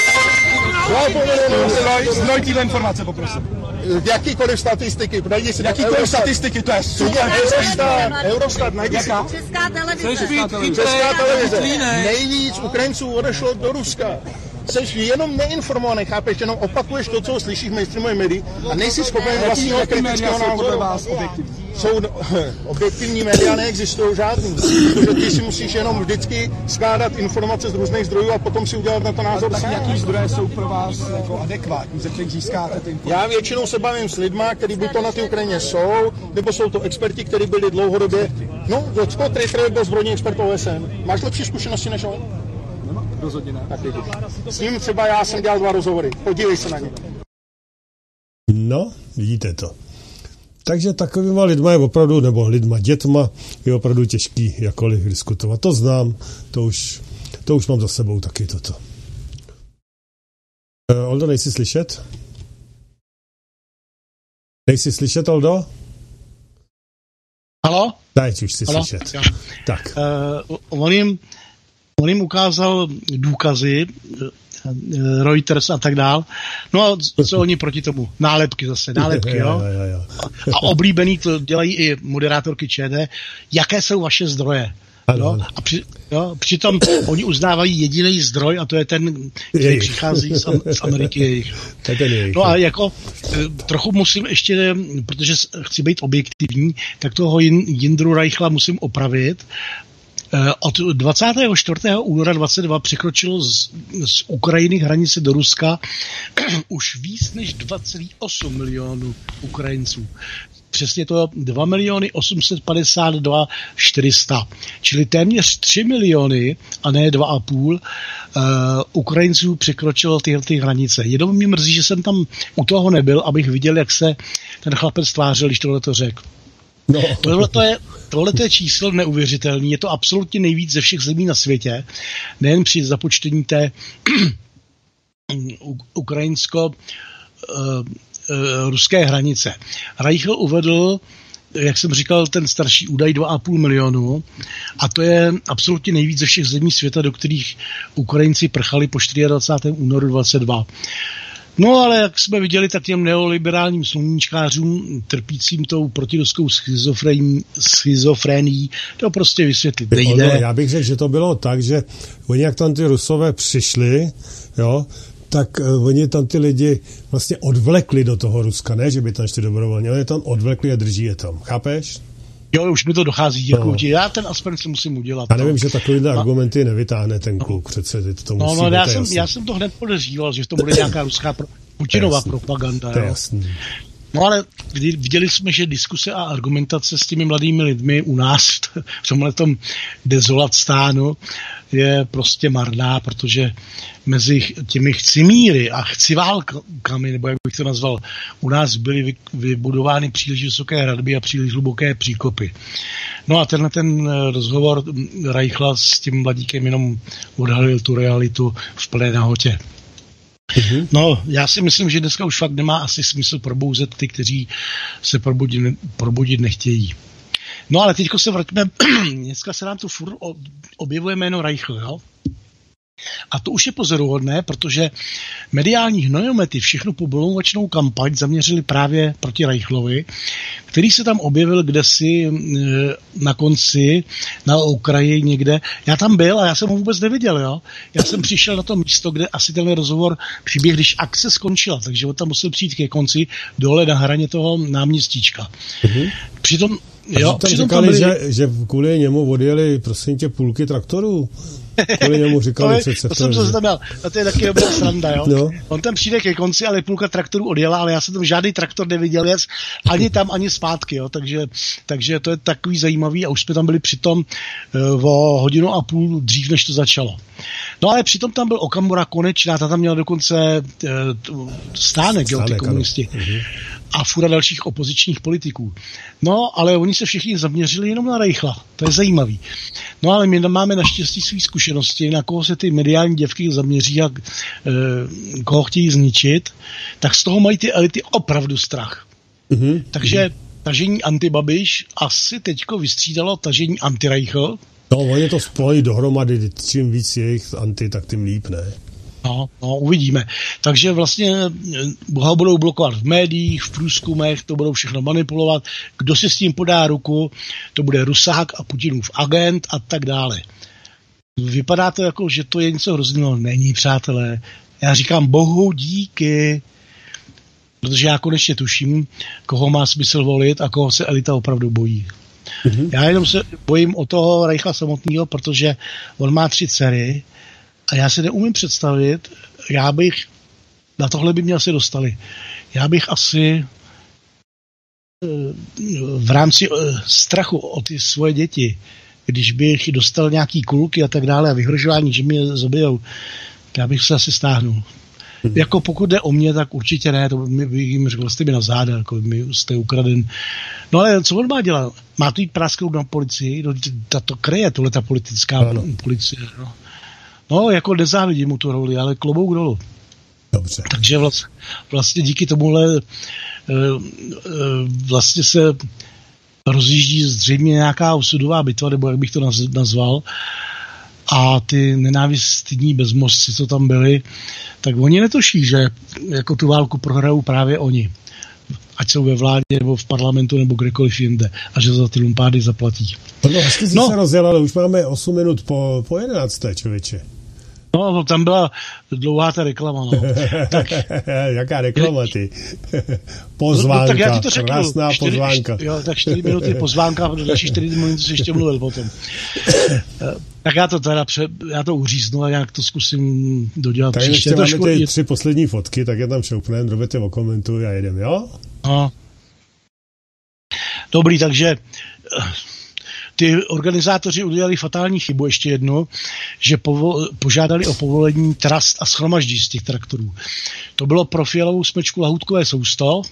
Zdroj téhle informace, poprosím. Jakýkoliv statistiky, najdi si jakýkoliv statistiky, to je super. Eurostat, najdi si. Česká televize. Nejvíc Ukrajinců odešlo do Ruska. Jsi jenom neinformovaný, chápeš, jenom opakuješ to, co slyšíš v mainstreamových médiích a nejsi schopen vlastního kritického názoru. Objektivní média neexistují žádný, protože ty si musíš jenom vždycky skládat informace z různých zdrojů a potom si udělat na to názor sám. Jaký zdroje jsou pro vás jako adekvátní, ze kterých získáte ty informace? Já většinou se bavím s lidma, kteří buď to na té Ukrajině jsou, nebo jsou to experti, kteří byli dlouhodobě. No, Scott Ritter byl zbrojní expert OSN. Máš lepší zkušenosti než on? Rozhodně ne. S ním třeba já jsem dělal 2 rozhovory. Podívej se na ně. No, vidíte to. Takže takovýma lidma je opravdu, nebo lidma, dětma, je opravdu těžký jakkoliv diskutovat. To znám, to už mám za sebou taky toto. Oldo, nejsi slyšet? Nejsi slyšet, Oldo? Halo? Teď už si slyšet. Jo. Tak. On jim ukázal důkazy, Reuters a tak dál. No a co oni proti tomu? Nálepky zase, jo. A oblíbený to dělají i moderátorky ČT. Jaké jsou vaše zdroje? Ano. A přitom oni uznávají jediný zdroj a to je ten, který přichází z Ameriky jejich. No a jako trochu musím ještě, protože chci být objektivní, tak toho Jindru Reichla musím opravit. Od 24. února 22 překročilo z Ukrajiny hranice do Ruska už víc než 2,8 milionů Ukrajinců. Přesně to 2 852 400, čili téměř 3 miliony a ne 2,5 Ukrajinců překročilo ty hranice. Jenom mě mrzí, že jsem tam u toho nebyl, abych viděl, jak se ten chlapec tvářil, když tohle to řekl. No. Tohle je číslo neuvěřitelné. Je to absolutně nejvíc ze všech zemí na světě. Nejen při započtení té ukrajinsko-ruské hranice. Reichl uvedl, jak jsem říkal, ten starší údaj 2,5 milionu a to je absolutně nejvíc ze všech zemí světa, do kterých Ukrajinci prchali po 24. únoru 22. No ale jak jsme viděli, tak těm neoliberálním sluníčkářům trpícím tou protiruskou schizofrenií to prostě vysvětlit nejde. Já bych řekl, že to bylo tak, že oni jak tam ty Rusové přišli, jo, tak oni tam ty lidi vlastně odvlekli do toho Ruska, ne, že by tam šli dobrovolně, oni tam odvlekli a drží je tam, chápeš? Jo, už mi to dochází, děkuji ti. Já ten aspoň si musím udělat. Já nevím, že takovýhle argumenty nevytáhne ten kluk, přece to musí já jsem to hned podezříval, že to bude nějaká ruská Putinová propaganda. To je jasný. No ale viděli jsme, že diskuse a argumentace s těmi mladými lidmi u nás v tomhletom dezolat-stánu je prostě marná, protože mezi těmi chcimíry a chciválkami, nebo jak bych to nazval, u nás byly vybudovány příliš vysoké hradby a příliš hluboké příkopy. No a ten rozhovor Reichla s tím mladíkem jenom odhalil tu realitu v plné nahotě. No, já si myslím, že dneska už fakt nemá asi smysl probouzet ty, kteří se probudit nechtějí. No ale teďko se vraťme, dneska se nám tu furt objevuje jméno Reichl, jo? A to už je pozoruhodné, protože mediální hnojomety všechnu poblomovačnou kampaň zaměřili právě proti Reichlovi, který se tam objevil kdesi na konci, na okraji někde. Já tam byl a já jsem ho vůbec neviděl, jo. Já jsem přišel na to místo, kde asi tenhle rozhovor přiběh, když akce skončila, takže on tam musel přijít ke konci dole na hraně toho náměstíčka. Přitom říkali, že kvůli němu odjeli, prosím tě, půlky traktorů. Kvůli němu říkali přece. To jsem zaznamenal. A to je taky dobrá sranda, jo. No. On tam přijde ke konci, ale půlka traktorů odjela, ale já jsem tam žádný traktor neviděl ani tam, ani zpátky, jo. Takže to je takový zajímavý a už jsme tam byli přitom o 1,5 hodiny dřív, než to začalo. No ale přitom tam byl Okamura Konečná, ta tam měla dokonce stánek, jo, ty komunisti. A fura dalších opozičních politiků. No, ale oni se všichni zaměřili jenom na Reichla. To je zajímavý. No, ale my máme naštěstí své zkušenosti, na koho se ty mediální děvky zaměří a koho chtějí zničit, tak z toho mají ty elity opravdu strach. Takže tažení anti-Babiš asi teďko vystřídalo tažení anti-Reichl. No, oni to spojí dohromady, čím víc jejich anti, tak tím líp, ne? No, uvidíme. Takže vlastně ho budou blokovat v médiích, v průzkumech, to budou všechno manipulovat. Kdo si s tím podá ruku, to bude Rusák a Putinův agent a tak dále. Vypadá to jako, že to je něco hrozného. Není, přátelé. Já říkám Bohu díky, protože já konečně tuším, koho má smysl volit a koho se elita opravdu bojí. Já jenom se bojím o toho Reichla samotného, protože on má 3 dcery a já si neumím představit, na tohle by mě asi dostali. Já bych asi v rámci strachu o ty svoje děti, když bych dostal nějaký kulky a tak dále a vyhrožování, že mě zabijou, já bych se asi stáhnul. Jako pokud jde o mě, tak určitě ne, to bych jim řekl, jste mi na záda, jako mi jste ukraden. No ale co on má dělat? Má to jít prásknout na policii? No, to kryje tohle ta politická policie. No, jako nezávidím mu tu roli, ale klobouk dolů. Dobře. Takže vlastně díky tomuhle vlastně se rozjíždí zřejmě nějaká osudová bitva, nebo jak bych to nazval, a ty nenávistní bezmozci, co tam byli, tak oni netuší, že jako tu válku prohrajou právě oni. Ať jsou ve vládě, nebo v parlamentu, nebo kdekoliv jinde. A že za ty lumpády zaplatí. Hezky jsi se rozjel, ale už máme 8 minut po 11. člověče. No, tam byla dlouhá ta reklama, no. Tak, jaká reklama, ty? Pozvánka, tak já ti to řeknu. Krásná pozvánka. Jo, tak 4 minuty pozvánka, a další 4 minuty se ještě mluvil potom. Tak já to uříznu a nějak to zkusím dodělat tak příště. Tak ještě máme ty 3 poslední fotky, tak je tam šoupneme, Roberte okomentuj a jedem, jo? No. Dobrý, takže ty organizátoři udělali fatální chybu ještě jednu, že požádali o povolení trast a shromaždí z těch traktorů. To bylo pro fialovou smečku lahůdkové sousto,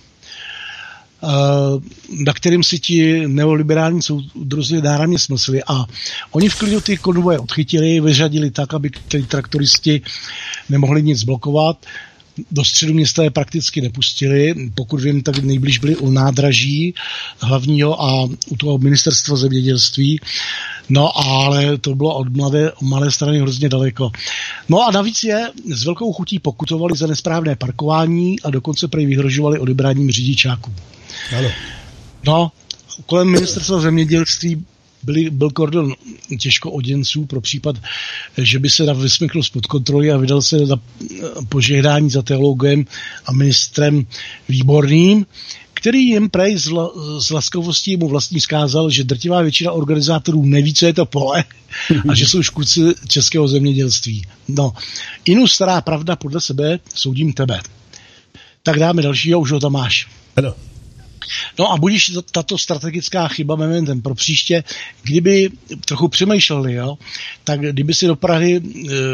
na kterým si ti neoliberální soudruzi náramně smysleli a oni v klidu ty konvoje odchytili, vyřadili tak, aby ty traktoristi nemohli nic blokovat. Do středu města je prakticky nepustili, pokud vím, tak nejblíž byli u nádraží hlavního a u toho ministerstva zemědělství, no ale to bylo od malé strany hrozně daleko. No a navíc je s velkou chutí pokutovali za nesprávné parkování a dokonce prý vyhrožovali odebráním řidičáků. Ano. No, kolem ministerstva zemědělství byl kordon těžko oděnců pro případ, že by se vysmykl spod kontroly a vydal se na požehnání za teologem a ministrem Výborným, který jim prej z laskavostí mu vlastní vzkázal, že drtivá většina organizátorů neví, co je to pole a že jsou škůdci českého zemědělství. No, jinou stará pravda podle sebe soudím tebe. Tak dáme dalšího, už ho tam máš. Ano. No a budíš tato strategická chyba momentem pro příště, kdyby trochu přemýšleli, jo, tak kdyby si do Prahy,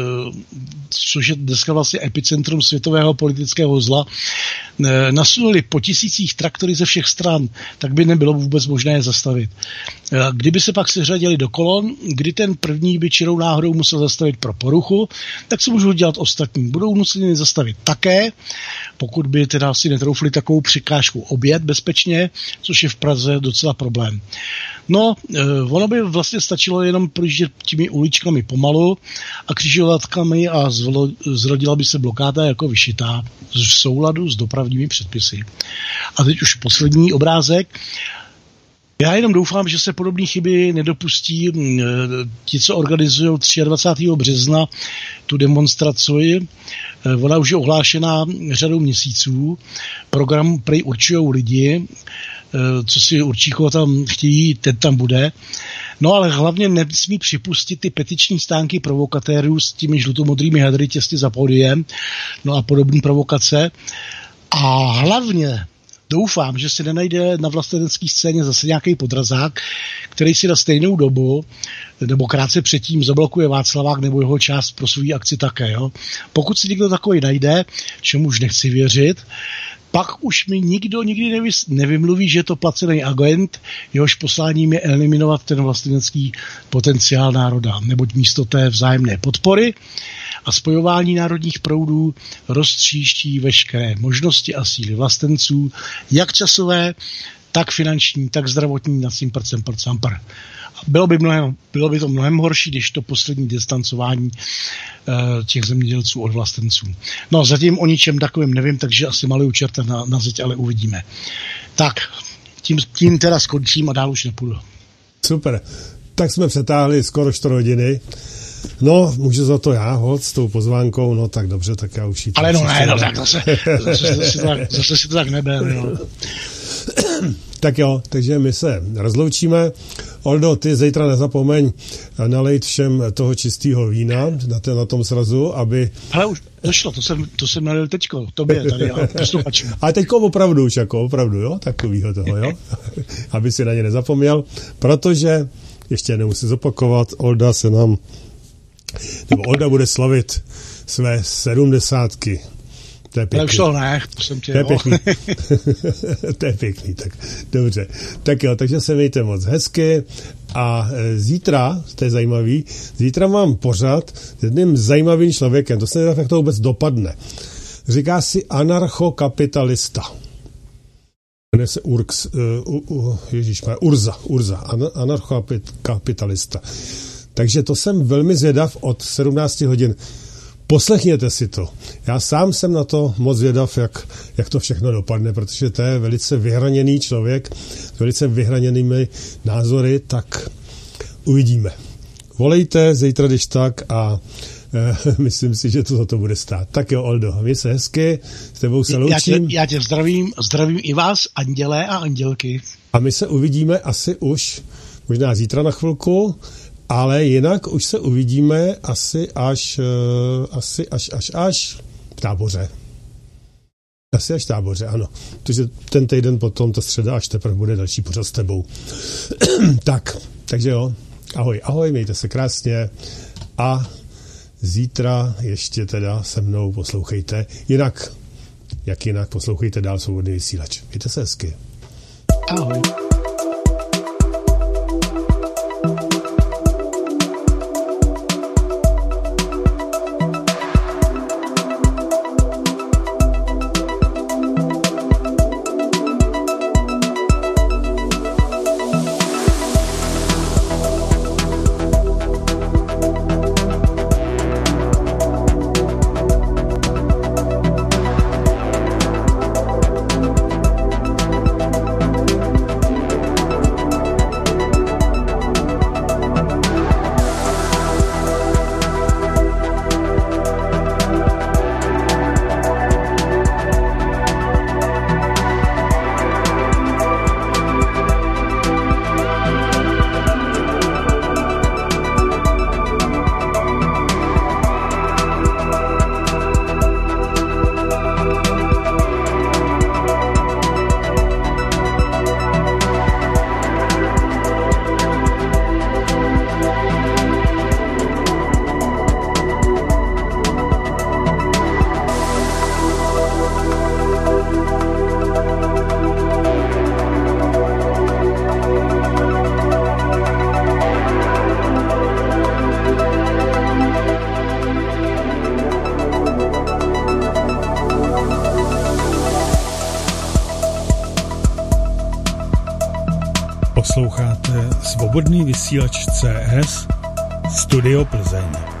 což je dneska vlastně epicentrum světového politického zla, nasunuli po tisících traktory ze všech stran, tak by nebylo vůbec možné je zastavit. Kdyby se pak seřadili do kolon, kdy ten první by čirou náhodou musel zastavit pro poruchu, tak se můžou dělat ostatní. Budou nuceni zastavit také, pokud by teda si netroufli takovou překážku objet bezpečně, což je v Praze docela problém. No, ono by vlastně stačilo jenom projíždět těmi uličkami pomalu a křižovatkami a zrodila by se blokáda jako vyšitá v souladu s dopravními předpisy. A teď už poslední obrázek. Já jenom doufám, že se podobné chyby nedopustí ti, co organizují 23. března tu demonstraci. Ona už je ohlášená řadou měsíců. Program prej určují lidi, co si určí, koho tam chtějí, ten tam bude. No ale hlavně nesmí připustit ty petiční stánky provokatérů s těmi žlutomodrými hadry těsně za pódiem, no a podobné provokace. A hlavně doufám, že se nenajde na vlastenecké scéně zase nějaký podrazák, který si na stejnou dobu nebo krátce předtím zablokuje Václavák nebo jeho část pro svou akci také. Jo? Pokud si někdo takový najde, čemu už nechci věřit, pak už mi nikdo nikdy nevymluví, že je to placený agent, jehož posláním je eliminovat ten vlastenecký potenciál národa, neboť místo té vzájemné podpory a spojování národních proudů roztříští veškeré možnosti a síly vlastenců, jak časové, tak finanční, tak zdravotní na Simpercem per Samper. Bylo by to mnohem horší, když to poslední distancování těch zemědělců od vlastenců. No, zatím o ničem takovým nevím, takže asi maluju čerta na zeď, ale uvidíme. Tak, tím teda skončím a dál už nepůjdu. Super. Tak jsme přetáhli skoro 4 hodiny. No, můžu za to já, hod, s tou pozvánkou, no tak dobře, tak já už jí... Ale no ne, no tak zase si to tak neber, jo. Tak jo, takže my se rozloučíme. Oldo, ty zítra nezapomeň nalejt všem toho čistého vína na tom srazu, aby... Ale už došlo, to jsem nalil teďko, tobě tady, posluchačům. Ale teďko opravdu už, jako opravdu, jo, takovýho toho, jo, aby si na ně nezapomněl, protože, ještě nemusím zopakovat, Olda bude slavit své 70. To je pěkný. Ale už to ne, prosím tě. To je pěkný. To je pěkný, tak dobře. Tak jo, takže se mějte moc hezky a zítra, to je zajímavý, zítra mám pořad s jedním zajímavým člověkem, to se nedá, jak to vůbec dopadne. Říká si anarchokapitalista. Jmenuje se Urza, anarchokapitalista. Takže to jsem velmi zvědav od 17 hodin. Poslechněte si to. Já sám jsem na to moc zvědav, jak to všechno dopadne, protože to je velice vyhraněný člověk, s velice vyhraněnými názory, tak uvidíme. Volejte zítra, když tak, a myslím si, že to za to bude stát. Tak jo, Oldo, měj se hezky, s tebou se loučím. Já tě zdravím i vás, andělé a andělky. A my se uvidíme asi už, možná zítra na chvilku, ale jinak už se uvidíme asi až v Táboře. Asi až v Táboře, ano. Protože ten týden potom, ta středa, až teprve bude další pořad s tebou. Takže jo. Ahoj, mějte se krásně a zítra ještě teda se mnou poslouchejte. Jinak poslouchejte dál Svobodný vysílač. Mějte se hezky. Ahoj. Posloucháte Svobodný vysílač CS Studio Plzeň.